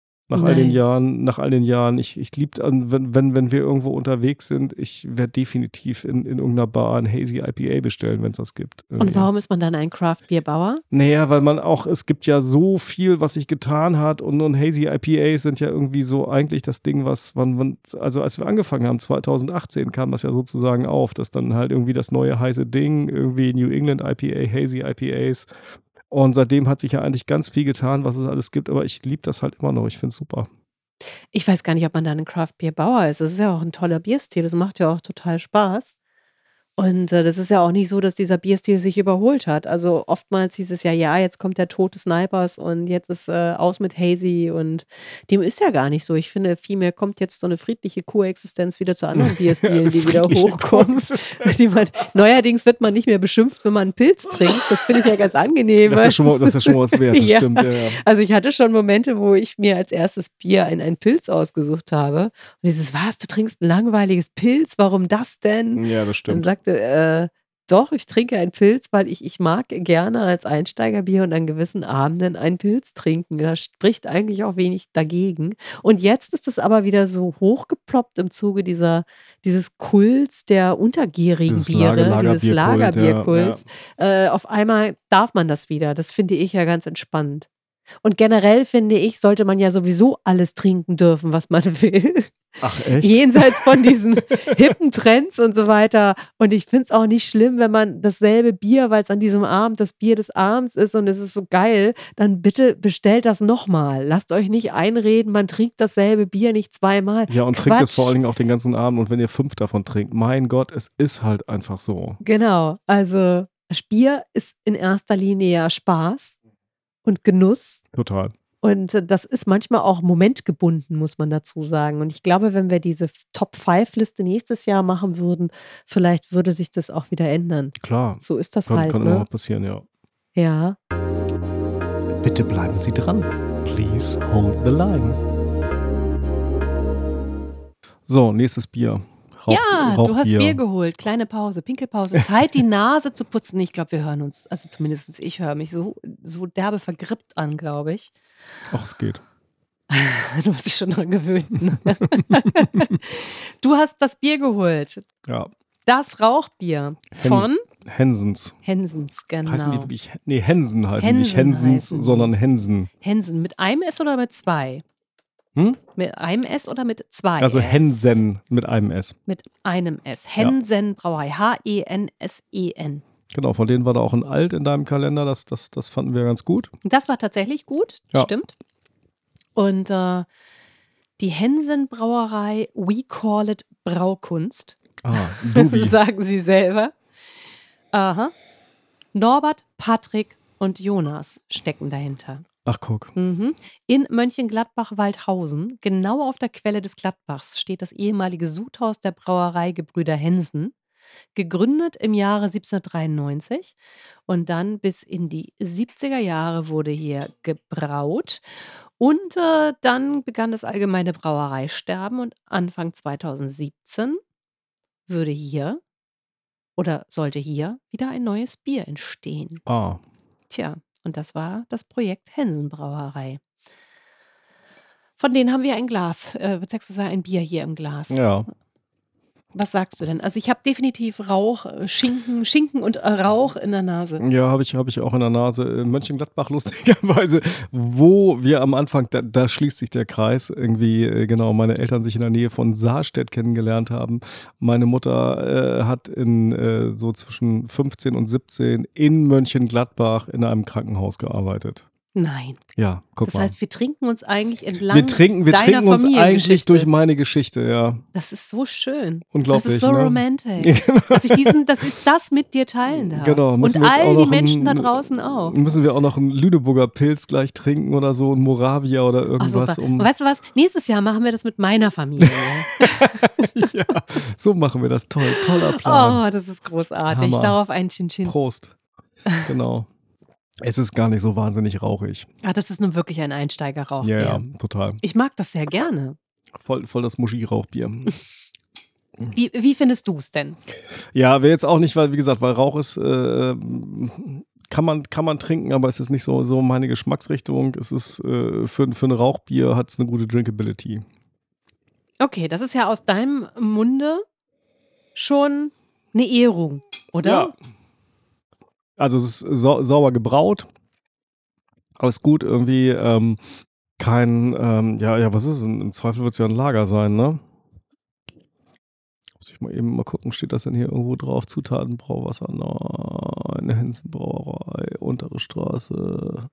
Nein. Nach all den Jahren, ich liebe wenn wir irgendwo unterwegs sind, ich werde definitiv in irgend 'ner Bar 'n Hazy IPA bestellen, wenn's das gibt Und irgendwie. warum ist man dann ein Craft-Bier-Bauer? Na ja, weil man auch es gibt ja so viel, was sich getan hat und Hazy IPAs sind ja irgendwie so eigentlich das Ding, was wann also, als wir angefangen haben, 2018 kam das ja sozusagen auf, dass dann halt irgendwie das neue heiße Ding, irgendwie New England IPA, Hazy IPAs. Und seitdem hat sich ja eigentlich ganz viel getan, was es alles gibt, aber ich liebe das halt immer noch. Ich finde es super. Ich weiß gar nicht, ob man dann 'n Craft-Bier-Bauer ist. Das ist ja auch 'n toller Bierstil. Das macht ja auch total Spaß. Und, das ist ja auch nicht so, dass dieser Bierstil sich überholt hat. Also, oftmals hieß es ja: „Ja, jetzt kommt der Tod des Snipers und jetzt ist, aus mit Hazy“ und dem ist ja gar nicht so. Ich finde, vielmehr kommt jetzt so 'ne friedliche Koexistenz wieder zu anderen Bierstilen, 'Ne die wieder friedliche hochkommen. Die man neuerdings wird man nicht mehr beschimpft, wenn man 'n Pilz trinkt. Das finde ich ja ganz angenehm, Das ist weißt du? das ist schon mal was wert, das Ja. stimmt, ja, ja. Also, ich hatte schon Momente, wo ich mir als erstes Bier einen Pilz ausgesucht habe. Und dieses: „Was, du trinkst 'n langweiliges Pilz? Warum das denn?“ Ja, das Dann stimmt. sagte, „Doch, ich trinke einen Pilz, weil ich mag gerne als Einsteigerbier und an gewissen Abenden einen Pilz trinken. Da spricht eigentlich auch wenig dagegen.“ Und jetzt ist es aber wieder so hochgeploppt im Zuge dieses Kults der untergierigen Dieses Biere, dieses Lagerbierkult, ja, ja. Lagerbierkults. Auf einmal darf man das wieder. Das finde ich ja ganz entspannend. Und generell finde ich, sollte man ja sowieso alles trinken dürfen, was man will. Ach echt? Jenseits von diesen hippen Trends und so weiter. Und ich finde es auch nicht schlimm, wenn man dasselbe Bier, weil's an diesem Abend das Bier des Abends ist und es ist so geil, dann bitte bestellt das noch mal. Lasst euch nicht einreden, man trinkt dasselbe Bier nicht zweimal. Ja, und trinkt es vor allen Quatsch. Dingen auch den ganzen Abend und wenn ihr 5 davon trinkt, mein Gott, es ist halt einfach so. Genau. Also, Bier ist in erster Linie ja Spaß und Genuss. Total. Und das ist manchmal auch momentgebunden, muss man dazu sagen. Und ich glaube, wenn wir diese Top-5-Liste nächstes Jahr machen würden, vielleicht würde sich das auch wieder ändern. Klar, So ist das kann halt, immer ne? noch passieren, ja. Ja. Bitte bleiben Sie dran. Please hold the line. So, nächstes Bier. Ja, du hast Rauchbier. Bier geholt. Kleine Pause, Pinkelpause. Zeit, die Nase zu putzen. Ich glaube, wir hören uns, also zumindest ich höre mich so derbe vergrippt an, glaube ich. Ach, es geht. Du hast dich schon dran gewöhnt. Ne? Du hast das Bier geholt. Ja. Das Rauchbier von Hensens. Hensens, genau. Heißen die wirklich? Nee, Hensen heißen Hensen nicht Hensens, heißen die. sondern Hensen. Hensen. Mit einem S oder mit zwei? Hm? Mit einem S oder mit zwei Also S? Hensen mit einem S. Mit einem S. Hensen Brauerei. Hensen. Genau, von denen war da auch ein Alt in deinem Kalender. Das fanden wir ganz gut. Das war tatsächlich gut, Ja. stimmt. Und die Hensen Brauerei, we call it Braukunst, Dubi. sagen sie selber. Aha. Norbert, Patrick und Jonas stecken dahinter. Ach, guck. In Mönchengladbach-Waldhausen, genau auf der Quelle des Gladbachs, steht das ehemalige Sudhaus der Brauerei Gebrüder Hensen, gegründet im Jahre 1793 und dann bis in die 70er Jahre wurde hier gebraut und dann begann das allgemeine Brauereisterben und Anfang 2017 würde hier oder sollte hier wieder ein neues Bier entstehen. Ah, Tja, und das war das Projekt Hensen Brauerei. Von denen haben wir ein Glas, beziehungsweise ein Bier hier im Glas. ja. Was sagst du denn? Also ich habe definitiv Rauch, Schinken und Rauch in der Nase. Ja, habe ich auch in der Nase. In Mönchengladbach, lustigerweise, wo wir am Anfang, da schließt sich der Kreis, irgendwie, genau, meine Eltern sich in der Nähe von Saarstedt kennengelernt haben. Meine Mutter hat in so zwischen 15 und 17 in Mönchengladbach in einem Krankenhaus gearbeitet. Nein. Ja, guck Das mal. heißt, wir trinken uns eigentlich entlang Wir trinken uns eigentlich Familiengeschichte. durch meine Geschichte, ja. Das ist so schön. Unglaublich. Das ist so ne? romantic. Dass ich das mit dir teilen darf. Genau, und müssen wir jetzt auch all die noch Menschen da draußen auch. Müssen wir auch noch einen Lüneburger Pilz gleich trinken oder so, ein Moravia oder Ach, irgendwas. super. Und weißt du was? Nächstes Jahr machen wir das mit meiner Familie. Ja, so machen wir das. Toller Plan. Oh, das ist großartig. Hammer. Darauf ein Chin-Chin. Prost. Genau. Es ist gar nicht so wahnsinnig rauchig. Ah, das ist nun wirklich ein Einsteigerrauch. Ja, total. Ich mag das sehr gerne. Voll das Muschi-Rauchbier. Wie findest du es denn? Ja, wäre jetzt auch nicht, weil, wie gesagt, weil Rauch ist, kann man trinken, aber es ist nicht so meine Geschmacksrichtung. Es ist, für ein Rauchbier hat es eine gute Drinkability. Okay, das ist ja aus deinem Munde schon eine Ehrung, oder? Ja. Also es ist sauber gebraut. Alles gut, irgendwie kein, was ist es? Im Zweifel wird es ja ein Lager sein, ne? Muss ich mal eben mal gucken, steht das denn hier irgendwo drauf? Zutaten, Brauwasser, eine Hensenbrauerei, Untere Straße.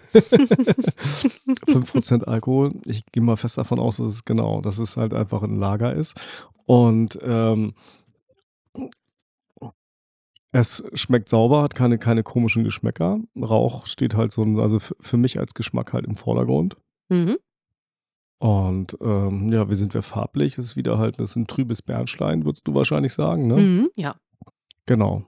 5% Alkohol. Ich gehe mal fest davon aus, dass es halt einfach ein Lager ist. Und es schmeckt sauber, hat keine komischen Geschmäcker. Rauch steht halt also für mich als Geschmack halt im Vordergrund. Mhm. Und wie sind wir farblich? Das ist wieder halt, das ist ein trübes Bernstein, würdest du wahrscheinlich sagen, ne? Mhm, ja. Genau.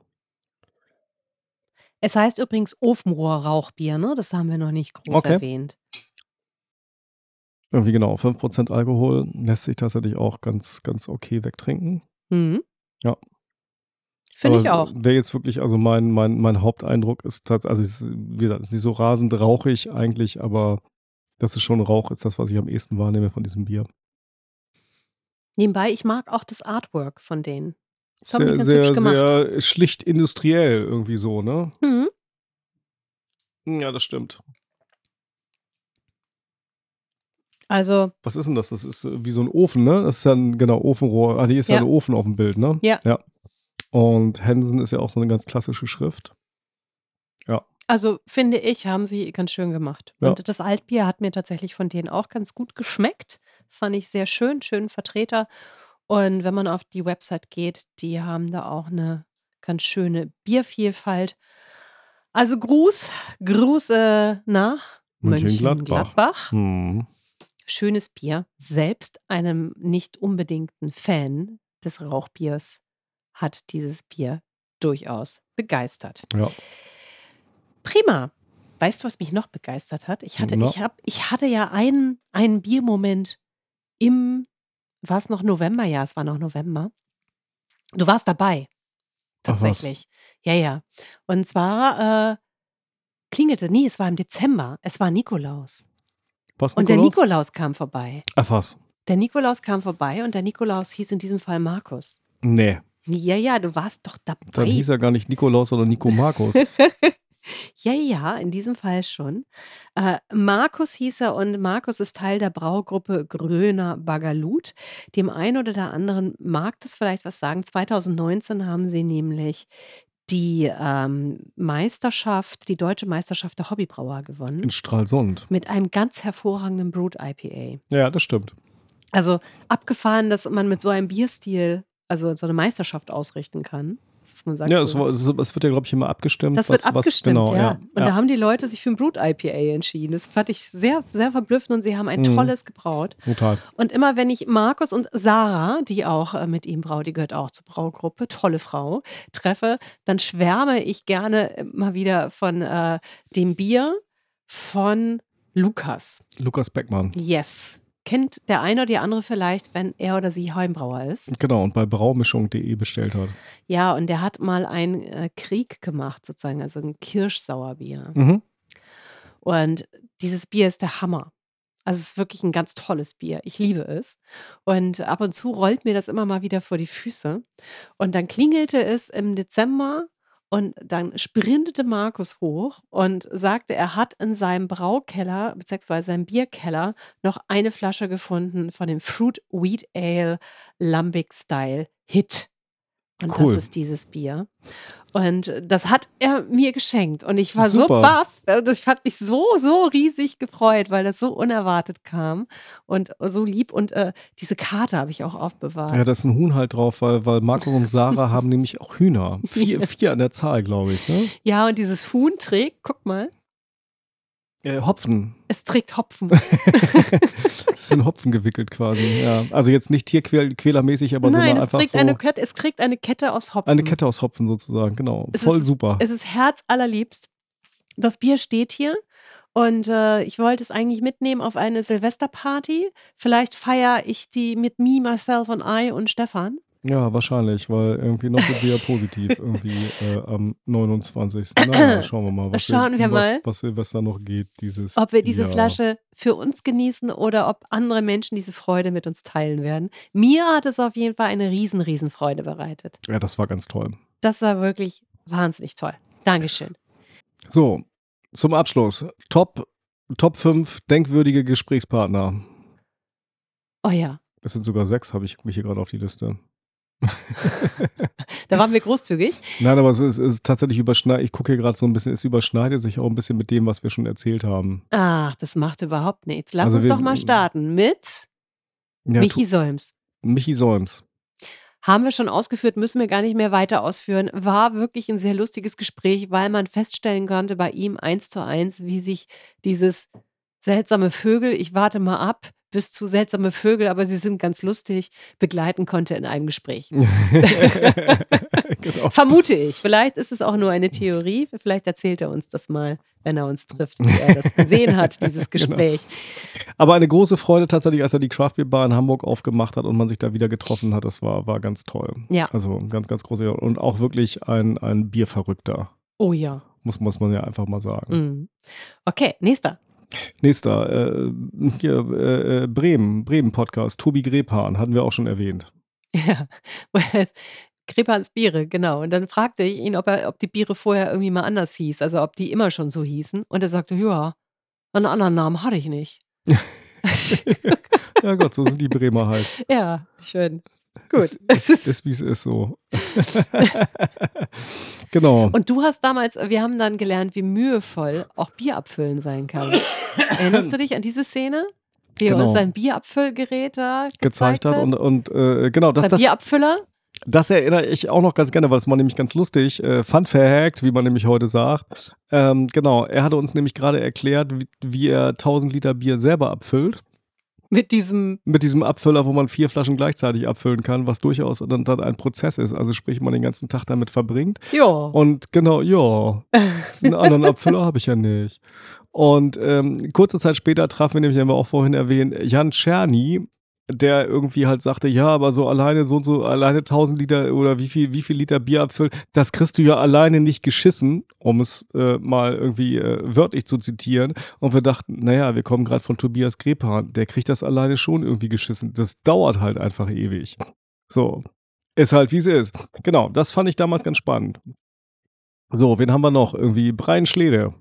Es heißt übrigens Ofenrohr-Rauchbier, ne? Das haben wir noch nicht groß erwähnt. Irgendwie genau, 5% Alkohol lässt sich tatsächlich auch ganz, ganz okay wegtrinken. Mhm. Ja. Finde ich auch. Wäre jetzt wirklich, also mein Haupteindruck ist tatsächlich, also wie gesagt, ist nicht so rasend rauchig eigentlich, aber dass es schon Rauch ist, das, was ich am ehesten wahrnehme von diesem Bier. Nebenbei, ich mag auch das Artwork von denen. Das haben die Sehr, ganz hübsch sehr, gemacht. sehr schlicht industriell irgendwie so, ne? Mhm. Ja, das stimmt. Also, Was ist denn das? Das ist wie so ein Ofen, ne? Das ist ja ein, genau, Ofenrohr. Ah, hier ist ja Ja. ein Ofen auf dem Bild, ne? Ja. Und Hensen ist ja auch so eine ganz klassische Schrift. also finde ich, haben sie ganz schön gemacht. Ja. Und das Altbier hat mir tatsächlich von denen auch ganz gut geschmeckt. Fand ich sehr schön, schönen Vertreter. Und wenn man auf die Website geht, die haben da auch eine ganz schöne Biervielfalt. Also Gruß nach Mönchengladbach. Hm. Schönes Bier. Selbst einem nicht unbedingten Fan des Rauchbiers hat dieses Bier durchaus begeistert. Ja. Prima. Weißt du, was mich noch begeistert hat? Ich hatte ja einen Biermoment war es noch November? Ja, es war noch November. Du warst dabei. Tatsächlich. Ja. Und zwar es war im Dezember. Es war Nikolaus. Was, Und der Nikolaus kam vorbei. Ach was? Der Nikolaus kam vorbei und der Nikolaus hieß in diesem Fall Markus. Nee. Ja, du warst doch dabei. Dann hieß er gar nicht Nikolaus, sondern Nico Markus. Ja, in diesem Fall schon. Markus hieß er und Markus ist Teil der Braugruppe Gröner Bagalut. Dem einen oder der anderen mag das vielleicht was sagen. 2019 haben sie nämlich die deutsche Meisterschaft der Hobbybrauer gewonnen. In Stralsund. Mit einem ganz hervorragenden Brut IPA. Ja, das stimmt. Also abgefahren, dass man mit so einem Bierstil so eine Meisterschaft ausrichten kann. Dass man sagt, ja, es wird ja, glaube ich, immer abgestimmt. Das wird abgestimmt, genau, ja. Und da haben die Leute sich für ein Brut-IPA entschieden. Das fand ich sehr, sehr verblüffend und sie haben ein tolles gebraut. Total. Und immer wenn ich Markus und Sarah, die auch mit ihm braut, die gehört auch zur Braugruppe, tolle Frau, treffe, dann schwärme ich gerne mal wieder von dem Bier von Lukas. Lukas Beckmann. Yes. Kennt der eine oder die andere vielleicht, wenn er oder sie Heimbrauer ist. Genau, und bei braumischung.de bestellt hat. Ja, und der hat mal einen Krieg gemacht, sozusagen, also ein Kirschsauerbier. Mhm. Und dieses Bier ist der Hammer. Also es ist wirklich ein ganz tolles Bier. Ich liebe es. Und ab und zu rollt mir das immer mal wieder vor die Füße. Und dann klingelte es im Dezember und dann sprintete Markus hoch und sagte, er hat in seinem Braukeller bzw. seinem Bierkeller noch eine Flasche gefunden von dem Fruit Wheat Ale Lambic Style Hit. Und Cool. das ist dieses Bier. Und das hat er mir geschenkt. Und ich war Super. so baff. Ich hat mich so riesig gefreut, weil das so unerwartet kam und so lieb. Und diese Karte habe ich auch aufbewahrt. Ja, da ist ein Huhn halt drauf, weil Markus und Sarah haben nämlich auch Hühner. Vier an der Zahl, glaube ich. Ne? Ja, und dieses Huhn trägt, guck mal. Hopfen. Es trägt Hopfen. Es ist in Hopfen gewickelt quasi. Ja. Also jetzt nicht tierquälermäßig, aber Nein, einfach so. Es trägt eine Kette aus Hopfen. Eine Kette aus Hopfen sozusagen, genau. Voll super. Es ist herzallerliebst. Das Bier steht hier und ich wollte es eigentlich mitnehmen auf eine Silvesterparty. Vielleicht feiere ich die mit Me, Myself und I und Stefan. Ja, wahrscheinlich, weil irgendwie noch sind wir ja positiv irgendwie am 29. Naja, schauen wir mal, was Silvester noch geht dieses Ob wir diese Jahr. Flasche für uns genießen oder ob andere Menschen diese Freude mit uns teilen werden. Mir hat es auf jeden Fall eine riesen Freude bereitet. Ja, das war ganz toll. Das war wirklich wahnsinnig toll. Dankeschön. So, zum Abschluss. Top 5 denkwürdige Gesprächspartner. Oh ja. Es sind sogar 6, gucke ich hier gerade auf die Liste. Da waren wir großzügig. Nein, aber es ist tatsächlich überschneidet. Ich gucke hier gerade so ein bisschen, es überschneidet sich auch ein bisschen mit dem, was wir schon erzählt haben. Ach, das macht überhaupt nichts. Lass uns doch mal starten mit Michi Solms. Michi Solms. Haben wir schon ausgeführt, müssen wir gar nicht mehr weiter ausführen. War wirklich ein sehr lustiges Gespräch, weil man feststellen konnte bei ihm 1:1, wie sich dieses seltsame Vögel, ich warte mal ab, bis zu seltsame Vögel, aber sie sind ganz lustig, begleiten konnte in einem Gespräch. Genau. Vermute ich. Vielleicht ist es auch nur eine Theorie. Vielleicht erzählt er uns das mal, wenn er uns trifft, wie er das gesehen hat, dieses Gespräch. Genau. Aber eine große Freude tatsächlich, als er die Craft Beer Bar in Hamburg aufgemacht hat und man sich da wieder getroffen hat. Das war ganz toll. Ja. Also ganz große und auch wirklich ein Bierverrückter. Oh ja. Muss man ja einfach mal sagen. Mhm. Okay, nächster, Bremen-Podcast, Tobi Grepahn, hatten wir auch schon erwähnt. Ja, Grepans Biere, genau. Und dann fragte ich ihn, ob die Biere vorher irgendwie mal anders hieß, also ob die immer schon so hießen. Und er sagte, ja, einen anderen Namen hatte ich nicht. Ja Gott, so sind die Bremer halt. Ja, schön. Gut. Es ist wie es ist so. Genau. Und du hast damals, wir haben dann gelernt, wie mühevoll auch Bier abfüllen sein kann. Erinnerst du dich an diese Szene? Wie er uns sein Bierabfüllgerät da gezeigt hat? Und genau. Sein Bierabfüller? Das erinnere ich auch noch ganz gerne, weil es war nämlich ganz lustig. Fun Fact, wie man nämlich heute sagt. Genau, er hatte uns nämlich gerade erklärt, wie er 1000 Liter Bier selber abfüllt. Mit diesem Abfüller, wo man 4 Flaschen gleichzeitig abfüllen kann, was durchaus dann ein Prozess ist. Also sprich, man den ganzen Tag damit verbringt. Ja. Und genau, ja, einen anderen Abfüller habe ich ja nicht. Und kurze Zeit später trafen wir nämlich, haben wir auch vorhin erwähnt, Jan Czerny, der irgendwie halt sagte, ja, aber so alleine 1000 Liter oder wie viel Liter Bier abfüllen, das kriegst du ja alleine nicht geschissen, um es mal irgendwie wörtlich zu zitieren. Und wir dachten, naja, wir kommen gerade von Tobias Grephan, der kriegt das alleine schon irgendwie geschissen. Das dauert halt einfach ewig. So, ist halt wie es ist. Genau, das fand ich damals ganz spannend. So, wen haben wir noch? Irgendwie Brian Schlede.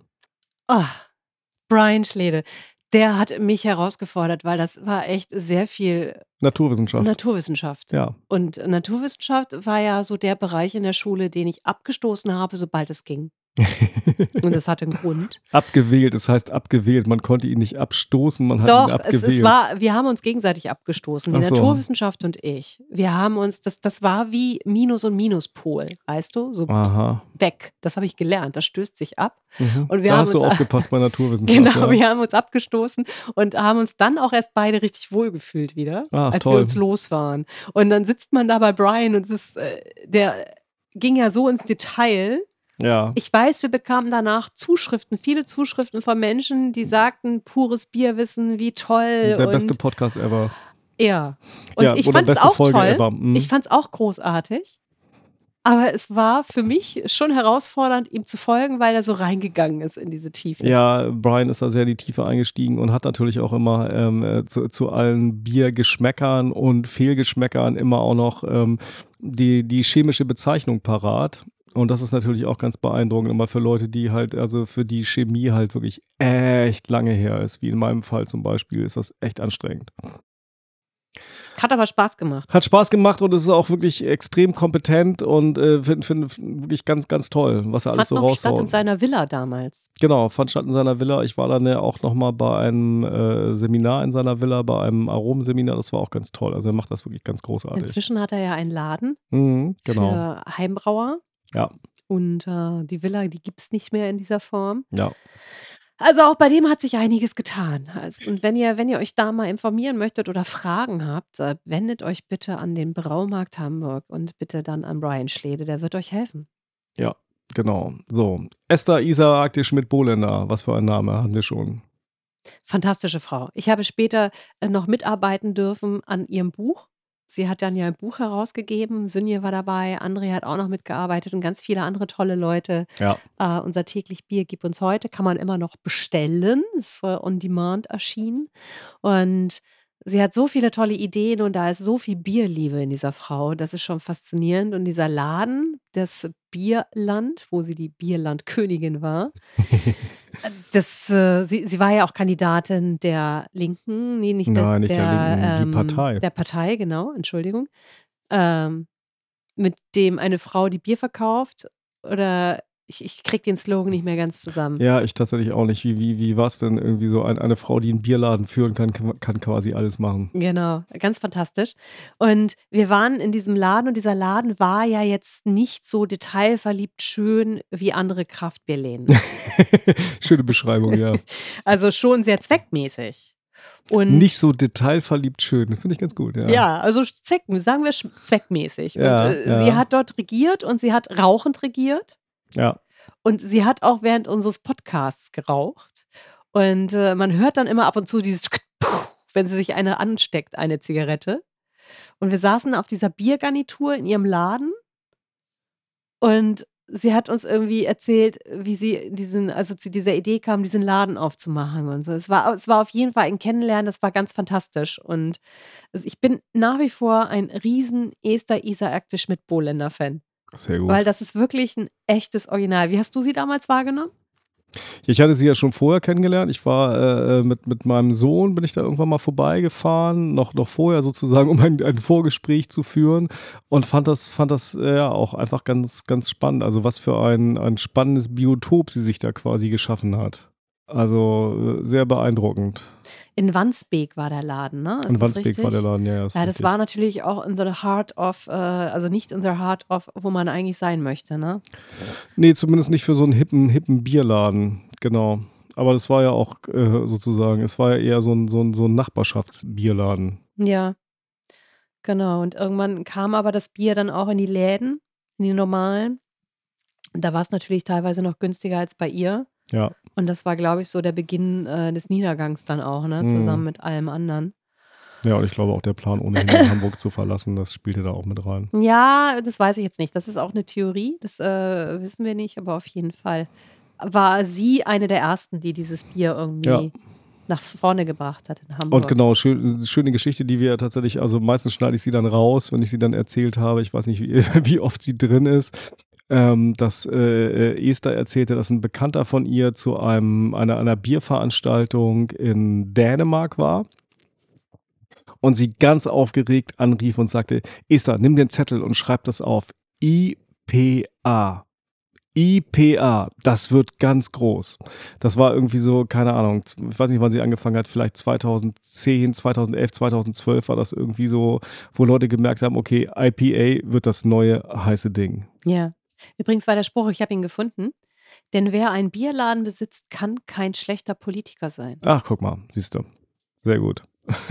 Brian Schlede. Der hat mich herausgefordert, weil das war echt sehr viel Naturwissenschaft. Ja. Und Naturwissenschaft war ja so der Bereich in der Schule, den ich abgestoßen habe, sobald es ging. Und das hatte einen Grund. Abgewählt, das heißt abgewählt. Man konnte ihn nicht abstoßen, man hat ihn abgewählt. Wir haben uns gegenseitig abgestoßen, die Naturwissenschaft und ich. Wir haben uns, das war wie Minus- und Minuspol, weißt du? So weg. Das habe ich gelernt, das stößt sich ab. Und wir da haben hast du aufgepasst bei Naturwissenschaft. Genau, wir haben uns abgestoßen und haben uns dann auch erst beide richtig wohlgefühlt wieder, als wir uns los waren. Und dann sitzt man da bei Brian und der ging ja so ins Detail. Ja. Ich weiß, wir bekamen danach viele Zuschriften von Menschen, die sagten, pures Bierwissen, wie toll. Der beste Podcast ever. Ja. Und ich fand es auch Folge toll. Ever. Ich fand es auch großartig. Aber es war für mich schon herausfordernd, ihm zu folgen, weil er so reingegangen ist in diese Tiefe. Ja, Brian ist da sehr in die Tiefe eingestiegen und hat natürlich auch immer zu allen Biergeschmäckern und Fehlgeschmäckern immer auch noch die chemische Bezeichnung parat. Und das ist natürlich auch ganz beeindruckend, immer für Leute, die halt, also für die Chemie halt wirklich echt lange her ist, wie in meinem Fall zum Beispiel, ist das echt anstrengend. Hat aber Spaß gemacht. Hat Spaß gemacht und es ist auch wirklich extrem kompetent und finde wirklich ganz, ganz toll, was er alles so raushaut. Fand statt in seiner Villa damals. Genau, fand statt in seiner Villa. Ich war dann ja auch nochmal bei einem Seminar in seiner Villa, bei einem Aromenseminar. Das war auch ganz toll. Also er macht das wirklich ganz großartig. Inzwischen hat er ja einen Laden genau. für Heimbrauer. Ja. Und die Villa, die gibt es nicht mehr in dieser Form. Ja. Also auch bei dem hat sich einiges getan. Und wenn ihr euch da mal informieren möchtet oder Fragen habt, wendet euch bitte an den Braumarkt Hamburg und bitte dann an Brian Schlede, der wird euch helfen. Ja, genau. So, Esther Isaac Schmidt-Bohlender, was für ein Name hatten wir schon. Fantastische Frau. Ich habe später noch mitarbeiten dürfen an ihrem Buch. Sie hat dann ja ein Buch herausgegeben, Sünje war dabei, André hat auch noch mitgearbeitet und ganz viele andere tolle Leute. Ja. Unser täglich Bier gibt uns heute, kann man immer noch bestellen, ist on demand erschienen. Und sie hat so viele tolle Ideen und da ist so viel Bierliebe in dieser Frau, das ist schon faszinierend. Und dieser Laden, das Bierland, wo sie die Bierlandkönigin war, sie war ja auch Kandidatin der Linken, nee, nicht der Linken, die Partei. Der Partei, genau, Entschuldigung. Mit dem eine Frau, die Bier verkauft, oder ich krieg den Slogan nicht mehr ganz zusammen. Ja, ich tatsächlich auch nicht. Wie war es denn irgendwie so? Eine Frau, die einen Bierladen führen kann quasi alles machen. Genau, ganz fantastisch. Und wir waren in diesem Laden und dieser Laden war ja jetzt nicht so detailverliebt schön wie andere Kraftbierläden. Schöne Beschreibung, ja. Also schon sehr zweckmäßig. Und nicht so detailverliebt schön, finde ich ganz gut, ja. Ja, also sagen wir zweckmäßig. Ja, und sie hat dort regiert und sie hat rauchend regiert. Ja. Und sie hat auch während unseres Podcasts geraucht. Und man hört dann immer ab und zu dieses, wenn sie sich eine ansteckt, eine Zigarette. Und wir saßen auf dieser Biergarnitur in ihrem Laden. Und sie hat uns irgendwie erzählt, wie sie zu dieser Idee kam, diesen Laden aufzumachen und so. Es war auf jeden Fall ein Kennenlernen, das war ganz fantastisch. Und ich bin nach wie vor ein riesen Esther Isaac Schmidt-Bohlender-Fan. Sehr gut. Weil das ist wirklich ein echtes Original. Wie hast du sie damals wahrgenommen? Ich hatte sie ja schon vorher kennengelernt. Ich war mit meinem Sohn, bin ich da irgendwann mal vorbeigefahren, noch vorher sozusagen, um ein Vorgespräch zu führen und fand das ja auch einfach ganz, ganz spannend. Also was für ein spannendes Biotop sie sich da quasi geschaffen hat. Also sehr beeindruckend. In Wandsbek war der Laden, ne? In Ist das Wandsbek richtig? war der Laden, ja, ist Ja, das richtig. war natürlich auch in the heart of, also nicht in the heart of, wo man eigentlich sein möchte, ne? Nee, zumindest nicht für so einen hippen Bierladen, genau. Aber das war ja auch sozusagen, es war ja eher so ein Nachbarschaftsbierladen. Ja, genau. Und irgendwann kam aber das Bier dann auch in die Läden, in die normalen. Und da war es natürlich teilweise noch günstiger als bei ihr. Ja. Und das war, glaube ich, so der Beginn des Niedergangs dann auch, ne? Zusammen mit allem anderen. Ja, und ich glaube auch der Plan, ohnehin Hamburg zu verlassen, das spielte da auch mit rein. Ja, das weiß ich jetzt nicht. Das ist auch eine Theorie, das wissen wir nicht, aber auf jeden Fall war sie eine der ersten, die dieses Bier irgendwie nach vorne gebracht hat in Hamburg. Und genau, schöne Geschichte, die wir tatsächlich, also meistens schneide ich sie dann raus, wenn ich sie dann erzählt habe. Ich weiß nicht, wie oft sie drin ist. Dass Esther erzählte, dass ein Bekannter von ihr zu einer Bierveranstaltung in Dänemark war. Und sie ganz aufgeregt anrief und sagte, Esther, nimm den Zettel und schreib das auf. IPA. IPA, das wird ganz groß. Das war irgendwie so, keine Ahnung, ich weiß nicht, wann sie angefangen hat, vielleicht 2010, 2011, 2012 war das irgendwie so, wo Leute gemerkt haben, okay, IPA wird das neue heiße Ding. Ja. Übrigens war der Spruch, ich habe ihn gefunden, denn wer einen Bierladen besitzt, kann kein schlechter Politiker sein. Ach, guck mal, siehst du. Sehr gut.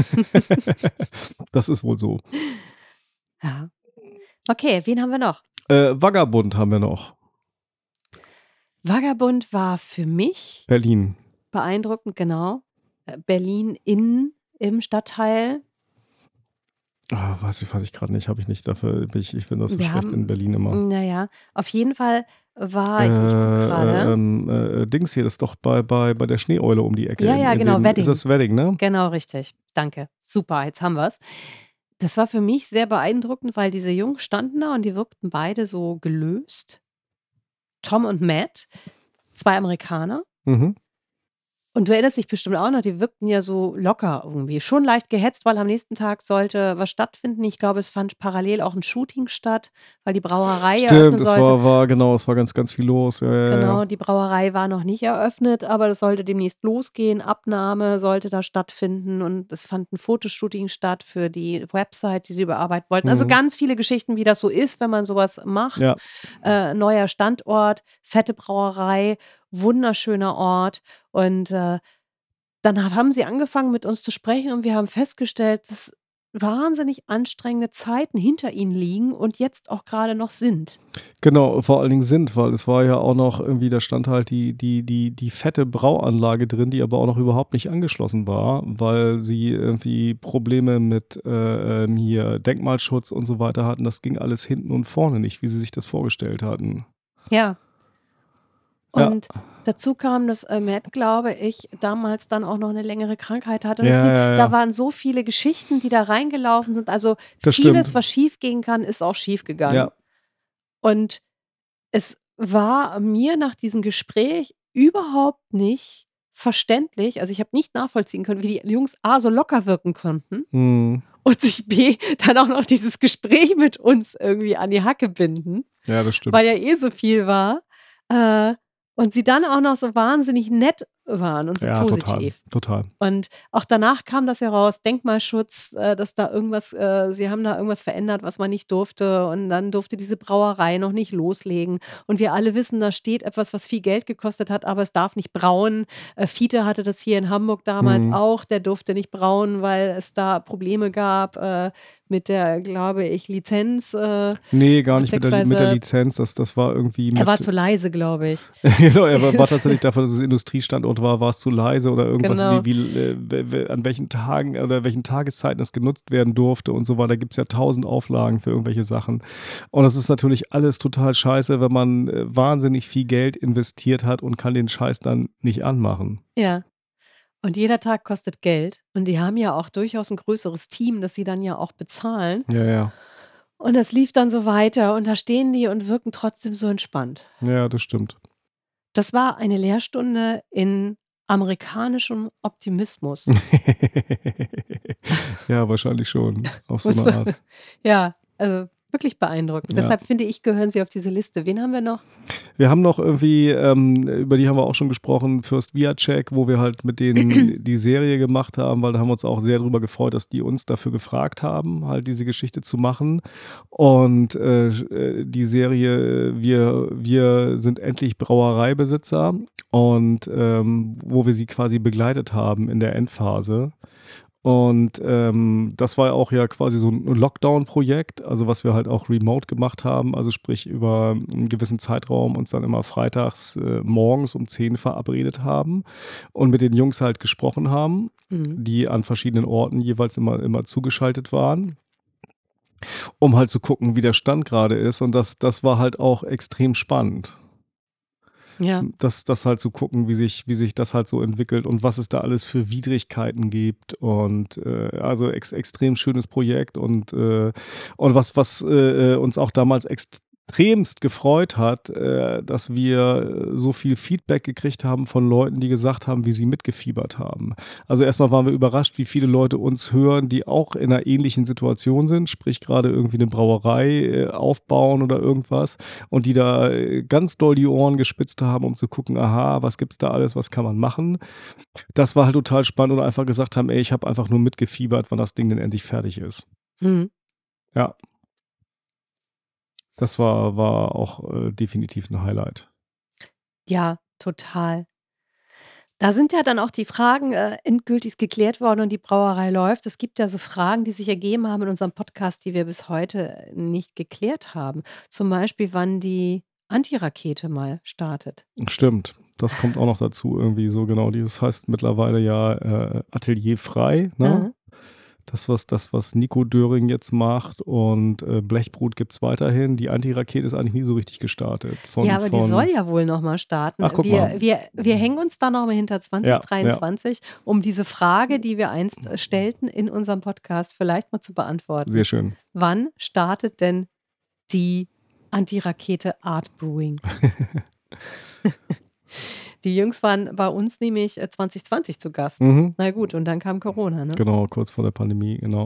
Das ist wohl so. Ja. Okay, wen haben wir noch? Vagabund haben wir noch. Vagabund war für mich Berlin. beeindruckend, genau. Berlin im Stadtteil. Weiß ich gerade nicht, habe ich nicht dafür. Ich finde das so schlecht in Berlin immer. Naja, auf jeden Fall war ich gucke gerade. Dings hier, das ist doch bei der Schneeeule um die Ecke. Ja, genau, Wedding. Ist das Wedding, ne? Genau, richtig. Danke. Super, jetzt haben wir es. Das war für mich sehr beeindruckend, weil diese Jungs standen da und die wirkten beide so gelöst. Tom und Matt, 2 Amerikaner. Mhm. Und du erinnerst dich bestimmt auch noch, die wirkten ja so locker irgendwie. Schon leicht gehetzt, weil am nächsten Tag sollte was stattfinden. Ich glaube, es fand parallel auch ein Shooting statt, weil die Brauerei eröffnen Stimmt, sollte. es war ganz viel los. Genau, die Brauerei war noch nicht eröffnet, aber das sollte demnächst losgehen. Abnahme sollte da stattfinden und es fand ein Fotoshooting statt für die Website, die sie überarbeiten wollten. Also ganz viele Geschichten, wie das so ist, wenn man sowas macht. Ja. Neuer Standort, fette Brauerei, wunderschöner Ort. Und dann haben sie angefangen mit uns zu sprechen und wir haben festgestellt, dass wahnsinnig anstrengende Zeiten hinter ihnen liegen und jetzt auch gerade noch sind. Genau, vor allen Dingen sind, weil es war ja auch noch irgendwie, da stand halt die fette Brauanlage drin, die aber auch noch überhaupt nicht angeschlossen war, weil sie irgendwie Probleme mit hier Denkmalschutz und so weiter hatten. Das ging alles hinten und vorne nicht, wie sie sich das vorgestellt hatten. Ja. Und dazu kam, dass Matt, glaube ich, damals dann auch noch eine längere Krankheit hatte. Und da waren so viele Geschichten, die da reingelaufen sind. Also Das vieles, stimmt. was schief gehen kann, ist auch schief gegangen. Ja. Und es war mir nach diesem Gespräch überhaupt nicht verständlich. Also ich habe nicht nachvollziehen können, wie die Jungs A so locker wirken konnten und sich B dann auch noch dieses Gespräch mit uns irgendwie an die Hacke binden. Ja, das stimmt. Weil ja so viel war. Und sie dann auch noch so wahnsinnig nett waren und so positiv. Total. Und auch danach kam das heraus, Denkmalschutz, dass da irgendwas, sie haben da irgendwas verändert, was man nicht durfte. Und dann durfte diese Brauerei noch nicht loslegen. Und wir alle wissen, da steht etwas, was viel Geld gekostet hat, aber es darf nicht brauen. Fiete hatte das hier in Hamburg damals auch. Der durfte nicht brauen, weil es da Probleme gab mit der, glaube ich, Lizenz. Nee, gar nicht mit der Lizenz. Das war irgendwie. Er war zu leise, glaube ich. Genau, er war tatsächlich dafür, dass es Industriestandort war es zu leise oder irgendwas, Genau. An welchen Tagen oder welchen Tageszeiten es genutzt werden durfte und so weiter. Da gibt es ja 1000 Auflagen für irgendwelche Sachen. Und das ist natürlich alles total scheiße, wenn man wahnsinnig viel Geld investiert hat und kann den Scheiß dann nicht anmachen. Ja. Und jeder Tag kostet Geld. Und die haben ja auch durchaus ein größeres Team, das sie dann ja auch bezahlen. Ja. Und das lief dann so weiter. Und da stehen die und wirken trotzdem so entspannt. Ja, das stimmt. Das war eine Lehrstunde in amerikanischem Optimismus. Ja, wahrscheinlich schon. Auf so eine Art. Ja, also Wirklich beeindruckend. Ja. Deshalb finde ich, gehören sie auf diese Liste. Wen haben wir noch? Wir haben noch irgendwie, über die haben wir auch schon gesprochen, First Viacek, wo wir halt mit denen die Serie gemacht haben, weil da haben wir uns auch sehr drüber gefreut, dass die uns dafür gefragt haben, halt diese Geschichte zu machen. Und die Serie, wir sind endlich Brauereibesitzer und wo wir sie quasi begleitet haben in der Endphase. Und das war auch ja quasi so ein Lockdown-Projekt, also was wir halt auch remote gemacht haben, also sprich über einen gewissen Zeitraum uns dann immer freitags morgens um 10 verabredet haben und mit den Jungs halt gesprochen haben, die an verschiedenen Orten jeweils immer zugeschaltet waren, um halt zu gucken, wie der Stand gerade ist. Und das war halt auch extrem spannend. Ja. Das halt zu gucken, wie sich das halt so entwickelt und was es da alles für Widrigkeiten gibt und also extrem schönes Projekt und was uns auch damals extremst gefreut hat, dass wir so viel Feedback gekriegt haben von Leuten, die gesagt haben, wie sie mitgefiebert haben. Also erstmal waren wir überrascht, wie viele Leute uns hören, die auch in einer ähnlichen Situation sind, sprich gerade irgendwie eine Brauerei aufbauen oder irgendwas und die da ganz doll die Ohren gespitzt haben, um zu gucken, aha, was gibt's da alles, was kann man machen. Das war halt total spannend und einfach gesagt haben, ey, ich habe einfach nur mitgefiebert, wann das Ding denn endlich fertig ist. Ja. Das war auch definitiv ein Highlight. Ja, total. Da sind ja dann auch die Fragen endgültig geklärt worden und die Brauerei läuft. Es gibt ja so Fragen, die sich ergeben haben in unserem Podcast, die wir bis heute nicht geklärt haben. Zum Beispiel, wann die Antirakete mal startet. Stimmt, das kommt auch noch dazu irgendwie so genau. Das heißt mittlerweile ja Atelier frei, ne? Das, was Nico Döring jetzt macht und Blechbrut gibt es weiterhin. Die Antirakete ist eigentlich nie so richtig gestartet. Ja, aber die soll ja wohl nochmal starten. Ach, guck mal. Wir hängen uns da nochmal hinter 2023, um diese Frage, die wir einst stellten in unserem Podcast, vielleicht mal zu beantworten. Sehr schön. Wann startet denn die Antirakete Art Brewing? Die Jungs waren bei uns nämlich 2020 zu Gast. Na gut, und dann kam Corona, ne? Genau, kurz vor der Pandemie, genau.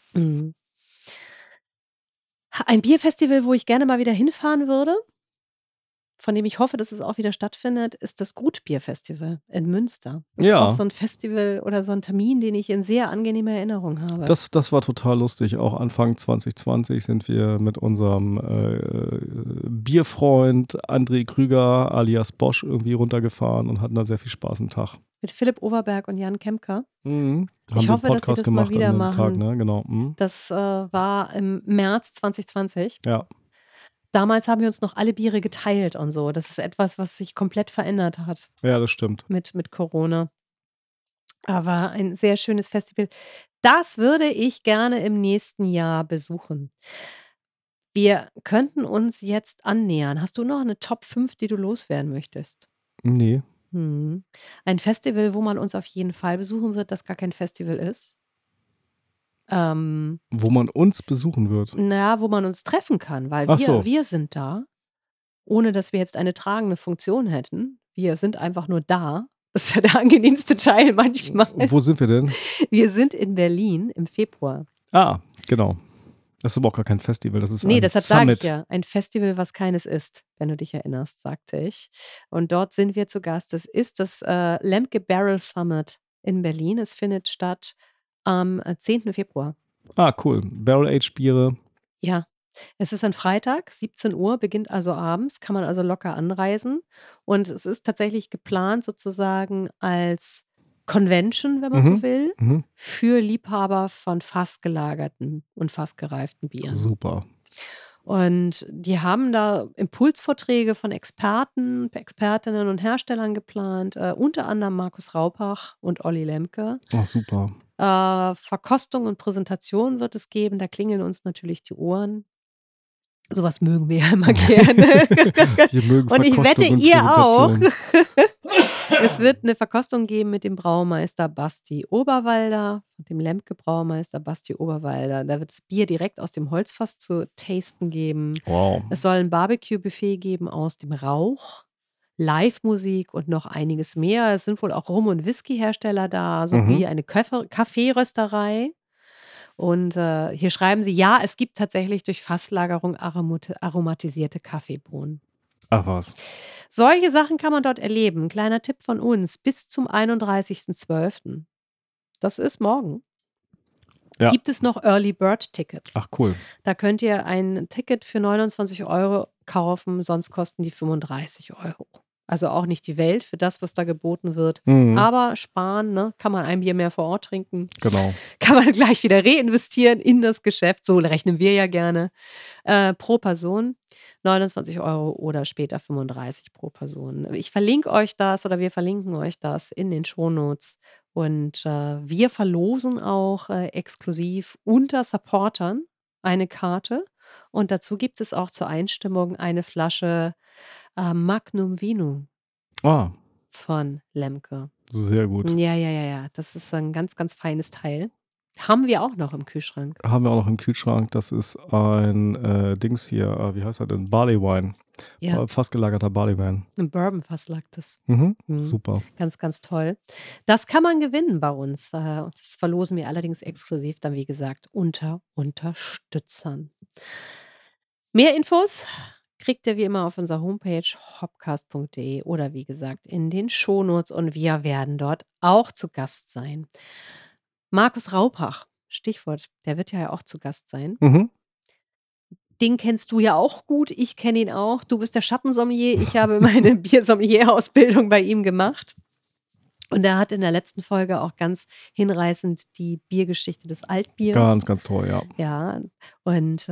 Ein Bierfestival, wo ich gerne mal wieder hinfahren würde, von dem ich hoffe, dass es auch wieder stattfindet, ist das Gutbierfestival in Münster. Das ist auch so ein Festival oder so ein Termin, den ich in sehr angenehmer Erinnerung habe. Das war total lustig. Auch Anfang 2020 sind wir mit unserem Bierfreund André Krüger alias Bosch irgendwie runtergefahren und hatten da sehr viel Spaß einen Tag. Mit Philipp Overberg und Jan Kempker. Ich hoffe, dass sie das mal wieder machen. Tag, ne? Genau. Das war im März 2020. Ja. Damals haben wir uns noch alle Biere geteilt und so. Das ist etwas, was sich komplett verändert hat. Ja, das stimmt. Mit Corona. Aber ein sehr schönes Festival. Das würde ich gerne im nächsten Jahr besuchen. Wir könnten uns jetzt annähern. Hast du noch eine Top 5, die du loswerden möchtest? Nee. Ein Festival, wo man uns auf jeden Fall besuchen wird, das gar kein Festival ist. Wo man uns besuchen wird. Naja, wo man uns treffen kann, weil wir sind da, ohne dass wir jetzt eine tragende Funktion hätten. Wir sind einfach nur da. Das ist ja der angenehmste Teil manchmal. Wo sind wir denn? Wir sind in Berlin im Februar. Ah, genau. Das ist aber auch gar kein Festival, das ist ein deshalb Summit. sage ich ja, ein Festival, was keines ist, wenn du dich erinnerst, sagte ich. Und dort sind wir zu Gast. Das ist das Lemke Barrel Summit in Berlin. Es findet statt am 10. Februar. Ah, cool. Barrel-Aged-Biere. Ja, es ist ein Freitag, 17 Uhr, beginnt also abends, kann man also locker anreisen. Und es ist tatsächlich geplant sozusagen als Convention, wenn man so will, für Liebhaber von fast gelagerten und fast gereiften Bieren. Super. Und die haben da Impulsvorträge von Experten, Expertinnen und Herstellern geplant, unter anderem Markus Raupach und Olli Lemke. Ach, super. Verkostung und Präsentation wird es geben, da klingeln uns natürlich die Ohren. Sowas mögen wir ja immer gerne. Wir mögen und ich Verkostung wette, und ihr auch. Präsentation. Es wird eine Verkostung geben mit dem Braumeister Basti Oberwalder, dem Lemke Braumeister Basti Oberwalder. Da wird es Bier direkt aus dem Holzfass zu tasten geben. Wow. Es soll ein Barbecue-Buffet geben aus dem Rauch, Live-Musik und noch einiges mehr. Es sind wohl auch Rum- und Whisky-Hersteller da, sowie eine Kaffeerösterei. Und hier schreiben sie, ja, es gibt tatsächlich durch Fasslagerung aromatisierte Kaffeebohnen. Ach was. Solche Sachen kann man dort erleben. Kleiner Tipp von uns, bis zum 31.12. Das ist morgen. Ja. Gibt es noch Early Bird Tickets. Ach cool. Da könnt ihr ein Ticket für 29 € kaufen, sonst kosten die 35 €. Also auch nicht die Welt für das, was da geboten wird. Mhm. Aber sparen, ne? Kann man ein Bier mehr vor Ort trinken. Genau. Kann man gleich wieder reinvestieren in das Geschäft. So rechnen wir ja gerne. Pro Person 29 € oder später 35 pro Person. Ich verlinke euch das oder wir verlinken euch das in den Shownotes. Und wir verlosen auch exklusiv unter Supportern eine Karte. Und dazu gibt es auch zur Einstimmung eine Flasche Magnum Vino Ah, von Lemke. sehr gut. Ja. Das ist ein ganz, ganz feines Teil. Haben wir auch noch im Kühlschrank. Haben wir auch noch im Kühlschrank. Das ist ein Dings hier. Wie heißt er denn? Barley Wine. Ja, Fast gelagerter Barley Wine. ein Bourbon-Fass lag das. Mhm. Mhm. Super. Ganz, ganz toll. Das kann man gewinnen bei uns. Das verlosen wir allerdings exklusiv dann, wie gesagt, unter Unterstützern. Mehr Infos kriegt ihr wie immer auf unserer Homepage hopcast.de oder wie gesagt in den Shownotes und wir werden dort auch zu Gast sein. Markus Raupach, Stichwort, der wird ja auch zu Gast sein. Mhm. Den kennst du ja auch gut, ich kenne ihn auch. Du bist der Schattensommelier, ich habe meine Biersommelier-Ausbildung bei ihm gemacht. Und er hat in der letzten Folge auch ganz hinreißend die Biergeschichte des Altbiers. Ganz, ganz toll, ja. Ja, und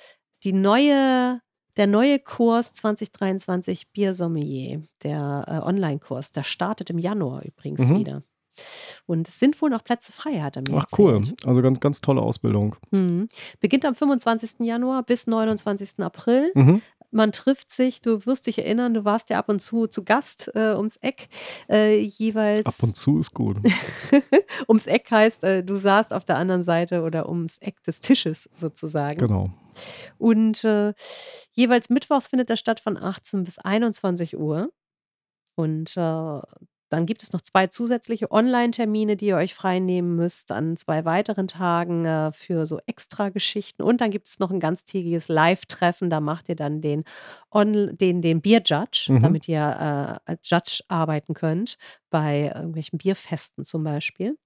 der neue Kurs 2023 Biersommelier, der Online-Kurs, der startet im Januar übrigens Mhm. wieder. Und es sind wohl noch Plätze frei, hat er mir Ach cool. erzählt. Also ganz, ganz tolle Ausbildung. Beginnt am 25. Januar bis 29. April. Mhm. Man trifft sich, du wirst dich erinnern, du warst ja ab und zu Gast ums Eck. Jeweils Ab und zu ist gut. ums Eck heißt, du saßt auf der anderen Seite oder ums Eck des Tisches sozusagen. Genau. Und jeweils mittwochs findet das statt von 18 bis 21 Uhr. Und dann gibt es noch 2 zusätzliche Online-Termine, die ihr euch frei-nehmen müsst an 2 weiteren Tagen für so Extrageschichten. Und dann gibt es noch ein ganztägiges Live-Treffen. Da macht ihr dann den Bier-Judge, Mhm. damit ihr als Judge arbeiten könnt bei irgendwelchen Bierfesten zum Beispiel.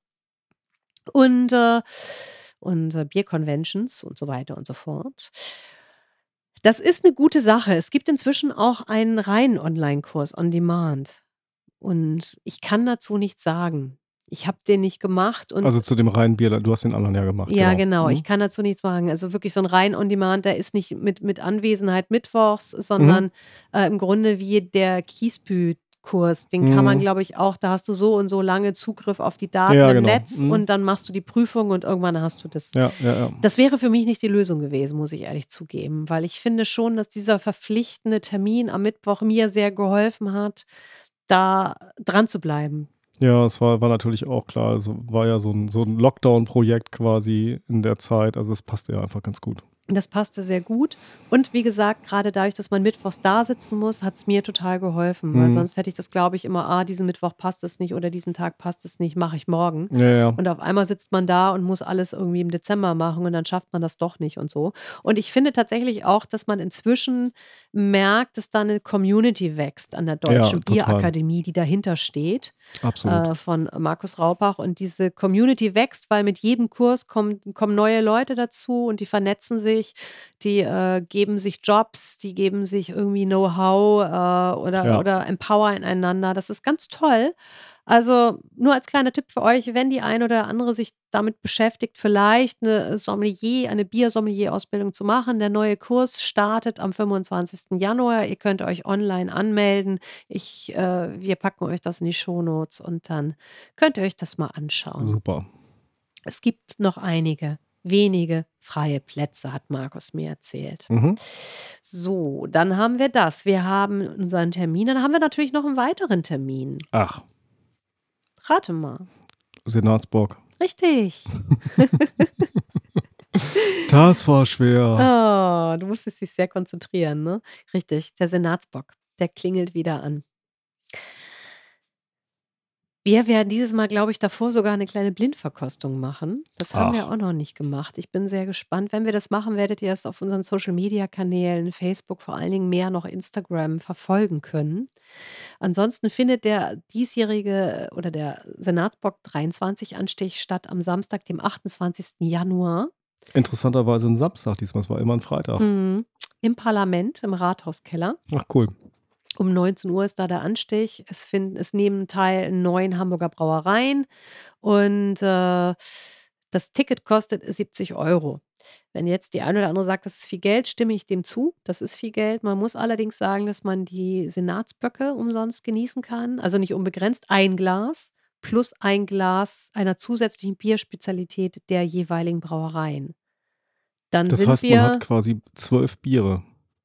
Und Bier-Conventions und so weiter und so fort. Das ist eine gute Sache. Es gibt inzwischen auch einen reinen Online-Kurs on Demand. Und ich kann dazu nichts sagen. Ich habe den nicht gemacht und Also zu dem reinen Bier, du hast den anderen ja gemacht, ja, genau. genau, ich kann dazu nichts sagen. Also wirklich so ein rein on Demand, der ist nicht mit Anwesenheit mittwochs, Mhm. sondern im Grunde wie der Kiesbü-Kurs. Den kann man, Mhm. glaube ich, auch, da hast du so und so lange Zugriff auf die Daten Ja, im genau. Netz Mhm. und dann machst du die Prüfung und irgendwann hast du das. Ja. Das wäre für mich nicht die Lösung gewesen, muss ich ehrlich zugeben, weil ich finde schon, dass dieser verpflichtende Termin am Mittwoch mir sehr geholfen hat, da dran zu bleiben. Ja, es war natürlich auch klar. Also war ja so ein Lockdown-Projekt quasi in der Zeit. Also es passte ja einfach ganz gut. Das passte sehr gut. Und wie gesagt, gerade dadurch, dass man mittwochs da sitzen muss, hat es mir total geholfen. Weil Mhm. sonst hätte ich das, glaube ich, immer, diesen Mittwoch passt es nicht oder diesen Tag passt es nicht, mache ich morgen. Ja. Und auf einmal sitzt man da und muss alles irgendwie im Dezember machen und dann schafft man das doch nicht und so. Und ich finde tatsächlich auch, dass man inzwischen merkt, dass da eine Community wächst an der Deutschen total. Bierakademie, die dahinter steht. Absolut. Von Markus Raupach. Und diese Community wächst, weil mit jedem Kurs kommen neue Leute dazu und die vernetzen sich, die geben sich Jobs, die geben sich irgendwie Know-how Ja. oder empowern einander. Das ist ganz toll. Also nur als kleiner Tipp für euch, wenn die ein oder andere sich damit beschäftigt, vielleicht eine Biersommelier-Ausbildung zu machen. Der neue Kurs startet am 25. Januar. Ihr könnt euch online anmelden. Wir packen euch das in die Shownotes und dann könnt ihr euch das mal anschauen. Super. Es gibt noch einige wenige freie Plätze, hat Markus mir erzählt. Mhm. So, dann haben wir das. Wir haben unseren Termin. Dann haben wir natürlich noch einen weiteren Termin. Ach, Rate mal. Senatsbock. Richtig. Das war schwer. Du musstest dich sehr konzentrieren, ne? Richtig, der Senatsbock. Der klingelt wieder an. Wir werden dieses Mal, glaube ich, davor sogar eine kleine Blindverkostung machen. Das haben wir Ach, auch noch nicht gemacht. Ich bin sehr gespannt. Wenn wir das machen, werdet ihr es auf unseren Social-Media-Kanälen, Facebook, vor allen Dingen mehr noch Instagram verfolgen können. Ansonsten findet der diesjährige oder der Senatsbock 23 Anstich statt am Samstag, dem 28. Januar. interessanterweise ein Samstag diesmal, es war immer ein Freitag. Im Parlament, im Rathauskeller. Ach cool. Um 19 Uhr ist da der Anstich. Es nehmen teil 9 Hamburger Brauereien und das Ticket kostet 70 €. Wenn jetzt die eine oder andere sagt, das ist viel Geld, stimme ich dem zu. Das ist viel Geld. Man muss allerdings sagen, dass man die Senatsböcke umsonst genießen kann. Also nicht unbegrenzt. Ein Glas plus ein Glas einer zusätzlichen Bierspezialität der jeweiligen Brauereien. Dann Das sind heißt, man hat wir, quasi 12 Biere.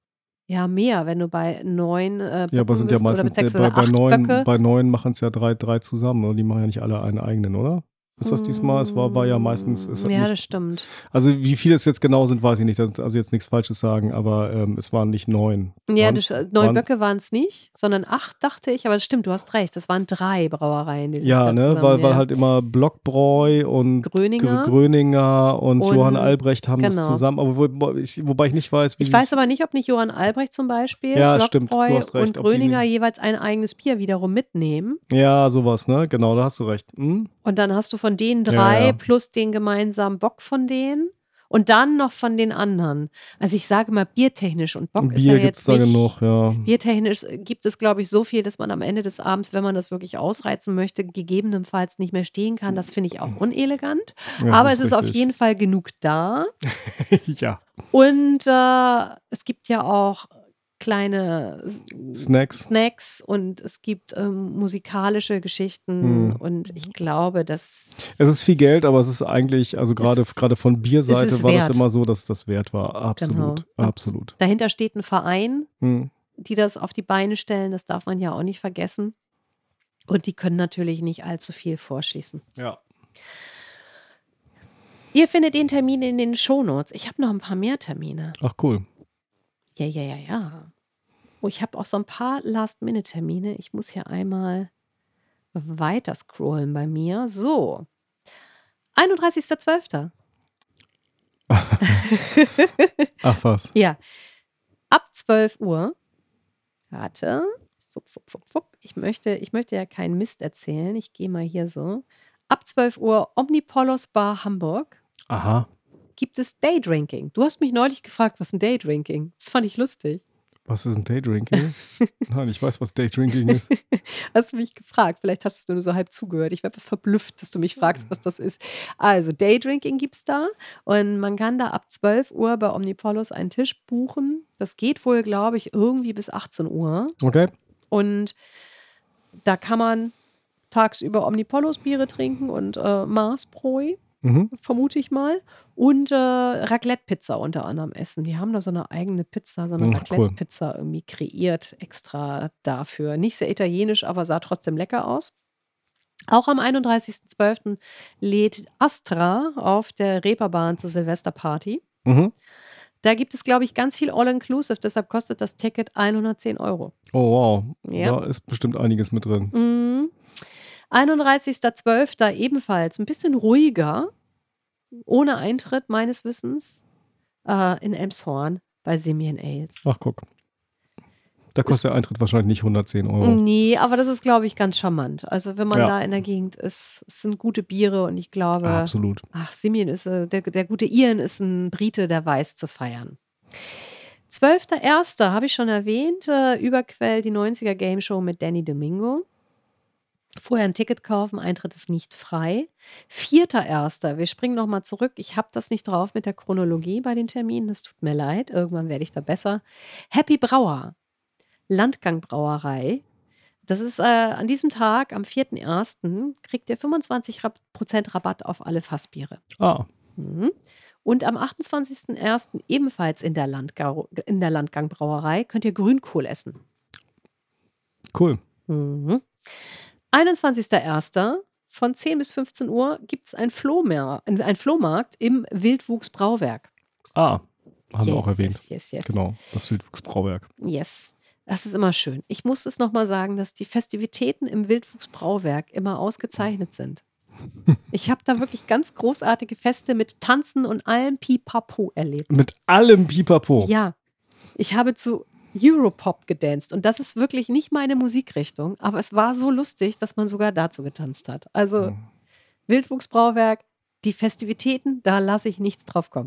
ja, mehr, wenn du bei 9 Ja, aber Böcken sind ja bist oder meistens, beziehungsweise bei 8 Böcke. neun machen es ja drei zusammen, oder? Die machen ja nicht alle einen eigenen, oder? Ist das diesmal? Es war ja meistens, ist Ja, nicht, das stimmt. also wie viele es jetzt genau sind, weiß ich nicht, also jetzt nichts Falsches sagen, aber es waren nicht 9. Ja, Waren's- 9 Böcke waren es nicht, sondern 8, dachte ich. Aber das stimmt, du hast recht. Das waren 3 Brauereien, die sich Ja, da ne, zusammen, weil ja. halt immer Blockbräu und Gröninger Gröninger und Johann und Albrecht haben das genau. zusammen, aber wobei ich nicht weiß, wie Ich weiß aber nicht, ob nicht Johann Albrecht zum Beispiel, ja, stimmt, du Blockbräu hast recht, und ob die Gröninger nicht, jeweils ein eigenes Bier wiederum mitnehmen. ja, sowas, ne, genau, da hast du recht. Hm? Und dann hast du von den Ja, 3 ja. plus den gemeinsamen Bock von denen und dann noch von den anderen. Also ich sage mal, biertechnisch und Bock ist ja Bier gibt's jetzt da nicht. genug, ja. Biertechnisch gibt es, glaube ich, so viel, dass man am Ende des Abends, wenn man das wirklich ausreizen möchte, gegebenenfalls nicht mehr stehen kann. Das finde ich auch unelegant. Ja, Aber das es ist ist auf richtig. jeden Fall genug da. Ja. Und es gibt ja auch kleine Snacks. und es gibt musikalische Geschichten Hm. und ich glaube, dass Es ist viel Geld, aber es ist eigentlich, also gerade es von Bierseite ist war das wert. immer so, dass das wert war. Absolut, Genau. absolut. Dahinter steht ein Verein, Hm. die das auf die Beine stellen. Das darf man ja auch nicht vergessen. Und die können natürlich nicht allzu viel vorschießen. Ja. Ihr findet den Termin in den Shownotes. Ich habe noch ein paar mehr Termine. Ach cool. Ja. Oh, ich habe auch so ein paar Last-Minute-Termine. Ich muss hier einmal weiter scrollen bei mir. So, 31.12. Ach was. Ja, ab 12 Uhr. Warte. Fupp. Ich möchte ja keinen Mist erzählen. Ich gehe mal hier so. Ab 12 Uhr Omnipolos Bar Hamburg Aha. gibt es Daydrinking. Du hast mich neulich gefragt, was ein Daydrinking? Das fand ich lustig. Was ist ein Daydrinking? Nein, ich weiß, was Daydrinking ist. Hast du mich gefragt? Vielleicht hast du nur so halb zugehört. Ich werde etwas verblüfft, dass du mich fragst, was das ist. Also, Daydrinking gibt es da und man kann da ab 12 Uhr bei Omnipolos einen Tisch buchen. Das geht wohl, glaube ich, irgendwie bis 18 Uhr. Okay. Und da kann man tagsüber Omnipolos Biere trinken und Marsbräu, vermute ich mal. Und Raclette-Pizza unter anderem essen. Die haben da so eine eigene Pizza, so eine Raclette-Pizza irgendwie kreiert, extra dafür. Nicht sehr italienisch, aber sah trotzdem lecker aus. Auch am 31.12. lädt Astra auf der Reeperbahn zur Silvesterparty. Da gibt es, glaube ich, ganz viel All-Inclusive, deshalb kostet das Ticket 110 €. Oh wow, Ja. da ist bestimmt einiges mit drin. 31.12. ebenfalls ein bisschen ruhiger, ohne Eintritt meines Wissens, in Elmshorn bei Simian Ales. Ach guck. Da kostet der Eintritt wahrscheinlich nicht 110 €. Nee, aber das ist, glaube ich, ganz charmant. Also wenn man Ja. da in der Gegend ist, es sind gute Biere und ich glaube, Absolut. Simian ist, der gute Ian ist ein Brite, der weiß zu feiern. 12.01. habe ich schon erwähnt, Überquell, die 90er Game Show mit Danny Domingo. Vorher ein Ticket kaufen, Eintritt ist nicht frei. 4.01. Wir springen nochmal zurück. Ich habe das nicht drauf mit der Chronologie bei den Terminen. Das tut mir leid. Irgendwann werde ich da besser. Happy Brauer, Landgang Brauerei. Das ist an diesem Tag, am 4.01., kriegt ihr 25% Rabatt auf alle Fassbiere. Ah, Und am 28.01. ebenfalls in der Landgang Brauerei könnt ihr Grünkohl essen. cool. 21.01. von 10 bis 15 Uhr gibt es ein Flohmarkt im Wildwuchs Brauwerk. Ah, haben wir auch erwähnt. Yes. Genau, das Wildwuchs Brauwerk. Yes. Das ist immer schön. Ich muss es nochmal sagen, dass die Festivitäten im Wildwuchs-Brauwerk immer ausgezeichnet sind. Ich habe da wirklich ganz großartige Feste mit Tanzen und allem Pipapo erlebt. Mit allem Pipapo? Ja. Ich habe zu Europop gedanced und das ist wirklich nicht meine Musikrichtung, aber es war so lustig, dass man sogar dazu getanzt hat. Also Wildwuchs-Brauwerk, die Festivitäten, da lasse ich nichts drauf kommen.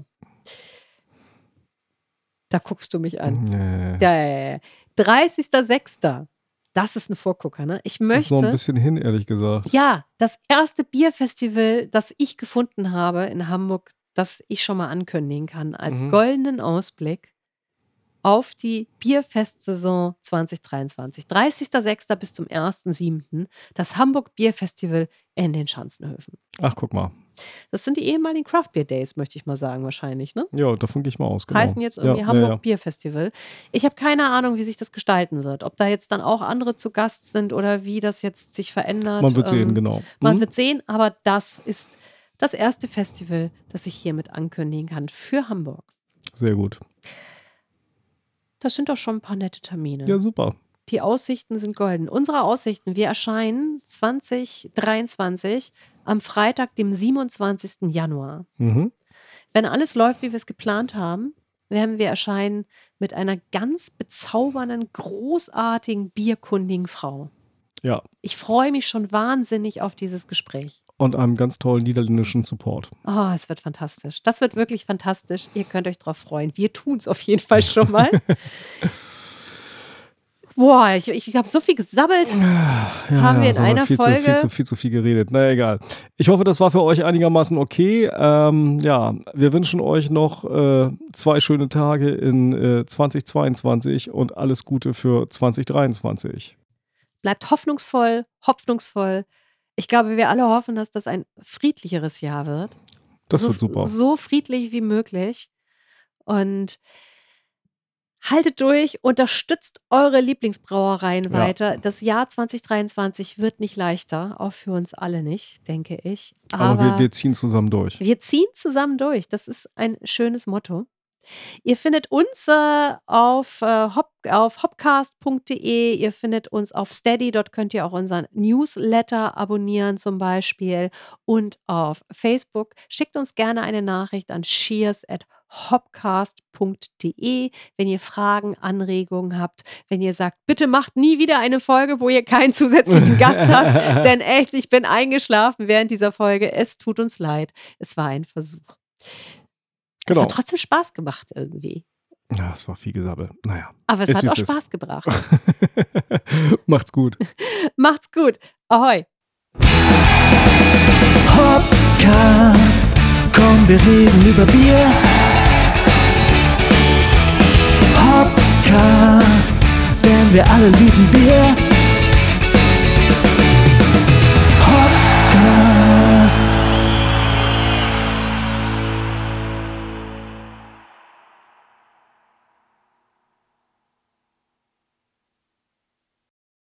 Da guckst du mich an. Nee. Ja. 30.06. Das ist ein Vorgucker, ne? Ich möchte. Das ist noch ein bisschen hin, ehrlich gesagt. Ja, das erste Bierfestival, das ich gefunden habe in Hamburg, das ich schon mal ankündigen kann, als goldenen Ausblick auf die Bierfestsaison 2023. 30.06. bis zum 1.07. das Hamburg Bierfestival in den Schanzenhöfen. Ach, guck mal. Das sind die ehemaligen Craft Beer Days, möchte ich mal sagen, wahrscheinlich, ne? Ja, davon gehe ich mal aus. Genau. Heißen jetzt irgendwie Hamburg Beer Festival. Ich habe keine Ahnung, wie sich das gestalten wird. Ob da jetzt dann auch andere zu Gast sind oder wie das jetzt sich verändert. Man wird sehen, genau. Man wird sehen, aber das ist das erste Festival, das ich hiermit ankündigen kann für Hamburg. Sehr gut. Das sind doch schon ein paar nette Termine. Ja, super. Die Aussichten sind golden. Unsere Aussichten, wir erscheinen 2023 am Freitag, dem 27. Januar. Wenn alles läuft, wie wir es geplant haben, werden wir erscheinen mit einer ganz bezaubernden, großartigen, bierkundigen Frau. Ja. Ich freue mich schon wahnsinnig auf dieses Gespräch. Und einem ganz tollen niederländischen Support. Oh, es wird fantastisch. Das wird wirklich fantastisch. Ihr könnt euch drauf freuen. Wir tun es auf jeden Fall schon mal. Boah, ich habe so viel gesabbelt. Haben wir in einer Folge. Viel zu viel geredet. Na egal. Ich hoffe, das war für euch einigermaßen okay. Wir wünschen euch noch 2 schöne Tage in 2022 und alles Gute für 2023. Bleibt hoffnungsvoll. Ich glaube, wir alle hoffen, dass das ein friedlicheres Jahr wird. Das wird super. So friedlich wie möglich. Und haltet durch, unterstützt eure Lieblingsbrauereien weiter. Das Jahr 2023 wird nicht leichter, auch für uns alle nicht, denke ich. Aber wir ziehen zusammen durch. Wir ziehen zusammen durch. Das ist ein schönes Motto. Ihr findet uns auf hopcast.de, ihr findet uns auf Steady, dort könnt ihr auch unseren Newsletter abonnieren zum Beispiel und auf Facebook. Schickt uns gerne eine Nachricht an cheers@hopcast.de, wenn ihr Fragen, Anregungen habt, wenn ihr sagt, bitte macht nie wieder eine Folge, wo ihr keinen zusätzlichen Gast habt, denn echt, ich bin eingeschlafen während dieser Folge. Es tut uns leid. Es war ein Versuch. Genau. Es hat trotzdem Spaß gemacht irgendwie. Ja, es war viel Gesabbel. Naja. Aber es hat auch Spaß gebracht. Macht's gut. Macht's gut. Ahoi. Hopcast. Komm, wir reden über Bier. Hopcast. Denn wir alle lieben Bier.